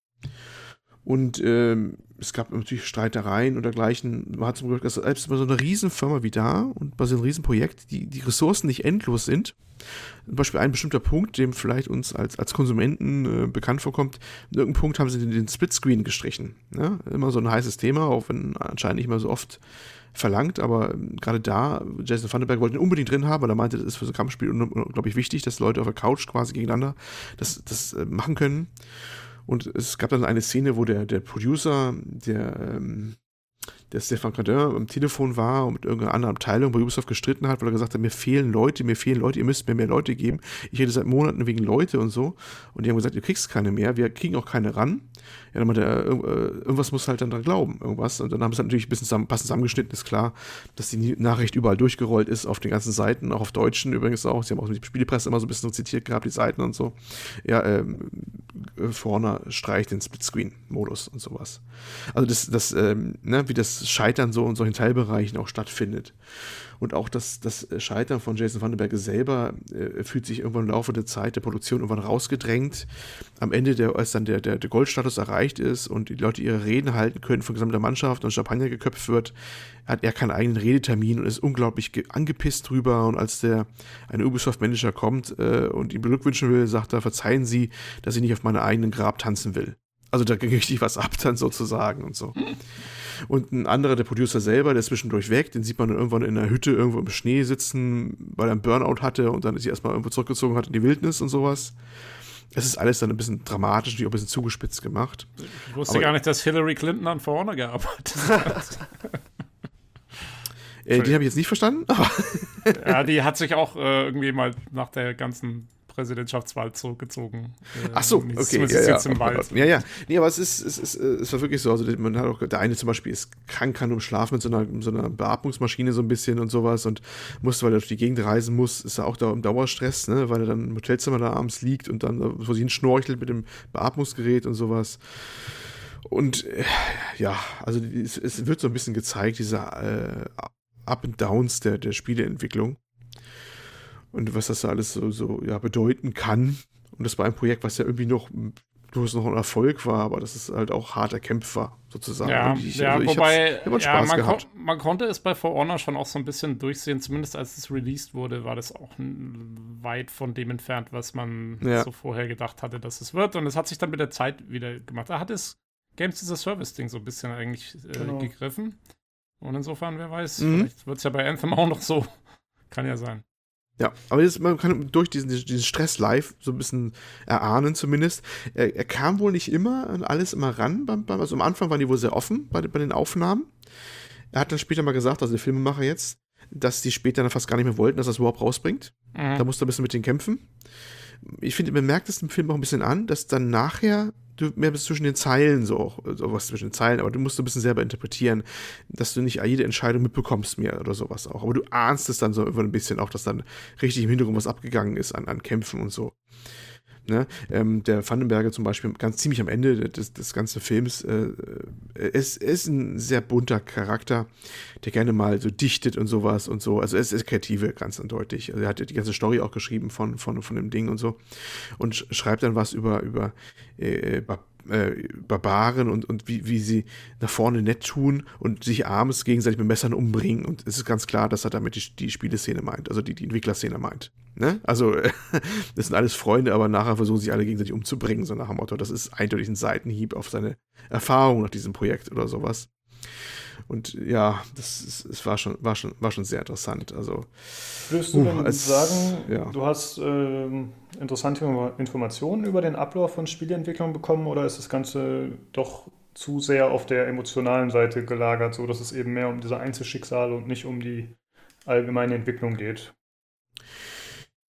Und ähm, es gab natürlich Streitereien und dergleichen. Man hat zum Glück, dass selbst bei so einer Riesenfirma wie da und bei so einem Riesenprojekt, die, die Ressourcen nicht endlos sind. Zum Beispiel ein bestimmter Punkt, dem vielleicht uns als, als Konsumenten äh, bekannt vorkommt. In irgendeinem Punkt haben sie den, den Splitscreen gestrichen. Ne? Immer so ein heißes Thema, auch wenn anscheinend nicht mehr so oft verlangt, aber gerade da, Jason Vandenberg wollte ihn unbedingt drin haben, weil er meinte, das ist für so ein Kampfspiel unglaublich wichtig, dass Leute auf der Couch quasi gegeneinander das, das äh, machen können. Und es gab dann eine Szene, wo der, der Producer, der, ähm, der Stéphane Cardin am Telefon war und mit irgendeiner anderen Abteilung bei Ubisoft gestritten hat, weil er gesagt hat, mir fehlen Leute, mir fehlen Leute, ihr müsst mir mehr Leute geben. Ich rede seit Monaten wegen Leute und so. Und die haben gesagt, ihr kriegst keine mehr, wir kriegen auch keine ran. Ja, dann meinte er, irgendwas muss halt dann dran glauben, irgendwas. Und dann haben sie natürlich ein bisschen zusammen, passend zusammengeschnitten, ist klar, dass die Nachricht überall durchgerollt ist, auf den ganzen Seiten, auch auf Deutschen übrigens auch. Sie haben auch die Spielepresse immer so ein bisschen zitiert gehabt, die Seiten und so. Ja, ähm, vorne streicht den Splitscreen-Modus und sowas. Also das, das ähm, ne, wie das Scheitern so in solchen Teilbereichen auch stattfindet. Und auch das, das Scheitern von Jason Vandenberg selber äh, fühlt sich irgendwann im Laufe der Zeit der Produktion irgendwann rausgedrängt. Am Ende, der, als dann der, der, der Goldstatus erreicht ist und die Leute ihre Reden halten können von gesamter Mannschaft und Champagner geköpft wird, hat er keinen eigenen Redetermin und ist unglaublich ge- angepisst drüber. Und als der eine Ubisoft-Manager kommt äh, und ihn beglückwünschen will, sagt er, verzeihen Sie, dass ich nicht auf meinem eigenen Grab tanzen will. Also da ging richtig was ab dann sozusagen und so. Und ein anderer, der Producer selber, der ist zwischendurch weg, den sieht man dann irgendwann in einer Hütte irgendwo im Schnee sitzen, weil er einen Burnout hatte und dann sich erstmal irgendwo zurückgezogen hat in die Wildnis und sowas. Es ist alles dann ein bisschen dramatisch, natürlich auch ein bisschen zugespitzt gemacht. Ich wusste Aber gar nicht, dass Hillary Clinton an For Honor gearbeitet hat. äh, den habe ich jetzt nicht verstanden. Aber ja, die hat sich auch äh, irgendwie mal nach der ganzen Präsidentschaftswahl zurückgezogen. Äh, Ach so, okay. Ja, ja. Im Wald. ja, ja. Nee, aber es ist, es ist, es war wirklich so. Also man hat auch, der eine zum Beispiel ist krank, kann nur schlafen mit so einer, so einer Beatmungsmaschine so ein bisschen und sowas und musste, weil er durch die Gegend reisen muss, ist er auch da im Dauerstress, ne, weil er dann im Hotelzimmer da abends liegt und dann vor sich hin schnorchelt mit dem Beatmungsgerät und sowas. Und äh, ja, also es, es wird so ein bisschen gezeigt, diese äh, Up and Downs der, der Spieleentwicklung. Und was das da alles so, so ja, bedeuten kann. Und das war ein Projekt, was ja irgendwie noch durchaus noch ein Erfolg war, aber das ist halt auch hart erkämpft war, sozusagen. Ja, ich, ja also wobei ja, ja, man, kon- man konnte es bei For Honor schon auch so ein bisschen durchsehen, zumindest als es released wurde, war das auch weit von dem entfernt, was man ja. so vorher gedacht hatte, dass es wird. Und es hat sich dann mit der Zeit wieder gemacht. Da hat es Games as a Service-Ding so ein bisschen eigentlich äh, genau. gegriffen. Und insofern, wer weiß, mhm. vielleicht wird es ja bei Anthem auch noch so. Kann ja sein. Ja, aber das, man kann durch diesen, diesen Stress live so ein bisschen erahnen zumindest. Er, er kam wohl nicht immer an alles immer ran. Beim, beim, also am Anfang waren die wohl sehr offen bei, bei den Aufnahmen. Er hat dann später mal gesagt, also der Filmemacher jetzt, dass die später dann fast gar nicht mehr wollten, dass er es überhaupt rausbringt. Mhm. Da musste er ein bisschen mit denen kämpfen. Ich finde, man merkt es im Film auch ein bisschen an, dass dann nachher du mehr bist zwischen den Zeilen so auch, so was zwischen den Zeilen, aber du musst ein bisschen selber interpretieren, dass du nicht jede Entscheidung mitbekommst mehr oder sowas auch. Aber du ahnst es dann so irgendwann ein bisschen auch, dass dann richtig im Hintergrund was abgegangen ist an, an Kämpfen und so. Ne? Ähm, der Vandenberger zum Beispiel ganz ziemlich am Ende des, des ganzen Films äh, ist, ist ein sehr bunter Charakter, der gerne mal so dichtet und sowas und so. Also es ist kreative, ganz eindeutig. Also er hat die ganze Story auch geschrieben von, von, von dem Ding und so und sch- schreibt dann was über, über äh, Bar- äh, Barbaren und, und wie, wie sie nach vorne nett tun und sich abends gegenseitig mit Messern umbringen. Und es ist ganz klar, dass er damit die, die Spieleszene meint, also die, die Entwicklerszene meint. Ne? Also, das sind alles Freunde, aber nachher versuchen sich alle gegenseitig umzubringen, so nach dem Motto. Das ist eindeutig ein Seitenhieb auf seine Erfahrung nach diesem Projekt oder sowas. Und ja, das, ist, das war, schon, war, schon, war schon sehr interessant. Also, Würdest du uh, denn als, sagen, ja. du hast äh, interessante Informationen über den Ablauf von Spieleentwicklung bekommen oder ist das Ganze doch zu sehr auf der emotionalen Seite gelagert, so dass es eben mehr um diese Einzelschicksale und nicht um die allgemeine Entwicklung geht?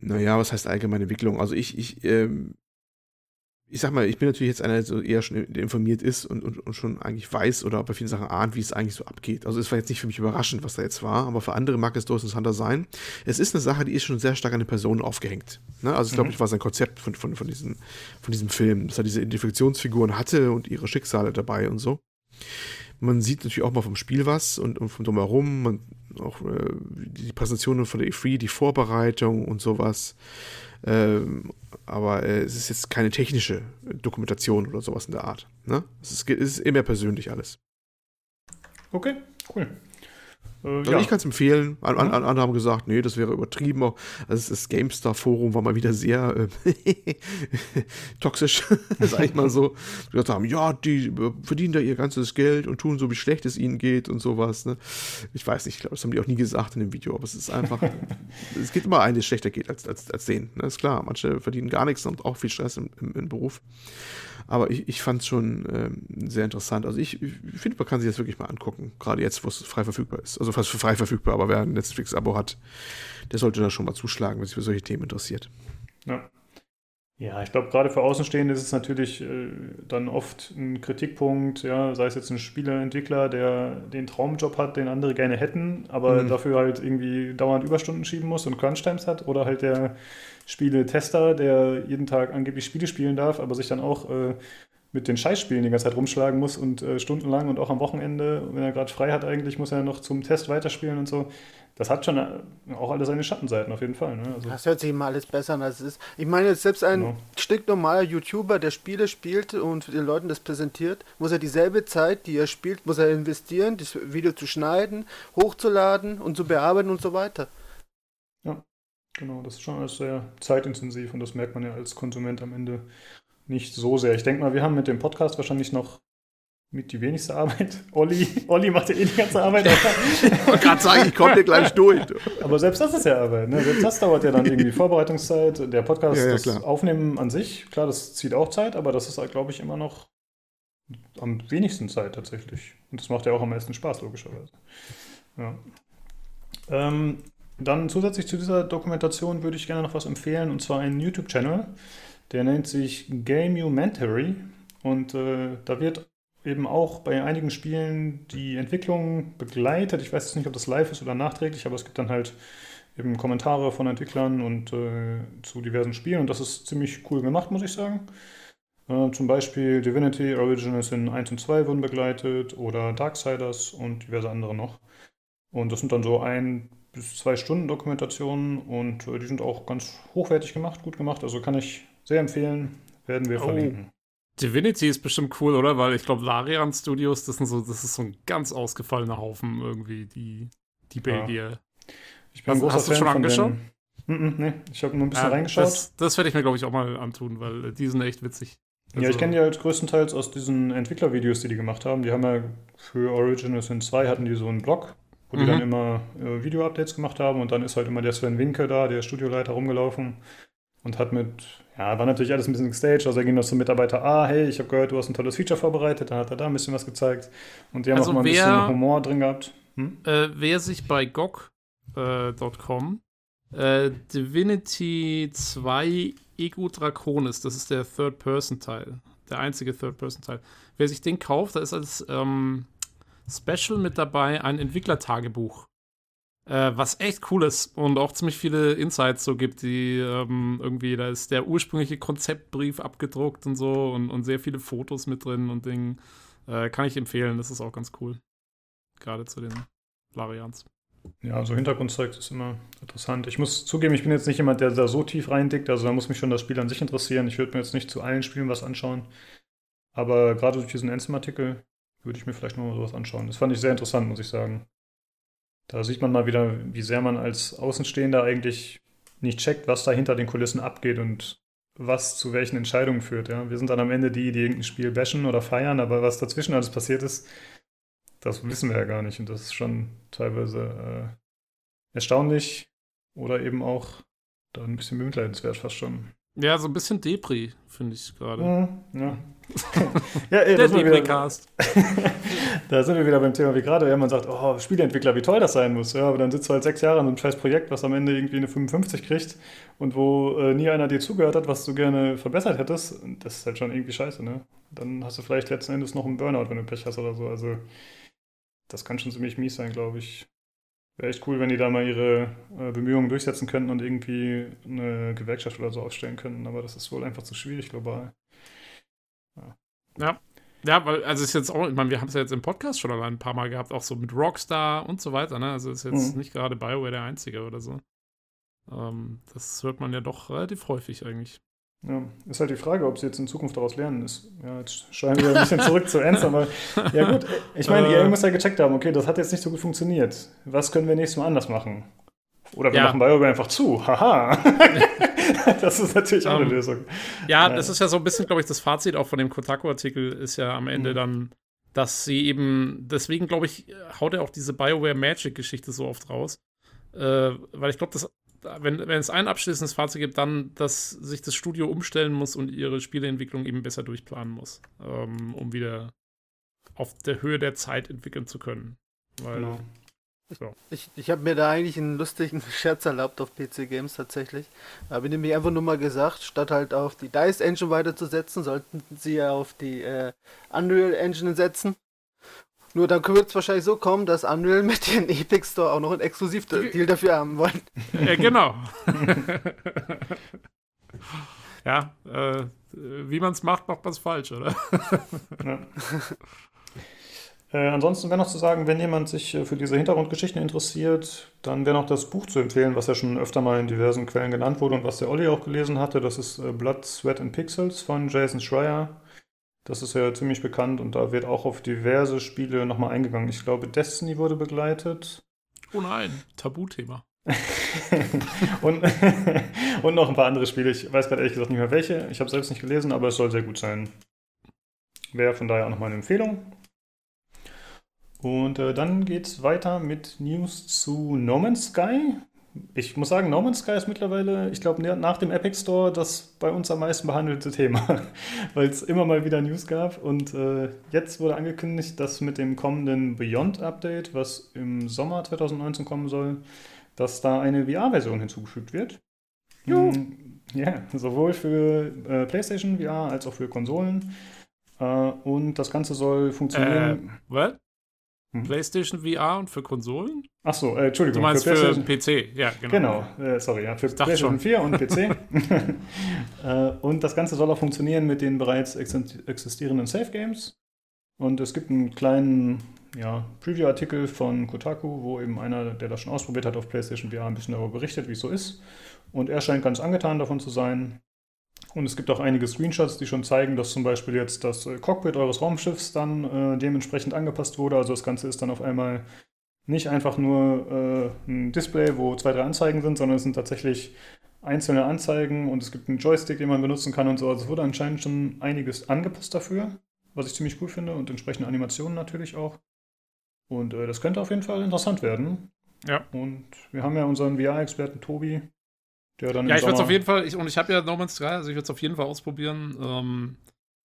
Naja, was heißt allgemeine Entwicklung? Also ich, ich, ähm, ich sag mal, ich bin natürlich jetzt einer, der so eher schon informiert ist und, und, und schon eigentlich weiß oder bei vielen Sachen ahnt, wie es eigentlich so abgeht. Also es war jetzt nicht für mich überraschend, was da jetzt war, aber für andere mag es durchaus interessanter sein. Es ist eine Sache, die ist schon sehr stark an den Personen aufgehängt. Ne? Also ich glaube, Mhm. ich war sein Konzept von, von, von, diesen, von diesem Film, dass er diese Identifikationsfiguren hatte und ihre Schicksale dabei und so. Man sieht natürlich auch mal vom Spiel was und, und von drumherum, man, auch äh, die Präsentationen von der E drei, die Vorbereitung und sowas. Ähm, aber äh, es ist jetzt keine technische Dokumentation oder sowas in der Art. Ne? Es, ist, es ist eher mehr persönlich alles. Okay, cool. Äh, Also ja. ich kann es empfehlen. An, an, andere haben gesagt, nee, das wäre übertrieben. Auch. Also das GameStar-Forum war mal wieder sehr äh, toxisch, sag ich mal so. Die gesagt haben, ja, die äh, verdienen da ihr ganzes Geld und tun so, wie schlecht es ihnen geht und sowas. Ne? Ich weiß nicht, ich glaube, das haben die auch nie gesagt in dem Video, aber es ist einfach, es gibt immer einen, der schlechter geht als, als, als den. Ne? Ist klar, manche verdienen gar nichts und haben auch viel Stress im, im, im Beruf. Aber ich, ich fand es schon ähm, sehr interessant. Also ich, ich finde, man kann sich das wirklich mal angucken. Gerade jetzt, wo es frei verfügbar ist. Also fast frei verfügbar, aber wer ein Netflix-Abo hat, der sollte da schon mal zuschlagen, wenn sich für solche Themen interessiert. Ja. Ja, ich glaube, gerade für Außenstehende ist es natürlich äh, dann oft ein Kritikpunkt, ja, sei es jetzt ein Spieleentwickler, der den Traumjob hat, den andere gerne hätten, aber Mhm. dafür halt irgendwie dauernd Überstunden schieben muss und Crunch-Times hat, oder halt der Spieletester, der jeden Tag angeblich Spiele spielen darf, aber sich dann auch äh, mit den Scheißspielen die ganze Zeit rumschlagen muss und äh, stundenlang und auch am Wochenende, wenn er gerade frei hat eigentlich, muss er noch zum Test weiterspielen und so. Das hat schon äh, auch alle seine Schattenseiten auf jeden Fall. Ne? Also, Das hört sich immer alles besser an, als es ist. Ich meine, jetzt selbst ein Genau. stinknormaler YouTuber, der Spiele spielt und den Leuten das präsentiert, muss er dieselbe Zeit, die er spielt, muss er investieren, das Video zu schneiden, hochzuladen und zu bearbeiten und so weiter. Genau, das ist schon alles sehr zeitintensiv und das merkt man ja als Konsument am Ende nicht so sehr. Ich denke mal, wir haben mit dem Podcast wahrscheinlich noch mit die wenigste Arbeit. Olli, Olli macht ja eh die ganze Arbeit. Ich wollte gerade sagen, ich komme dir gleich durch. Aber selbst das ist ja Arbeit. Ne? Selbst das dauert ja dann irgendwie Vorbereitungszeit. Der Podcast, Ja, ja, das klar. Aufnehmen an sich, klar, das zieht auch Zeit, aber das ist halt, glaube ich, immer noch am wenigsten Zeit tatsächlich. Und das macht ja auch am meisten Spaß, logischerweise. Ja. Ähm, dann zusätzlich zu dieser Dokumentation würde ich gerne noch was empfehlen, und zwar einen YouTube-Channel, der nennt sich Gameumantary, und äh, da wird eben auch bei einigen Spielen die Entwicklung begleitet. Ich weiß jetzt nicht, ob das live ist oder nachträglich, aber es gibt dann halt eben Kommentare von Entwicklern und äh, zu diversen Spielen, und das ist ziemlich cool gemacht, muss ich sagen. Äh, zum Beispiel Divinity Original Sin eins und zwei wurden begleitet oder Darksiders und diverse andere noch. Und das sind dann so ein bis zwei Stunden Dokumentationen, und äh, die sind auch ganz hochwertig gemacht, gut gemacht. Also kann ich sehr empfehlen, werden wir Oh. verlinken. Divinity ist bestimmt cool, oder? Weil ich glaube, Larian Studios, das, sind so, das ist so ein ganz ausgefallener Haufen irgendwie, die, die Belgier. Ich bin ein Hast- großer hast du Fan schon von angeschaut? Den, mm, nee, ich habe nur ein bisschen Ja, reingeschaut. Das, das werde ich mir, glaube ich, auch mal antun, weil äh, die sind echt witzig. Ja, ich Also- kenne die halt größtenteils aus diesen Entwicklervideos, die die gemacht haben. Die haben ja für Original Sin zwei hatten die so einen Blog, wo die Mhm. dann immer äh, Video-Updates gemacht haben, und dann ist halt immer der Sven Winke da, der Studioleiter, rumgelaufen und hat mit, ja, war natürlich alles ein bisschen gestaged, also er ging noch zum Mitarbeiter, ah, hey, ich habe gehört, du hast ein tolles Feature vorbereitet, dann hat er da ein bisschen was gezeigt, und die haben Also auch immer ein wer- bisschen Humor drin gehabt. Hm? Äh, wer sich bei G O G Punkt com äh, Divinity zwei Ego Draconis, das ist der Third-Person-Teil, der einzige Third-Person-Teil. Wer sich den kauft, da ist als ähm, Special mit dabei ein Entwicklertagebuch, äh, was echt cool ist und auch ziemlich viele Insights so gibt, die ähm, irgendwie, da ist der ursprüngliche Konzeptbrief abgedruckt und so, und, und sehr viele Fotos mit drin und Dingen. Äh, kann ich empfehlen, das ist auch ganz cool. Gerade zu den Larians. Ja, so Hintergrundzeug ist immer interessant. Ich muss zugeben, ich bin jetzt nicht jemand, der da so tief reindickt, also da muss mich schon das Spiel an sich interessieren. Ich würde mir jetzt nicht zu allen Spielen was anschauen, aber gerade durch diesen Ansem-Artikel würde ich mir vielleicht noch mal sowas anschauen. Das fand ich sehr interessant, muss ich sagen. Da sieht man mal wieder, wie sehr man als Außenstehender eigentlich nicht checkt, was da hinter den Kulissen abgeht und was zu welchen Entscheidungen führt. Ja? Wir sind dann am Ende die, die irgendein Spiel bashen oder feiern, aber was dazwischen alles passiert ist, das wissen wir ja gar nicht, und das ist schon teilweise äh, erstaunlich oder eben auch da ein bisschen bemitleidenswert fast schon. Ja, so ein bisschen Depri, finde ich gerade. Mhm, ja. ja, ey, Der da, sind wir wieder, Depri-Cast. da sind wir wieder beim Thema wie gerade. Ja, man sagt, oh, Spieleentwickler, wie toll das sein muss. Ja, aber dann sitzt du halt sechs Jahre an so einem scheiß Projekt, was am Ende irgendwie eine fünfundfünfzig kriegt und wo äh, nie einer dir zugehört hat, was du gerne verbessert hättest. Das ist halt schon irgendwie scheiße, ne? Dann hast du vielleicht letzten Endes noch einen Burnout, wenn du Pech hast oder so. Also das kann schon ziemlich mies sein, glaube ich. Wäre echt cool, wenn die da mal ihre äh, Bemühungen durchsetzen könnten und irgendwie eine Gewerkschaft oder so aufstellen könnten. Aber das ist wohl einfach zu schwierig global. Ja. Ja, ja, weil, also ist jetzt auch, ich meine, wir haben es ja jetzt im Podcast schon allein ein paar Mal gehabt, auch so mit Rockstar und so weiter, ne? Also ist jetzt mhm. nicht gerade BioWare der Einzige oder so. Ähm, das hört man ja doch relativ häufig eigentlich. Ja, ist halt die Frage, ob sie jetzt in Zukunft daraus lernen. Ist, ja, jetzt scheinen wir ein bisschen zurück zu Anthem, aber ja gut, ich meine, ihr muss ja gecheckt haben, okay, das hat jetzt nicht so gut funktioniert. Was können wir nächstes Mal anders machen? Oder wir ja. machen BioWare einfach zu. Haha. Das ist natürlich auch eine um, Lösung. Ja, das ist ja so ein bisschen, glaube ich, das Fazit auch von dem Kotaku-Artikel ist ja am Ende mhm. dann, dass sie eben, deswegen, glaube ich, haut er auch diese BioWare Magic-Geschichte so oft raus. Äh, weil ich glaube, dass Wenn, wenn es ein abschließendes Fazit gibt, dann, dass sich das Studio umstellen muss und ihre Spieleentwicklung eben besser durchplanen muss, ähm, um wieder auf der Höhe der Zeit entwickeln zu können. Weil, genau. so. Ich, ich habe mir da eigentlich einen lustigen Scherz erlaubt auf P C Games tatsächlich. Da habe ich nämlich einfach nur mal gesagt, statt halt auf die DICE Engine weiterzusetzen, sollten sie ja auf die äh, Unreal Engine setzen. Nur dann wird es wahrscheinlich so kommen, dass Unreal mit dem Epic Store auch noch einen Exklusivdeal dafür haben wollen. Ja, genau. ja, äh, wie man es macht, macht man es falsch, oder? ja. äh, ansonsten wäre noch zu sagen, wenn jemand sich für diese Hintergrundgeschichten interessiert, dann wäre noch das Buch zu empfehlen, was ja schon öfter mal in diversen Quellen genannt wurde und was der Olli auch gelesen hatte. Das ist äh, Blood, Sweat and Pixels von Jason Schreier. Das ist ja ziemlich bekannt und da wird auch auf diverse Spiele nochmal eingegangen. Ich glaube, Destiny wurde begleitet. Oh nein, Tabuthema. und, und noch ein paar andere Spiele. Ich weiß gerade ehrlich gesagt nicht mehr welche. Ich habe selbst nicht gelesen, aber es soll sehr gut sein. Wäre von daher auch nochmal eine Empfehlung. Und äh, dann geht es weiter mit News zu No Man's Sky. Ich muss sagen, No Man's Sky ist mittlerweile, ich glaube, nach dem Epic Store das bei uns am meisten behandelte Thema, weil es immer mal wieder News gab. Und äh, jetzt wurde angekündigt, dass mit dem kommenden Beyond-Update, was im Sommer zwanzig neunzehn kommen soll, dass da eine V R-Version hinzugefügt wird. Ja, yeah, sowohl für äh, PlayStation V R als auch für Konsolen. Äh, und das Ganze soll funktionieren. Äh, what? Hm. PlayStation V R und für Konsolen? Ach so, äh, Entschuldigung. Du meinst für, für P C, ja, genau. Genau, äh, sorry, ja, für PlayStation vier und P C. äh, und das Ganze soll auch funktionieren mit den bereits existierenden Safe Games. Und es gibt einen kleinen ja, Preview-Artikel von Kotaku, wo eben einer, der das schon ausprobiert hat auf PlayStation V R, ein bisschen darüber berichtet, wie es so ist. Und er scheint ganz angetan davon zu sein. Und es gibt auch einige Screenshots, die schon zeigen, dass zum Beispiel jetzt das Cockpit eures Raumschiffs dann äh, dementsprechend angepasst wurde. Also das Ganze ist dann auf einmal nicht einfach nur äh, ein Display, wo zwei, drei Anzeigen sind, sondern es sind tatsächlich einzelne Anzeigen und es gibt einen Joystick, den man benutzen kann und so. Also es wurde anscheinend schon einiges angepasst dafür, was ich ziemlich cool finde und entsprechende Animationen natürlich auch. Und äh, das könnte auf jeden Fall interessant werden. Ja. Und wir haben ja unseren V R-Experten Tobi, der dann ja, ich würde es auf jeden Fall, ich, und ich habe ja No Man's Sky, also ich würde es auf jeden Fall ausprobieren. Ähm,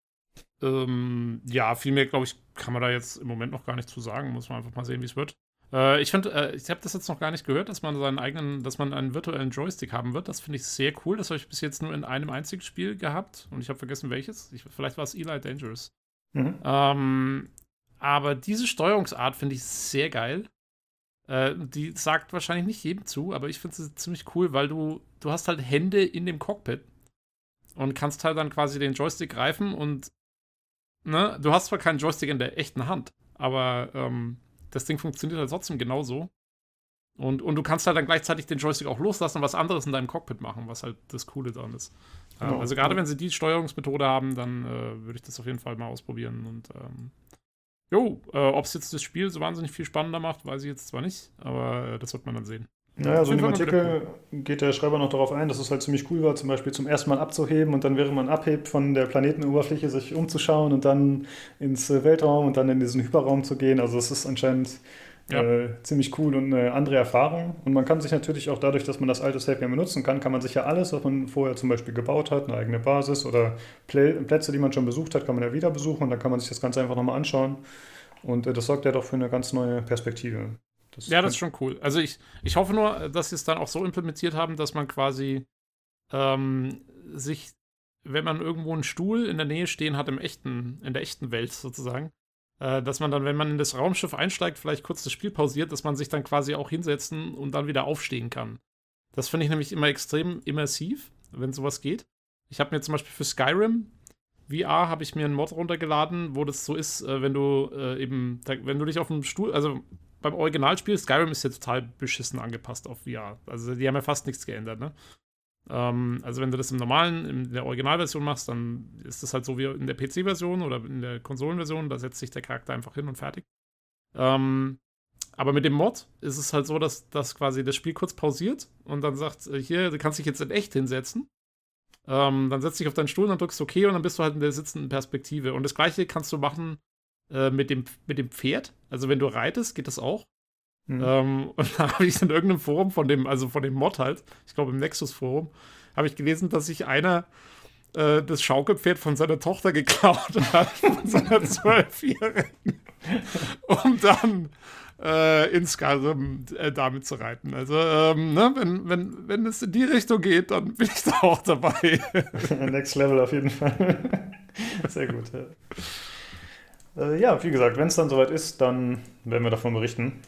ähm, ja, viel mehr, glaube ich, kann man da jetzt im Moment noch gar nicht zu sagen. Muss man einfach mal sehen, wie es wird. Äh, ich finde, äh, ich habe das jetzt noch gar nicht gehört, dass man seinen eigenen, dass man einen virtuellen Joystick haben wird. Das finde ich sehr cool. Das habe ich bis jetzt nur in einem einzigen Spiel gehabt und ich habe vergessen, welches. Ich, vielleicht war es Eli Dangerous. Mhm. Ähm, aber diese Steuerungsart finde ich sehr geil. Äh, die sagt wahrscheinlich nicht jedem zu, aber ich finde sie ziemlich cool, weil du, du hast halt Hände in dem Cockpit und kannst halt dann quasi den Joystick greifen und ne, du hast zwar keinen Joystick in der echten Hand, aber ähm, das Ding funktioniert halt trotzdem genauso. Und, und du kannst halt dann gleichzeitig den Joystick auch loslassen und was anderes in deinem Cockpit machen, was halt das Coole dran ist. Genau. Ähm, also gerade wenn sie die Steuerungsmethode haben, dann äh, würde ich das auf jeden Fall mal ausprobieren. Und ähm, jo, äh, ob es jetzt das Spiel so wahnsinnig viel spannender macht, weiß ich jetzt zwar nicht, aber äh, das wird man dann sehen. Naja, so in dem Artikel geht der Schreiber noch darauf ein, dass es halt ziemlich cool war, zum Beispiel zum ersten Mal abzuheben und dann, während man abhebt, von der Planetenoberfläche sich umzuschauen und dann ins Weltraum und dann in diesen Hyperraum zu gehen. Also es ist anscheinend Ja. Äh, ziemlich cool und eine andere Erfahrung. Und man kann sich natürlich auch dadurch, dass man das alte Save ja benutzen kann, kann man sich ja alles, was man vorher zum Beispiel gebaut hat, eine eigene Basis oder Play Plätze, die man schon besucht hat, kann man ja wieder besuchen und dann kann man sich das Ganze einfach nochmal anschauen. Und äh, das sorgt ja doch für eine ganz neue Perspektive. Das ja, das ist schon cool. Also ich, ich hoffe nur, dass sie es dann auch so implementiert haben, dass man quasi ähm, sich, wenn man irgendwo einen Stuhl in der Nähe stehen hat, im echten, in der echten Welt sozusagen, äh, dass man dann, wenn man in das Raumschiff einsteigt, vielleicht kurz das Spiel pausiert, dass man sich dann quasi auch hinsetzen und dann wieder aufstehen kann. Das finde ich nämlich immer extrem immersiv, wenn sowas geht. Ich habe mir zum Beispiel für Skyrim V R habe ich mir einen Mod runtergeladen, wo das so ist, äh, wenn du äh, eben, da, wenn du dich auf dem Stuhl, also beim Originalspiel, Skyrim ist ja total beschissen angepasst auf V R. Also die haben ja fast nichts geändert, ne? Ähm, also wenn du das im normalen, in der Originalversion machst, dann ist das halt so wie in der P C-Version oder in der Konsolenversion, da setzt sich der Charakter einfach hin und fertig. Ähm, aber mit dem Mod ist es halt so, dass, dass quasi das Spiel kurz pausiert und dann sagt, äh, hier, du kannst dich jetzt in echt hinsetzen. Ähm, dann setzt dich auf deinen Stuhl und dann drückst du OK und dann bist du halt in der sitzenden Perspektive. Und das Gleiche kannst du machen äh, mit, dem, mit dem Pferd. Also wenn du reitest, geht das auch. Mhm. Ähm, und da habe ich in irgendeinem Forum von dem, also von dem Mod halt, ich glaube im Nexus-Forum, habe ich gelesen, dass sich einer äh, das Schaukelpferd von seiner Tochter geklaut hat, von seiner Zwölfjährigen, um dann äh, in Skyrim äh, damit zu reiten. Also, ähm, ne, wenn, wenn, wenn es in die Richtung geht, dann bin ich da auch dabei. Next Level auf jeden Fall. Sehr gut, ja. Äh, ja, wie gesagt, wenn es dann soweit ist, dann werden wir davon berichten.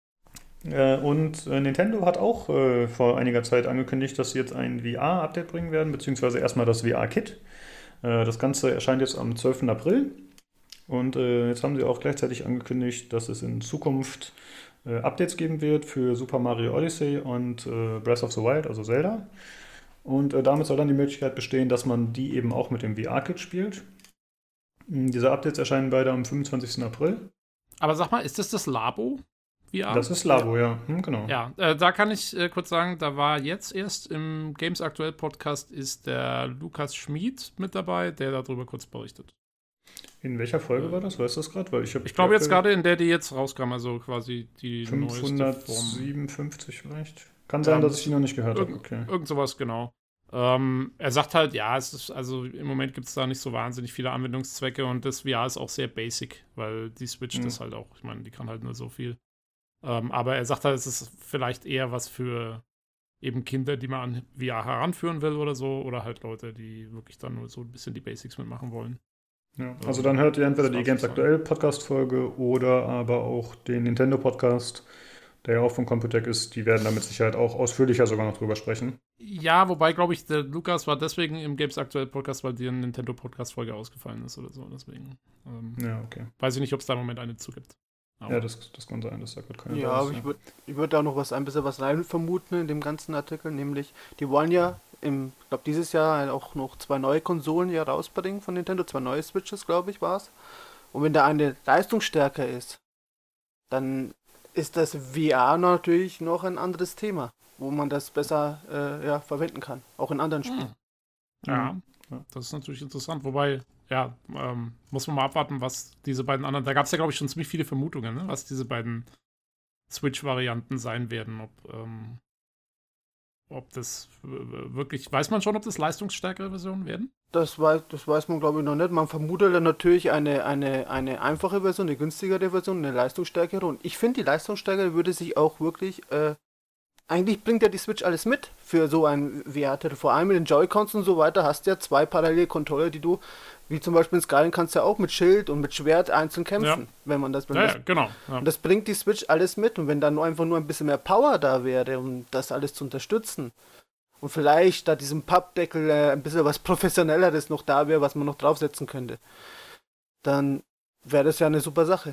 Äh, und äh, Nintendo hat auch äh, vor einiger Zeit angekündigt, dass sie jetzt ein V R-Update bringen werden, beziehungsweise erstmal das V R-Kit. Äh, das Ganze erscheint jetzt am zwölften April. Und äh, jetzt haben sie auch gleichzeitig angekündigt, dass es in Zukunft äh, Updates geben wird für Super Mario Odyssey und äh, Breath of the Wild, also Zelda. Und äh, damit soll dann die Möglichkeit bestehen, dass man die eben auch mit dem V R-Kit spielt. Diese Updates erscheinen beide am fünfundzwanzigsten April. Aber sag mal, ist das das Labo V R? Das ist Labo, ja, hm, genau. Ja, äh, da kann ich äh, kurz sagen, da war jetzt erst im Games Aktuell Podcast ist der Lukas Schmid mit dabei, der darüber kurz berichtet. In welcher Folge war das? Weißt du das gerade? Weil ich ich glaube jetzt gerade in der, die jetzt rauskam, also quasi die fünfhundertsiebenundfünfzig vielleicht. Kann sein, ähm, dass ich die noch nicht gehört habe. Okay. Irgend sowas, genau. Ähm, er sagt halt, ja, es ist, also im Moment gibt es da nicht so wahnsinnig viele Anwendungszwecke und das V R ist auch sehr basic, weil die Switch mhm. das halt auch, ich meine, die kann halt nur so viel. Ähm, aber er sagt halt, es ist vielleicht eher was für eben Kinder, die man an V R heranführen will oder so, oder halt Leute, die wirklich dann nur so ein bisschen die Basics mitmachen wollen. Ja, also dann hört ihr entweder die Games Aktuell Podcast-Folge oder aber auch den Nintendo-Podcast, der ja auch von Computec ist. Die werden da mit Sicherheit auch ausführlicher sogar noch drüber sprechen. Ja, wobei, glaube ich, der Lukas war deswegen im Games Aktuell Podcast, weil die Nintendo-Podcast-Folge ausgefallen ist oder so. Deswegen ähm, ja, okay. weiß ich nicht, ob es da im Moment eine zugibt. Aber ja, das, das kann sein, das sagt gerade keiner. Ja, aber ich würde ich würd da noch was ein bisschen was rein vermuten in dem ganzen Artikel, nämlich die wollen ja im, ich glaube dieses Jahr auch noch zwei neue Konsolen ja rausbringen von Nintendo, zwei neue Switches, glaube ich, war es. Und wenn da eine leistungsstärker ist, dann ist das V R natürlich noch ein anderes Thema, wo man das besser äh, ja, verwenden kann, auch in anderen Spielen. Ja, ja, das ist natürlich interessant, wobei ja, ähm, muss man mal abwarten, was diese beiden anderen, da gab es ja, glaube ich, schon ziemlich viele Vermutungen, ne? Was diese beiden Switch-Varianten sein werden, ob, ähm, ob das wirklich, weiß man schon, ob das leistungsstärkere Versionen werden? Das weiß, das weiß man, glaube ich, noch nicht. Man vermutet dann natürlich eine, eine, eine einfache Version, eine günstigere Version, eine leistungsstärkere. Und ich finde, die leistungsstärkere würde sich auch wirklich, äh, eigentlich bringt ja die Switch alles mit für so ein V R-Titel. Vor allem mit den Joy-Cons und so weiter hast du ja zwei parallele Controller, die du, wie zum Beispiel in Skyrim, kannst du ja auch mit Schild und mit Schwert einzeln kämpfen, ja. wenn man das benutzt. Ja, ja, genau. Ja. Und das bringt die Switch alles mit. Und wenn dann nur einfach nur ein bisschen mehr Power da wäre, um das alles zu unterstützen und vielleicht da diesem Pappdeckel äh, ein bisschen was Professionelleres noch da wäre, was man noch draufsetzen könnte, dann wäre das ja eine super Sache.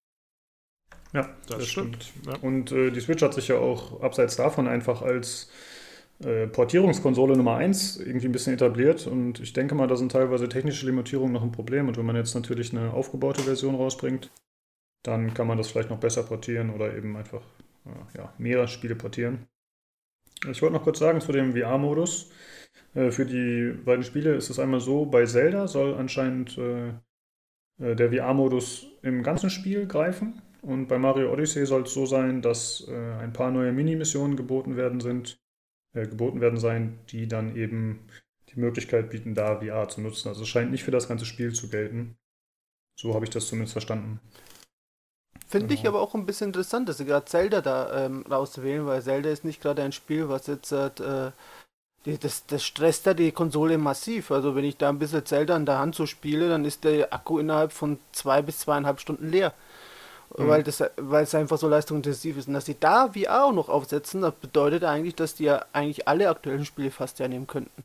Ja, das, das stimmt. stimmt. Ja. Und äh, die Switch hat sich ja auch abseits davon einfach als äh, Portierungskonsole Nummer eins irgendwie ein bisschen etabliert. Und ich denke mal, da sind teilweise technische Limitierungen noch ein Problem. Und wenn man jetzt natürlich eine aufgebaute Version rausbringt, dann kann man das vielleicht noch besser portieren oder eben einfach äh, ja, mehrere Spiele portieren. Ich wollte noch kurz sagen zu dem V R-Modus. Äh, für die beiden Spiele ist es einmal so, bei Zelda soll anscheinend äh, der V R-Modus im ganzen Spiel greifen. Und bei Mario Odyssey soll es so sein, dass äh, ein paar neue Mini-Missionen geboten werden sind, äh, geboten werden sein, die dann eben die Möglichkeit bieten, da V R zu nutzen. Also es scheint nicht für das ganze Spiel zu gelten. So habe ich das zumindest verstanden. Finde ich Genau. aber auch ein bisschen interessant, dass sie gerade Zelda da ähm, rauswählen, weil Zelda ist nicht gerade ein Spiel, was jetzt äh, die, das, das stresst ja die Konsole massiv. Also wenn ich da ein bisschen Zelda in der Hand so spiele, dann ist der Akku innerhalb von zwei bis zweieinhalb Stunden leer. Mhm. Weil, das, weil es einfach so leistungsintensiv ist. Und dass sie da V R auch noch aufsetzen, das bedeutet eigentlich, dass die ja eigentlich alle aktuellen Spiele fast ja nehmen könnten.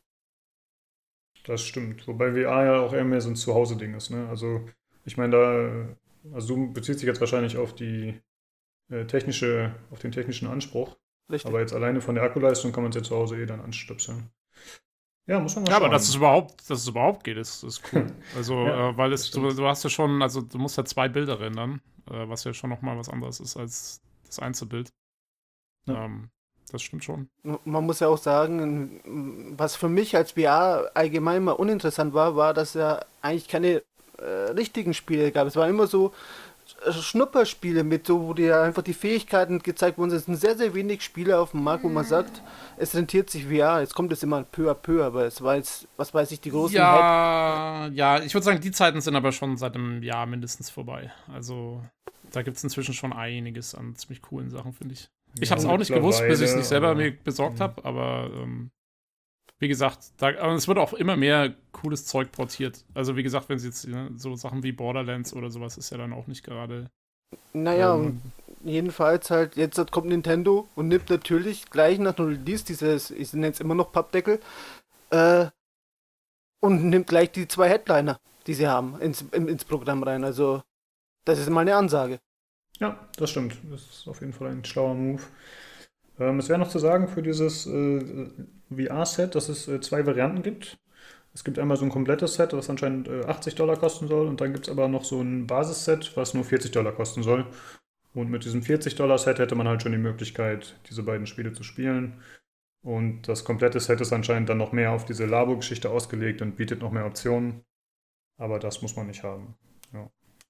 Das stimmt. Wobei V R ja auch eher mehr so ein Zuhause-Ding ist, ne? Also ich meine, da, also du beziehst dich jetzt wahrscheinlich auf die äh, technische, auf den technischen Anspruch. Richtig. Aber jetzt alleine von der Akkuleistung kann man es ja zu Hause eh dann anstöpseln. Ja, muss man mal Ja, schauen. aber dass es überhaupt, dass es überhaupt geht, ist, ist cool. Also, Ja, äh, weil das es, du, stimmt. du hast ja schon, also du musst ja zwei Bilder rendern, äh, was ja schon nochmal was anderes ist als das Einzelbild. Ja. Ähm, das stimmt schon. Man muss ja auch sagen, was für mich als V R allgemein mal uninteressant war, war, dass ja eigentlich keine äh, richtigen Spiele gab. Es waren immer so äh, Schnupperspiele mit, so, wo dir einfach die Fähigkeiten gezeigt wurden. Es sind sehr, sehr wenig Spiele auf dem Markt, wo man sagt, es rentiert sich V R. Jetzt kommt es immer peu à peu, aber es war jetzt, was weiß ich, die großen Hype. Ja, ja, ich würde sagen, die Zeiten sind aber schon seit einem Jahr mindestens vorbei. Also, da gibt es inzwischen schon einiges an ziemlich coolen Sachen, finde ich. Ich Ja, habe es auch nicht gewusst, bis ich es nicht selber mittlerweile, mir besorgt Mhm. habe, aber ähm, wie gesagt, da, aber es wird auch immer mehr cooles Zeug portiert. Also wie gesagt, wenn sie jetzt ne, so Sachen wie Borderlands oder sowas ist ja dann auch nicht gerade. Naja, ähm, und jedenfalls halt, jetzt kommt Nintendo und nimmt natürlich gleich nach dem Release dieses, ich nenne es immer noch Pappdeckel, äh, und nimmt gleich die zwei Headliner, die sie haben, ins, in, ins Programm rein. Also, das ist mal eine Ansage. Ja, das stimmt. Das ist auf jeden Fall ein schlauer Move. Ähm, es wäre noch zu sagen für dieses äh, V R-Set, dass es äh, zwei Varianten gibt. Es gibt einmal so ein komplettes Set, was anscheinend äh, achtzig Dollar kosten soll. Und dann gibt es aber noch so ein Basisset, was nur vierzig Dollar kosten soll. Und mit diesem vierzig Dollar Set hätte man halt schon die Möglichkeit, diese beiden Spiele zu spielen. Und das komplette Set ist anscheinend dann noch mehr auf diese Labo-Geschichte ausgelegt und bietet noch mehr Optionen. Aber das muss man nicht haben. Ja.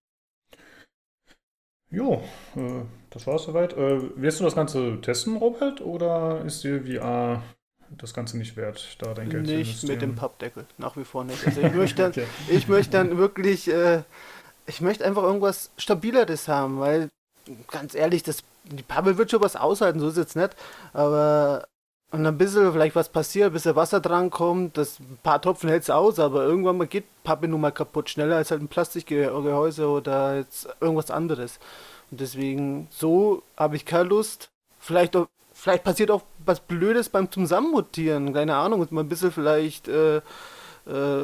Jo, äh, das war's soweit. Äh, wirst du das Ganze testen, Robert, oder ist dir V R das Ganze nicht wert, da dein Geld zu Nicht investieren? mit dem Pappdeckel, nach wie vor nicht. Also ich möchte dann, Okay. ich möchte dann wirklich, äh, ich möchte einfach irgendwas Stabileres haben, weil, ganz ehrlich, das, die Pappe wird schon was aushalten, so ist es jetzt nicht, aber und ein bisschen vielleicht was passiert, ein bisschen Wasser dran kommt, das ein paar Tropfen hält es aus, aber irgendwann mal geht Pappe nun mal kaputt, schneller als halt ein Plastikgehäuse oder jetzt irgendwas anderes. Und deswegen, so habe ich keine Lust. Vielleicht auch, vielleicht passiert auch was Blödes beim Zusammenmontieren, keine Ahnung, und man ein bisschen vielleicht äh, äh,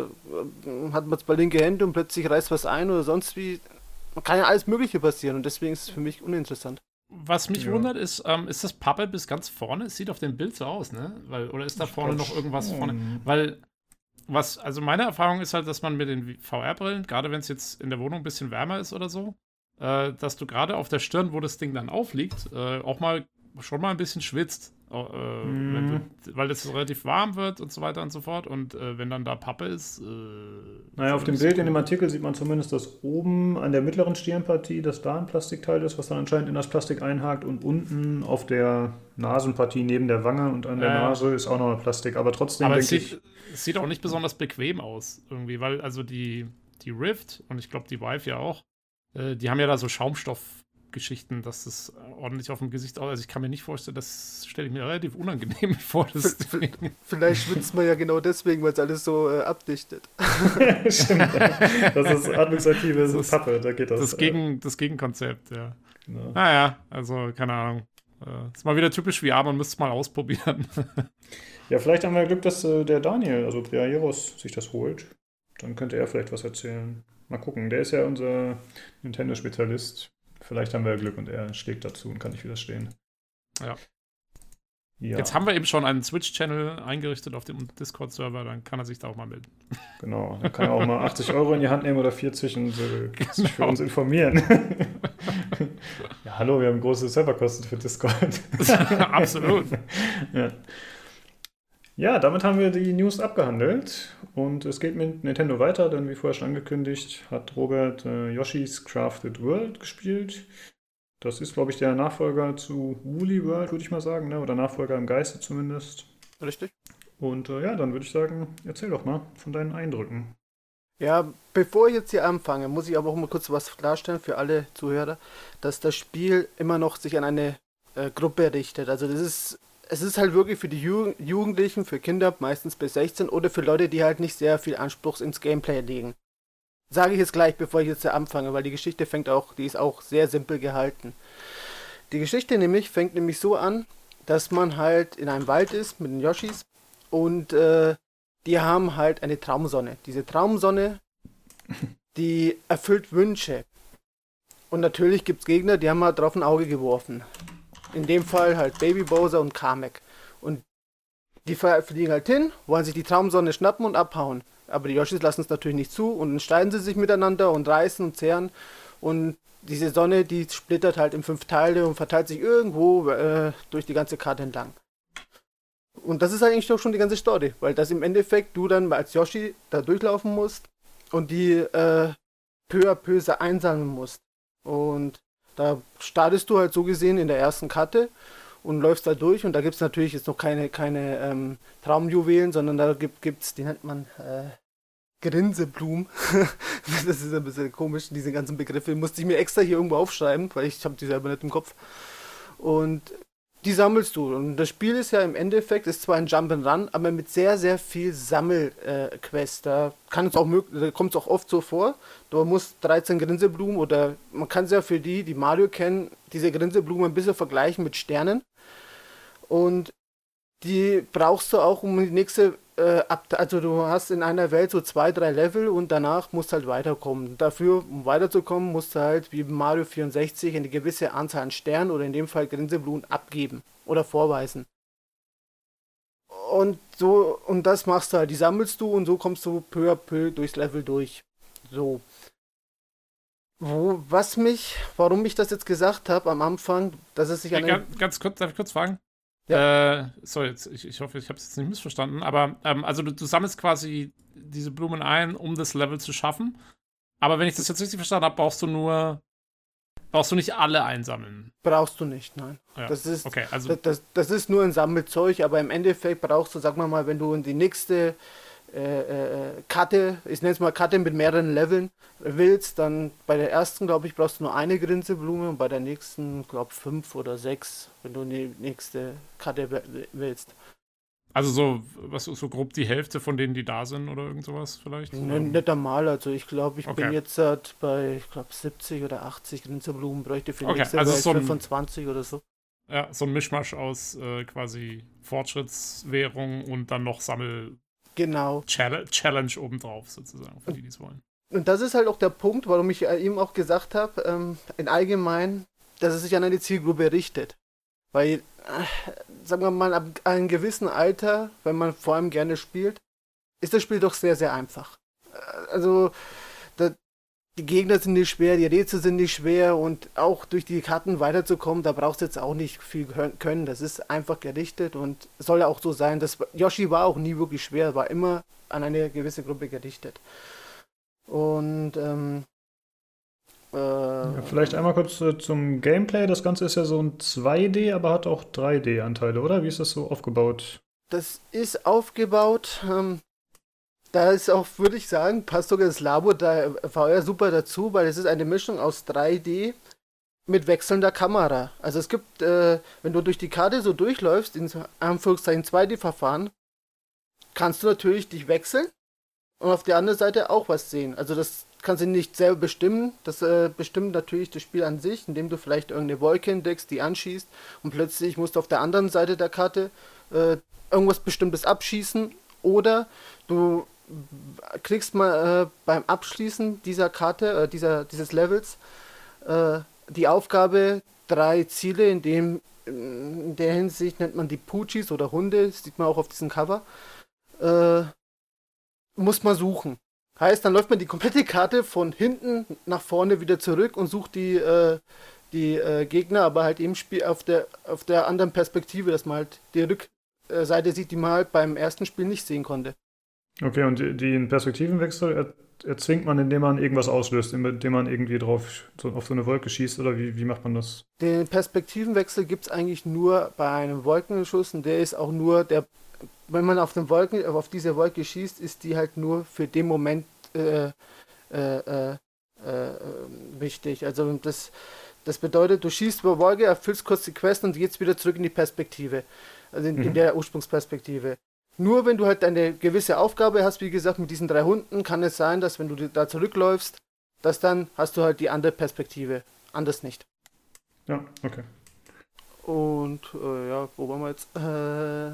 hat man zwei linke Hände und plötzlich reißt was ein oder sonst wie. Man kann ja alles Mögliche passieren und deswegen ist es für mich uninteressant. Was mich Ja. wundert ist, ähm, ist das Pappe bis ganz vorne? Es sieht auf dem Bild so aus, ne? Weil, oder ist da Ich vorne glaub noch irgendwas schon. vorne? Weil, was, also meine Erfahrung ist halt, dass man mit den V R-Brillen, gerade wenn es jetzt in der Wohnung ein bisschen wärmer ist oder so, äh, dass du gerade auf der Stirn, wo das Ding dann aufliegt, äh, auch mal schon mal ein bisschen schwitzt. Äh, Mhm. wenn du, weil es relativ warm wird und so weiter und so fort. Und äh, wenn dann da Pappe ist. Äh, Naja, auf dem Bild in dem Artikel sieht man zumindest, dass oben an der mittleren Stirnpartie, dass da ein Plastikteil ist, was dann anscheinend in das Plastik einhakt, und unten auf der Nasenpartie neben der Wange und an der Ja. Nase ist auch noch ein Plastik. Aber trotzdem Aber es denke sieht, ich, es sieht auch nicht besonders bequem aus, irgendwie, weil also die, die Rift und ich glaube die Vive ja auch, äh, die haben ja da so Schaumstoffgeschichten, dass das ordentlich auf dem Gesicht aussieht. Also ich kann mir nicht vorstellen, das stelle ich mir relativ unangenehm vor. Das Ding. Vielleicht schwitzt man ja genau deswegen, weil es alles so äh, abdichtet. stimmt, das ist atmungsaktive Das ist- Pappe, da geht das. Das, Gegen, das Gegenkonzept, ja. Genau. Naja, also keine Ahnung. Äh, ist mal wieder typisch V R, man müsste es mal ausprobieren. Ja, vielleicht haben wir Glück, dass äh, der Daniel, also Briaeros, sich das holt. Dann könnte er vielleicht was erzählen. Mal gucken, der ist ja unser Nintendo-Spezialist. Vielleicht haben wir Glück und er schlägt dazu und kann nicht widerstehen. Ja. Ja, Jetzt haben wir eben schon einen Switch-Channel eingerichtet auf dem Discord-Server, dann kann er sich da auch mal melden. genau. Dann kann er auch mal achtzig Euro in die Hand nehmen oder vierzig und äh, sich für Genau. uns informieren. Ja, hallo, wir haben große Serverkosten für Discord. Absolut. Ja. Ja, damit haben wir die News abgehandelt und es geht mit Nintendo weiter, denn wie vorher schon angekündigt, hat Robert äh, Yoshi's Crafted World gespielt. Das ist, glaube ich, der Nachfolger zu Woolly World, würde ich mal sagen, ne? Oder Nachfolger im Geiste zumindest. Richtig. Und äh, ja, dann würde ich sagen, erzähl doch mal von deinen Eindrücken. Ja, bevor ich jetzt hier anfange, muss ich aber auch mal kurz was klarstellen für alle Zuhörer, dass das Spiel immer noch sich an eine äh, Gruppe richtet. Also das ist, es ist halt wirklich für die Ju- Jugendlichen, für Kinder, meistens bis sechzehn, oder für Leute, die halt nicht sehr viel Anspruch ins Gameplay legen. Sage ich jetzt gleich, bevor ich jetzt hier anfange, weil die Geschichte fängt auch, die ist auch sehr simpel gehalten. Die Geschichte nämlich fängt nämlich so an, dass man halt in einem Wald ist mit den Yoshis und äh, die haben halt eine Traumsonne. Diese Traumsonne, die erfüllt Wünsche. Und natürlich gibt es Gegner, die haben halt drauf ein Auge geworfen. In dem Fall halt Baby Bowser und Kamek. Und die fliegen halt hin, wollen sich die Traumsonne schnappen und abhauen. Aber die Yoshis lassen es natürlich nicht zu und dann streiten sie sich miteinander und reißen und zehren. Und diese Sonne, die splittert halt in fünf Teile und verteilt sich irgendwo äh, durch die ganze Karte entlang. Und das ist eigentlich doch schon die ganze Story, weil das im Endeffekt du dann als Yoshi da durchlaufen musst und die äh, peu à peu einsammeln musst. Und da startest du halt so gesehen in der ersten Karte und läufst da durch und da gibt es natürlich jetzt noch keine, keine ähm, Traumjuwelen, sondern da gibt es, die nennt man äh, Grinseblumen. Das ist ein bisschen komisch, diese ganzen Begriffe. Musste ich mir extra hier irgendwo aufschreiben, weil ich habe die selber nicht im Kopf. Und die sammelst du. Und das Spiel ist ja im Endeffekt, ist zwar ein Jump'n'Run, aber mit sehr, sehr viel Sammelquests. Da kann es auch möglich, da kommt es auch oft so vor. Du musst dreizehn Grinseblumen oder man kann es ja für die, die Mario kennen, diese Grinseblumen ein bisschen vergleichen mit Sternen. Und die brauchst du auch, um die nächste äh, ab, also du hast in einer Welt so zwei, drei Level und danach musst du halt weiterkommen. Dafür, um weiterzukommen, musst du halt wie Mario vierundsechzig eine gewisse Anzahl an Sternen oder in dem Fall Grinseblumen abgeben oder vorweisen. Und so, und das machst du halt, die sammelst du und so kommst du peu à peu durchs Level durch. So. Wo, was mich, warum ich das jetzt gesagt habe am Anfang, dass es sich Ja, an ganz, ganz kurz, darf ich kurz fragen? Ja. Äh, sorry, jetzt, ich, ich hoffe, ich habe es jetzt nicht missverstanden, aber ähm, also du, du sammelst quasi diese Blumen ein, um das Level zu schaffen. Aber wenn ich das jetzt richtig verstanden habe, brauchst du nur, brauchst du nicht alle einsammeln. Brauchst du nicht, nein. Ja. Das ist, okay, also das, das, das ist nur ein Sammelzeug, aber im Endeffekt brauchst du, sag mal mal, wenn du in die nächste äh, äh, Karte, ich nenne es mal Karte mit mehreren Leveln willst, dann bei der ersten, glaube ich, brauchst du nur eine Grinseblume und bei der nächsten, glaube ich, fünf oder sechs, wenn du die nächste Karte willst. Also so, was so grob die Hälfte von denen, die da sind oder irgend sowas vielleicht? N- Nicht einmal, also ich glaube, ich Okay. bin jetzt halt bei, ich glaube, siebzig oder achtzig Grinseblumen, bräuchte für die Okay, nächste also Welt so ein- fünfundzwanzig oder so. Ja, so ein Mischmasch aus äh, quasi Fortschrittswährung und dann noch Genau. Sammel-Challenge obendrauf sozusagen, für die, die es wollen. Und das ist halt auch der Punkt, warum ich äh, eben auch gesagt habe, ähm, in allgemein, dass es sich an eine Zielgruppe richtet. Weil, äh, sagen wir mal, ab einem gewissen Alter, wenn man vor allem gerne spielt, ist das Spiel doch sehr, sehr einfach. Äh, also, da, die Gegner sind nicht schwer, die Rätsel sind nicht schwer und auch durch die Karten weiterzukommen, da brauchst du jetzt auch nicht viel können. Das ist einfach gerichtet und soll ja auch so sein. Das, Yoshi war auch nie wirklich schwer, war immer an eine gewisse Gruppe gerichtet. Und ähm, äh, Ja, vielleicht einmal kurz äh, zum Gameplay. Das Ganze ist ja so ein zwei D, aber hat auch drei D-Anteile, oder? Wie ist das so aufgebaut? das ist aufgebaut. Ähm, da ist auch, würde ich sagen, passt sogar das Labo da V R super dazu, weil es ist eine Mischung aus drei D mit wechselnder Kamera. Also es gibt, äh, wenn du durch die Karte so durchläufst, in Anführungszeichen zwei D-Verfahren, kannst du natürlich dich wechseln und auf der anderen Seite auch was sehen. Also das kannst du nicht selber bestimmen. Das äh, bestimmt natürlich das Spiel an sich, indem du vielleicht irgendeine Wolke entdeckst, die anschießt und plötzlich musst du auf der anderen Seite der Karte äh, irgendwas Bestimmtes abschießen oder du kriegst mal äh, beim Abschließen dieser Karte, äh, dieser, dieses Levels, äh, die Aufgabe, drei Ziele, in dem in der Hinsicht nennt man die Poochies oder Hunde, das sieht man auch auf diesem Cover, äh, muss man suchen. Heißt, dann läuft man die komplette Karte von hinten nach vorne wieder zurück und sucht die, äh, die äh, Gegner, aber halt im Spiel auf der, auf der anderen Perspektive, dass man halt die Rückseite sieht, die man halt beim ersten Spiel nicht sehen konnte. Okay, und die- den Perspektivenwechsel er erzwingt man, indem man irgendwas auslöst, indem man irgendwie drauf so auf so eine Wolke schießt, oder wie, wie macht man das? Den Perspektivenwechsel gibt es eigentlich nur bei einem Wolkenschuss und der ist auch nur der, wenn man auf, den Wolken, auf diese Wolke schießt, ist die halt nur für den Moment äh, äh, äh, äh, wichtig. Also das, das bedeutet, du schießt über Wolke, erfüllst kurz die Quest und gehst wieder zurück in die Perspektive, also in, mhm. in der Ursprungsperspektive. Nur wenn du halt eine gewisse Aufgabe hast, wie gesagt, mit diesen drei Hunden, kann es sein, dass wenn du da zurückläufst, dass dann hast du halt die andere Perspektive. Anders nicht. Ja, okay. Und, äh, ja, wo waren wir jetzt? Äh,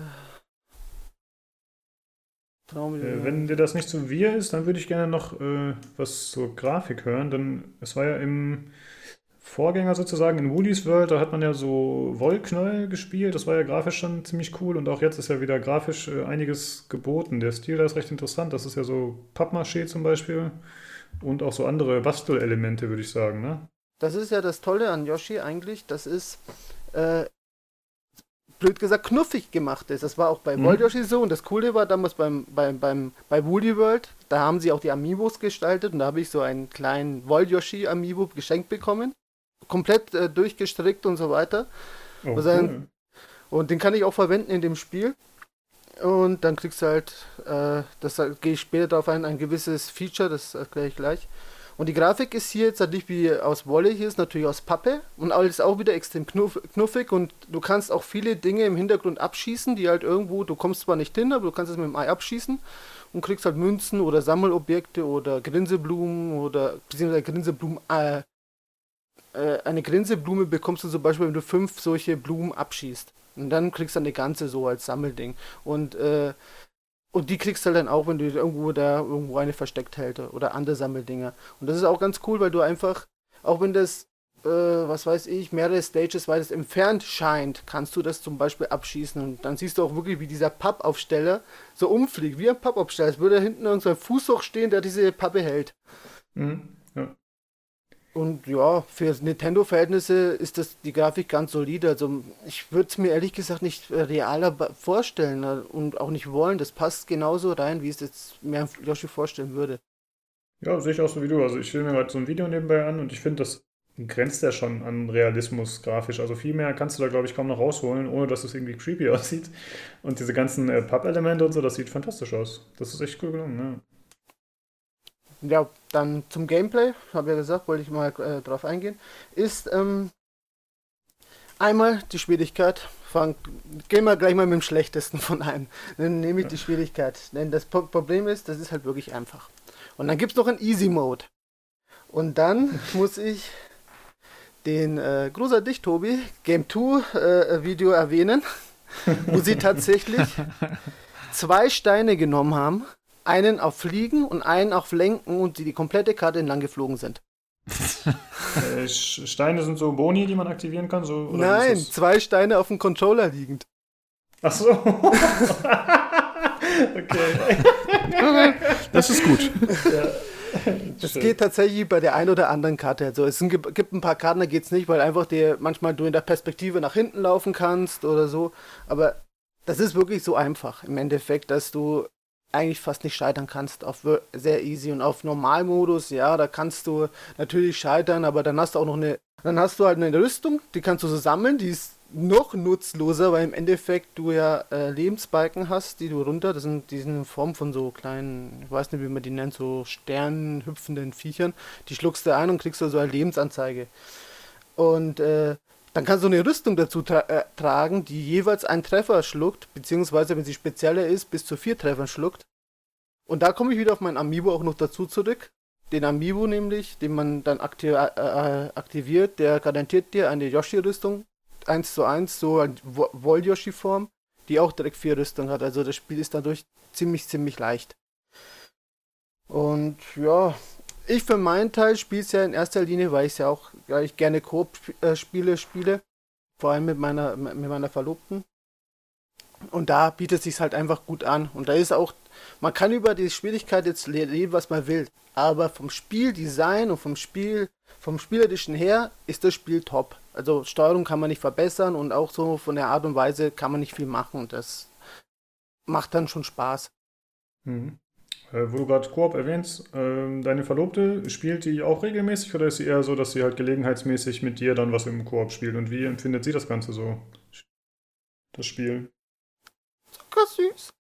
äh, wenn dir das nicht so wir ist, dann würde ich gerne noch äh, was zur Grafik hören, denn es war ja im Vorgänger sozusagen in Woody's World, da hat man ja so Wollknäuel gespielt, das war ja grafisch schon ziemlich cool und auch jetzt ist ja wieder grafisch äh, einiges geboten. Der Stil da ist recht interessant, das ist ja so Pappmaché zum Beispiel und auch so andere Bastelelemente, würde ich sagen, ne? Das ist ja das Tolle an Yoshi eigentlich, das ist, äh, blöd gesagt, knuffig gemacht ist. Das war auch bei mhm. Woll Yoshi so und das Coole war damals beim, beim, beim, bei Woody World, da haben sie auch die Amiibos gestaltet und da habe ich so einen kleinen Woll Yoshi Amiibo geschenkt bekommen. Komplett äh, durchgestrickt und so weiter. Oh, also ein, cool. Und den kann ich auch verwenden in dem Spiel. Und dann kriegst du halt, äh, das gehe ich später darauf ein, ein gewisses Feature, das erkläre ich gleich. Und die Grafik ist hier jetzt halt nicht wie aus Wolle, hier ist natürlich aus Pappe und alles auch wieder extrem knuff, knuffig und du kannst auch viele Dinge im Hintergrund abschießen, die halt irgendwo, du kommst zwar nicht hin, aber du kannst es mit dem Ei abschießen und kriegst halt Münzen oder Sammelobjekte oder Grinseblumen oder beziehungsweise Grinseblumen, äh, eine Grinseblume bekommst du zum Beispiel, wenn du fünf solche Blumen abschießt. Und dann kriegst du eine ganze so als Sammelding. Und, äh, und die kriegst du dann auch, wenn du irgendwo da irgendwo eine versteckt hältst oder andere Sammeldinger. Und das ist auch ganz cool, weil du einfach, auch wenn das, äh, was weiß ich, mehrere Stages weit entfernt scheint, kannst du das zum Beispiel abschießen. Und dann siehst du auch wirklich, wie dieser Pappaufsteller so umfliegt, wie ein Pappaufsteller. Es würde hinten irgendein Fuß hochstehen, der diese Pappe hält. Mhm. Ja. Und ja, für Nintendo-Verhältnisse ist das die Grafik ganz solide. Also ich würde es mir ehrlich gesagt nicht realer vorstellen und auch nicht wollen. Das passt genauso rein, wie ich es jetzt mir Yoshi vorstellen würde. Ja, sehe ich auch so wie du. Also ich will mir gerade so ein Video nebenbei an und ich finde, das grenzt ja schon an Realismus grafisch. Also viel mehr kannst du da, glaube ich, kaum noch rausholen, ohne dass es irgendwie creepy aussieht. Und diese ganzen äh, Pappelemente und so, das sieht fantastisch aus. Das ist echt cool gelungen, ja. Ja, dann zum Gameplay, habe ja gesagt, wollte ich mal äh, drauf eingehen, ist ähm, einmal die Schwierigkeit, fang, gehen wir gleich mal mit dem schlechtesten von einem, nämlich die Schwierigkeit, denn das po- Problem ist, das ist halt wirklich einfach. Und dann gibt es noch einen Easy Mode und dann muss ich den äh, Grußer dich, Tobi, Game zwei äh, Video erwähnen, wo sie tatsächlich zwei Steine genommen haben, einen auf Fliegen und einen auf Lenken und die die komplette Karte entlang geflogen sind. äh, Steine sind so Boni, die man aktivieren kann? So, oder nein, zwei Steine auf dem Controller liegend. Ach so. Okay. Das ist gut. Ja. Das geht tatsächlich bei der einen oder anderen Karte. Also es gibt ein paar Karten, da geht es nicht, weil einfach dir manchmal du in der Perspektive nach hinten laufen kannst oder so. Aber das ist wirklich so einfach im Endeffekt, dass du eigentlich fast nicht scheitern kannst, auf sehr easy und auf Normalmodus, ja, da kannst du natürlich scheitern, aber dann hast du auch noch eine, dann hast du halt eine Rüstung, die kannst du so sammeln, die ist noch nutzloser, weil im Endeffekt du ja äh, Lebensbalken hast, die du runter, das sind, die sind in Form von so kleinen, ich weiß nicht, wie man die nennt, so sternenhüpfenden Viechern, die schluckst du ein und kriegst du so eine Lebensanzeige. Und äh, dann kannst du eine Rüstung dazu tra- äh, tragen, die jeweils einen Treffer schluckt, beziehungsweise, wenn sie spezieller ist, bis zu vier Treffern schluckt. Und da komme ich wieder auf meinen Amiibo auch noch dazu zurück. Den Amiibo nämlich, den man dann akti- äh, aktiviert, der garantiert dir eine Yoshi-Rüstung, eins zu eins, so eine Woll-Yoshi-Form, die auch direkt vier Rüstung hat. Also das Spiel ist dadurch ziemlich, ziemlich leicht. Und ja, ich für meinen Teil spiele es ja in erster Linie, weil ich es ja auch weil ich gerne Koop-Spiele spiele, vor allem mit meiner, mit meiner Verlobten. Und da bietet es sich halt einfach gut an. Und da ist auch, man kann über die Schwierigkeit jetzt reden, was man will. Aber vom Spieldesign und vom Spiel, vom Spielerischen her ist das Spiel top. Also Steuerung kann man nicht verbessern und auch so von der Art und Weise kann man nicht viel machen. Und das macht dann schon Spaß. Mhm. Äh, wo du gerade Koop erwähnst, ähm, deine Verlobte, spielt die auch regelmäßig oder ist sie eher so, dass sie halt gelegenheitsmäßig mit dir dann was im Koop spielt? Und wie empfindet sie das Ganze so, das Spiel? Ganz süß.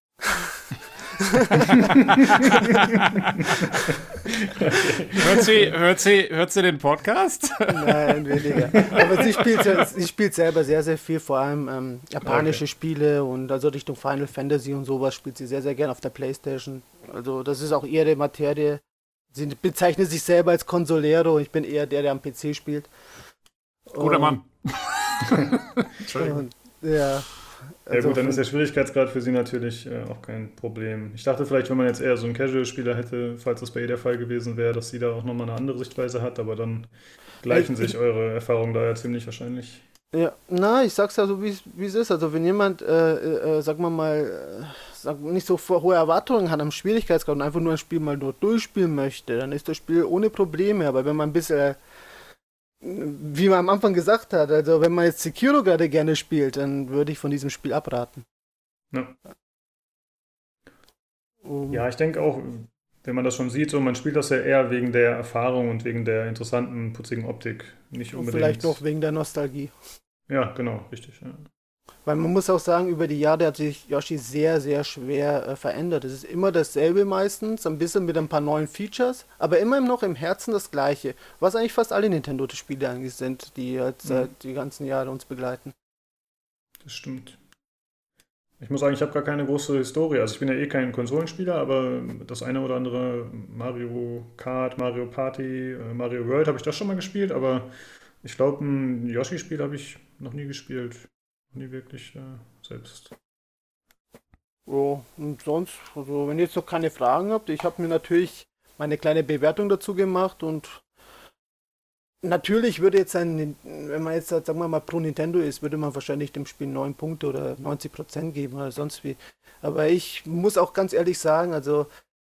Hört sie, hört sie, hört sie den Podcast? Nein, weniger. Aber sie spielt, sie spielt selber sehr, sehr viel, vor allem ähm, japanische Okay. Spiele und also Richtung Final Fantasy und sowas spielt sie sehr, sehr gern auf der Playstation. Also das ist auch ihre Materie. Sie bezeichnet sich selber als Consolero und ich bin eher der, der am P C spielt. Guter Und- Mann. Und, ja. Ja Also gut, dann von- ist der Schwierigkeitsgrad für sie natürlich äh, auch kein Problem. Ich dachte vielleicht, wenn man jetzt eher so einen Casual-Spieler hätte, falls das bei ihr der Fall gewesen wäre, dass sie da auch nochmal eine andere Sichtweise hat, aber dann gleichen Ich- sich eure Erfahrungen da ja ziemlich wahrscheinlich. Ja, na, ich sag's ja so, wie es wie es ist. Also wenn jemand, äh, äh, sagen wir mal, äh, sag, nicht so vor hohe Erwartungen hat am Schwierigkeitsgrad und einfach nur ein Spiel mal nur durchspielen möchte, dann ist das Spiel ohne Probleme. Aber wenn man ein bisschen, äh, wie man am Anfang gesagt hat, also wenn man jetzt Sekiro gerade gerne spielt, dann würde ich von diesem Spiel abraten. Ja. Um, Ja, ich denke auch, wenn man das schon sieht, so man spielt das ja eher wegen der Erfahrung und wegen der interessanten, putzigen Optik. Nicht und unbedingt. vielleicht noch wegen der Nostalgie. Ja, genau, richtig. Ja. Weil man muss auch sagen, über die Jahre hat sich Yoshi sehr, sehr schwer äh, verändert. Es ist immer dasselbe meistens, ein bisschen mit ein paar neuen Features, aber immer noch im Herzen das Gleiche. Was eigentlich fast alle Nintendo-Spiele eigentlich sind, die jetzt Mhm. äh, die ganzen Jahre uns begleiten. Das stimmt. Ich muss sagen, ich habe gar keine große Historie. Also ich bin ja eh kein Konsolenspieler, aber das eine oder andere Mario Kart, Mario Party, äh, Mario World habe ich das schon mal gespielt, aber ich glaube, ein Yoshi-Spiel habe ich noch nie gespielt. Noch nie wirklich äh, selbst. So, und sonst, also wenn ihr jetzt noch keine Fragen habt, ich habe mir natürlich meine kleine Bewertung dazu gemacht und natürlich würde jetzt ein, wenn man jetzt, sagen wir mal, pro Nintendo ist, würde man wahrscheinlich dem Spiel neun Punkte oder neunzig Prozent geben oder sonst wie. Aber ich muss auch ganz ehrlich sagen, also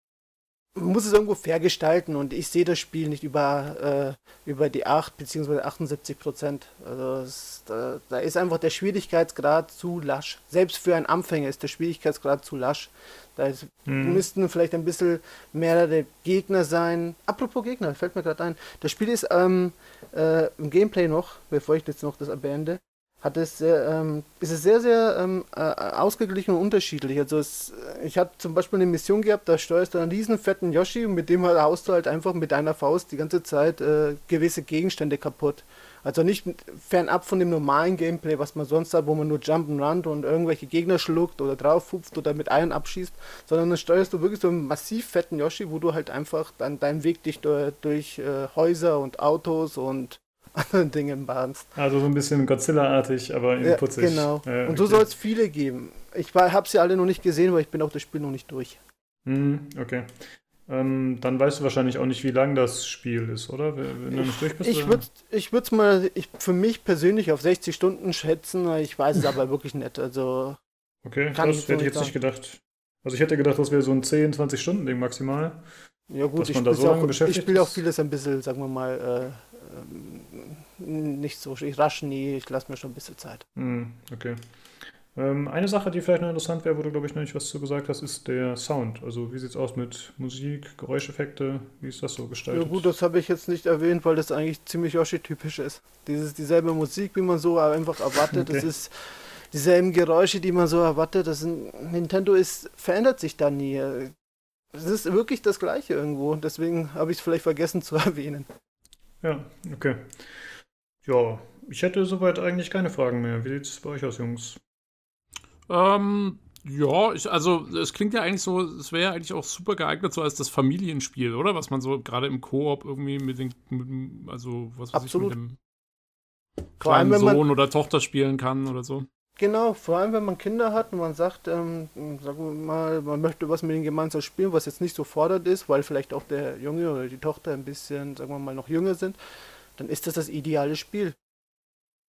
man muss es irgendwo fair gestalten und ich sehe das Spiel nicht über, äh, über die acht bzw. achtundsiebzig Prozent. Also es, da, da ist einfach der Schwierigkeitsgrad zu lasch. Selbst für einen Anfänger ist der Schwierigkeitsgrad zu lasch. Da ist, Hm. müssten vielleicht ein bisschen mehrere Gegner sein. Apropos Gegner, fällt mir gerade ein. Das Spiel ist ähm, äh, im Gameplay noch, bevor ich jetzt noch das beende, hat es sehr, ähm, ist es sehr, sehr ähm, äh, ausgeglichen und unterschiedlich. Also es, ich habe zum Beispiel eine Mission gehabt, da steuerst du einen riesen fetten Yoshi und mit dem halt haust du halt einfach mit einer Faust die ganze Zeit äh, gewisse Gegenstände kaputt. Also nicht mit- fernab von dem normalen Gameplay, was man sonst hat, wo man nur Jump'n'Run und irgendwelche Gegner schluckt oder draufhupft oder mit Eiern abschießt, sondern dann steuerst du wirklich so einen massiv fetten Yoshi, wo du halt einfach dann deinen Weg dich durch, durch äh, Häuser und Autos und anderen Dingen bahnst. Also so ein bisschen Godzilla-artig, aber in Ja, putzig. genau. Ja, Und so okay. soll es viele geben. Ich habe sie alle noch nicht gesehen, weil ich bin auch das Spiel noch nicht durch. Hm, okay. Ähm, dann weißt du wahrscheinlich auch nicht, wie lang das Spiel ist, oder? Wenn wenn du nicht durch bist? Ich oder? würde ich es mal ich, für mich persönlich auf sechzig Stunden schätzen, ich weiß es aber wirklich nicht. Also Okay, kann ich das so hätte ich nicht jetzt nicht gedacht. Also ich hätte gedacht, das wäre so ein zehn, zwanzig Stunden Ding maximal. ja gut, Dass ich man da spiele so lange auch, ich beschäftigt spiele auch ist. vieles ein bisschen, sagen wir mal, äh, ähm, nicht so, ich rasch nie, ich lasse mir schon ein bisschen Zeit. Hm, okay. Ähm, eine Sache, die vielleicht noch interessant wäre, wo du, glaube ich, noch nicht was zu gesagt hast, ist der Sound. Also wie sieht's aus mit Musik, Geräuscheffekte? Wie ist das so Ja gestaltet? gut, das habe ich jetzt nicht erwähnt, weil das eigentlich ziemlich Yoshi-typisch ist. Dieses, dieselbe Musik, wie man so einfach erwartet, das Okay. ist dieselben Geräusche, die man so erwartet. Das sind, Nintendo ist, verändert sich da nie. Es ist wirklich das Gleiche irgendwo. Deswegen habe ich es vielleicht vergessen zu erwähnen. Ja, okay. Ja, ich hätte soweit eigentlich keine Fragen mehr. Wie sieht's bei euch aus, Jungs? Ähm, ja, ich, also es klingt ja eigentlich so, es wäre ja eigentlich auch super geeignet so als das Familienspiel, oder? Was man so gerade im Koop irgendwie mit den, mit, dem- also was weiß Absolut. ich, mit dem Vor allem, kleinen wenn man, Sohn oder Tochter spielen kann oder so. genau, vor allem, wenn man Kinder hat und man sagt, ähm, sagen wir mal, man möchte was mit ihnen gemeinsam spielen, was jetzt nicht so fordernd ist, weil vielleicht auch der Junge oder die Tochter ein bisschen, sagen wir mal, noch jünger sind, dann ist das das ideale Spiel.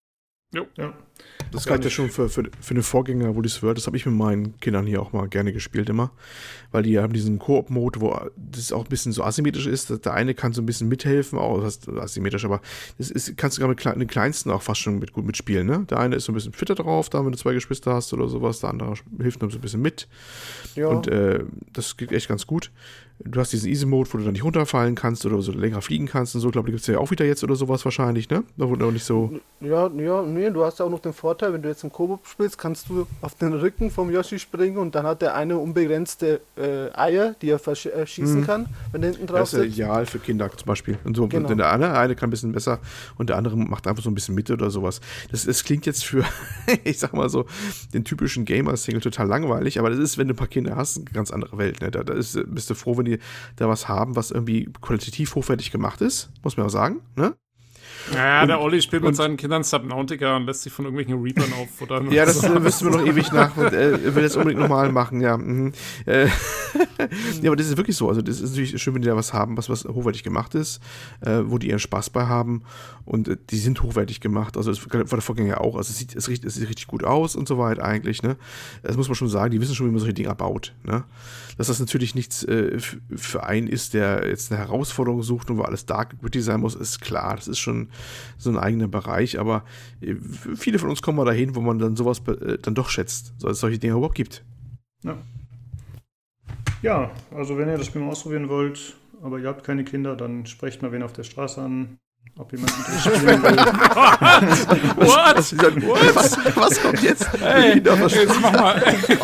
Jo. Ja. Das galt ja schon für, für, für eine Vorgänger Woolies World. Das habe ich mit meinen Kindern hier auch mal gerne gespielt immer. Weil die haben diesen Koop-Mode, wo das auch ein bisschen so asymmetrisch ist. Der eine kann so ein bisschen mithelfen, auch das ist asymmetrisch, aber das ist, kannst du sogar mit den Kleinsten auch fast schon mit, gut mitspielen. Ne? Der eine ist so ein bisschen fitter drauf, da wenn du zwei Geschwister hast oder sowas. Der andere hilft noch so ein bisschen mit. Ja. Und äh, das geht echt ganz gut. Du hast diesen Easy-Mode, wo du dann nicht runterfallen kannst oder so länger fliegen kannst und so. Ich glaube, die gibt es ja auch wieder jetzt oder sowas wahrscheinlich, ne? Da wurde auch nicht so. Ja, ja, nee, du hast ja auch noch den Vorteil, wenn du jetzt im Koop spielst, kannst du auf den Rücken vom Yoshi springen und dann hat der eine unbegrenzte äh, Eier, die er verschießen hm. kann, wenn der hinten drauf ist. Das ist ja ideal für Kinder zum Beispiel. Und so, genau. Denn der eine, eine kann ein bisschen besser und der andere macht einfach so ein bisschen mit oder sowas. Das, das klingt jetzt für, ich sag mal so, den typischen Gamer-Single total langweilig, aber das ist, wenn du ein paar Kinder hast, eine ganz andere Welt. Ne? Da, da ist, bist du froh, wenn die da was haben, was irgendwie qualitativ hochwertig gemacht ist, muss man auch sagen, ne? Ja, und, der Olli spielt mit seinen Kindern Subnautica und lässt sich von irgendwelchen Reapern auffuttern. Ja, das äh, müssen wir noch ewig nach und äh, will das unbedingt nochmal machen, ja. Mhm. Äh, ja, aber das ist wirklich so. Also das ist natürlich schön, wenn die da was haben, was, was hochwertig gemacht ist, äh, wo die ihren Spaß bei haben und äh, die sind hochwertig gemacht. Also das war der Vorgänger auch. Also es sieht, es, riecht, es sieht richtig gut aus und so weiter eigentlich, ne? Das muss man schon sagen, die wissen schon, wie man solche Dinger baut, ne? Dass das natürlich nichts äh, für einen ist, der jetzt eine Herausforderung sucht und wo alles dark und gritty sein muss, ist klar. Das ist schon so ein eigener Bereich, aber viele von uns kommen mal dahin, wo man dann sowas äh, dann doch schätzt, so dass es solche Dinge überhaupt gibt. Ja. Ja, also wenn ihr das Spiel mal ausprobieren wollt, aber ihr habt keine Kinder, dann sprecht mal wen auf der Straße an, ob jemand mit euch spielen will. What? Was, was, was, was kommt jetzt? Hey, jetzt mach mal.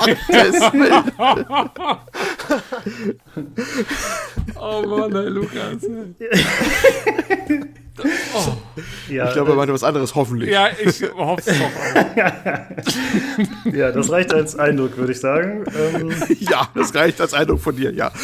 Oh Mann, ey, Lukas. Oh. Ja, ich glaube, er meinte was anderes, hoffentlich. Ja, ich hoffe es doch. Ja, das reicht als Eindruck, würde ich sagen. Ähm, ja, das reicht als Eindruck von dir, ja.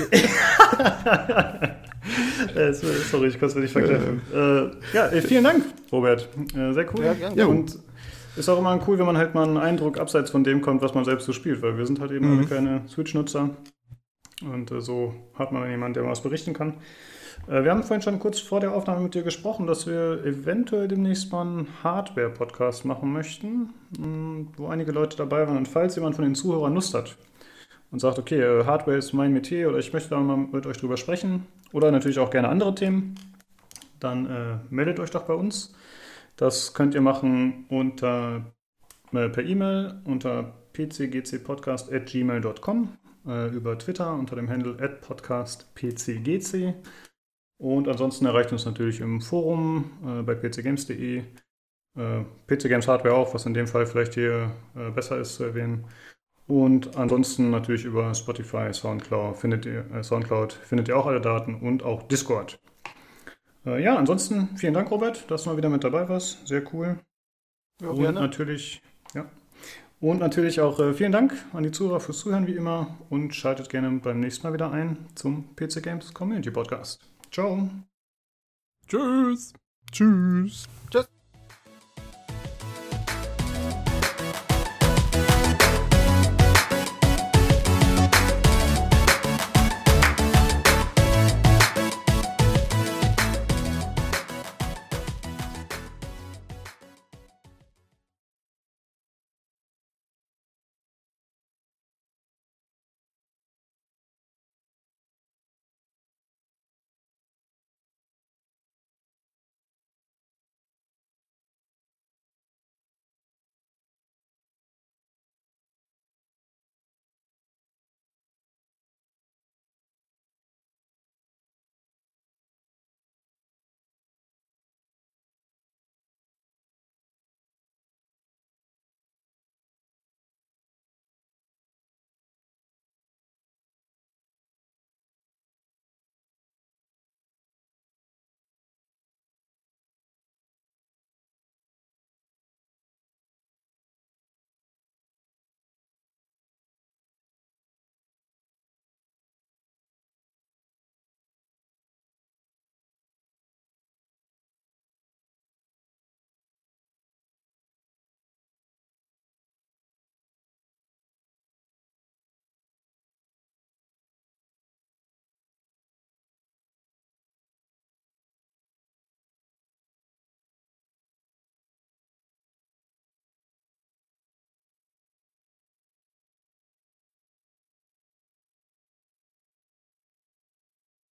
äh, sorry, ich konnte es mir nicht verkneifen. Äh, ja, vielen Dank, Robert. Äh, sehr cool. Ja, gerne. Ja, und ist auch immer cool, wenn man halt mal einen Eindruck abseits von dem kommt, was man selbst so spielt, weil wir sind halt eben mhm. alle keine Switch-Nutzer. Und äh, so hat man dann jemanden, der mal was berichten kann. Wir haben vorhin schon kurz vor der Aufnahme mit dir gesprochen, dass wir eventuell demnächst mal einen Hardware-Podcast machen möchten, wo einige Leute dabei waren. Und falls jemand von den Zuhörern Lust hat und sagt, okay, Hardware ist mein Metier oder ich möchte da mal mit euch drüber sprechen oder natürlich auch gerne andere Themen, dann äh, meldet euch doch bei uns. Das könnt ihr machen unter, äh, per E-Mail unter p c g c podcast at gmail dot com, äh, über Twitter unter dem Handle at podcast p c g c. Und ansonsten erreicht uns natürlich im Forum äh, bei p c games punkt d e, äh, P C Games Hardware auch, was in dem Fall vielleicht hier äh, besser ist zu erwähnen. Und ansonsten natürlich über Spotify, Soundcloud findet ihr, äh, Soundcloud findet ihr auch alle Daten und auch Discord. Äh, ja, ansonsten vielen Dank, Robert, dass du mal wieder mit dabei warst. Sehr cool. Ja, und gerne. natürlich, ja. Und natürlich auch äh, vielen Dank an die Zuhörer fürs Zuhören wie immer und schaltet gerne beim nächsten Mal wieder ein zum P C Games Community Podcast. Ciao. Tschüss. Tschüss. Tschüss.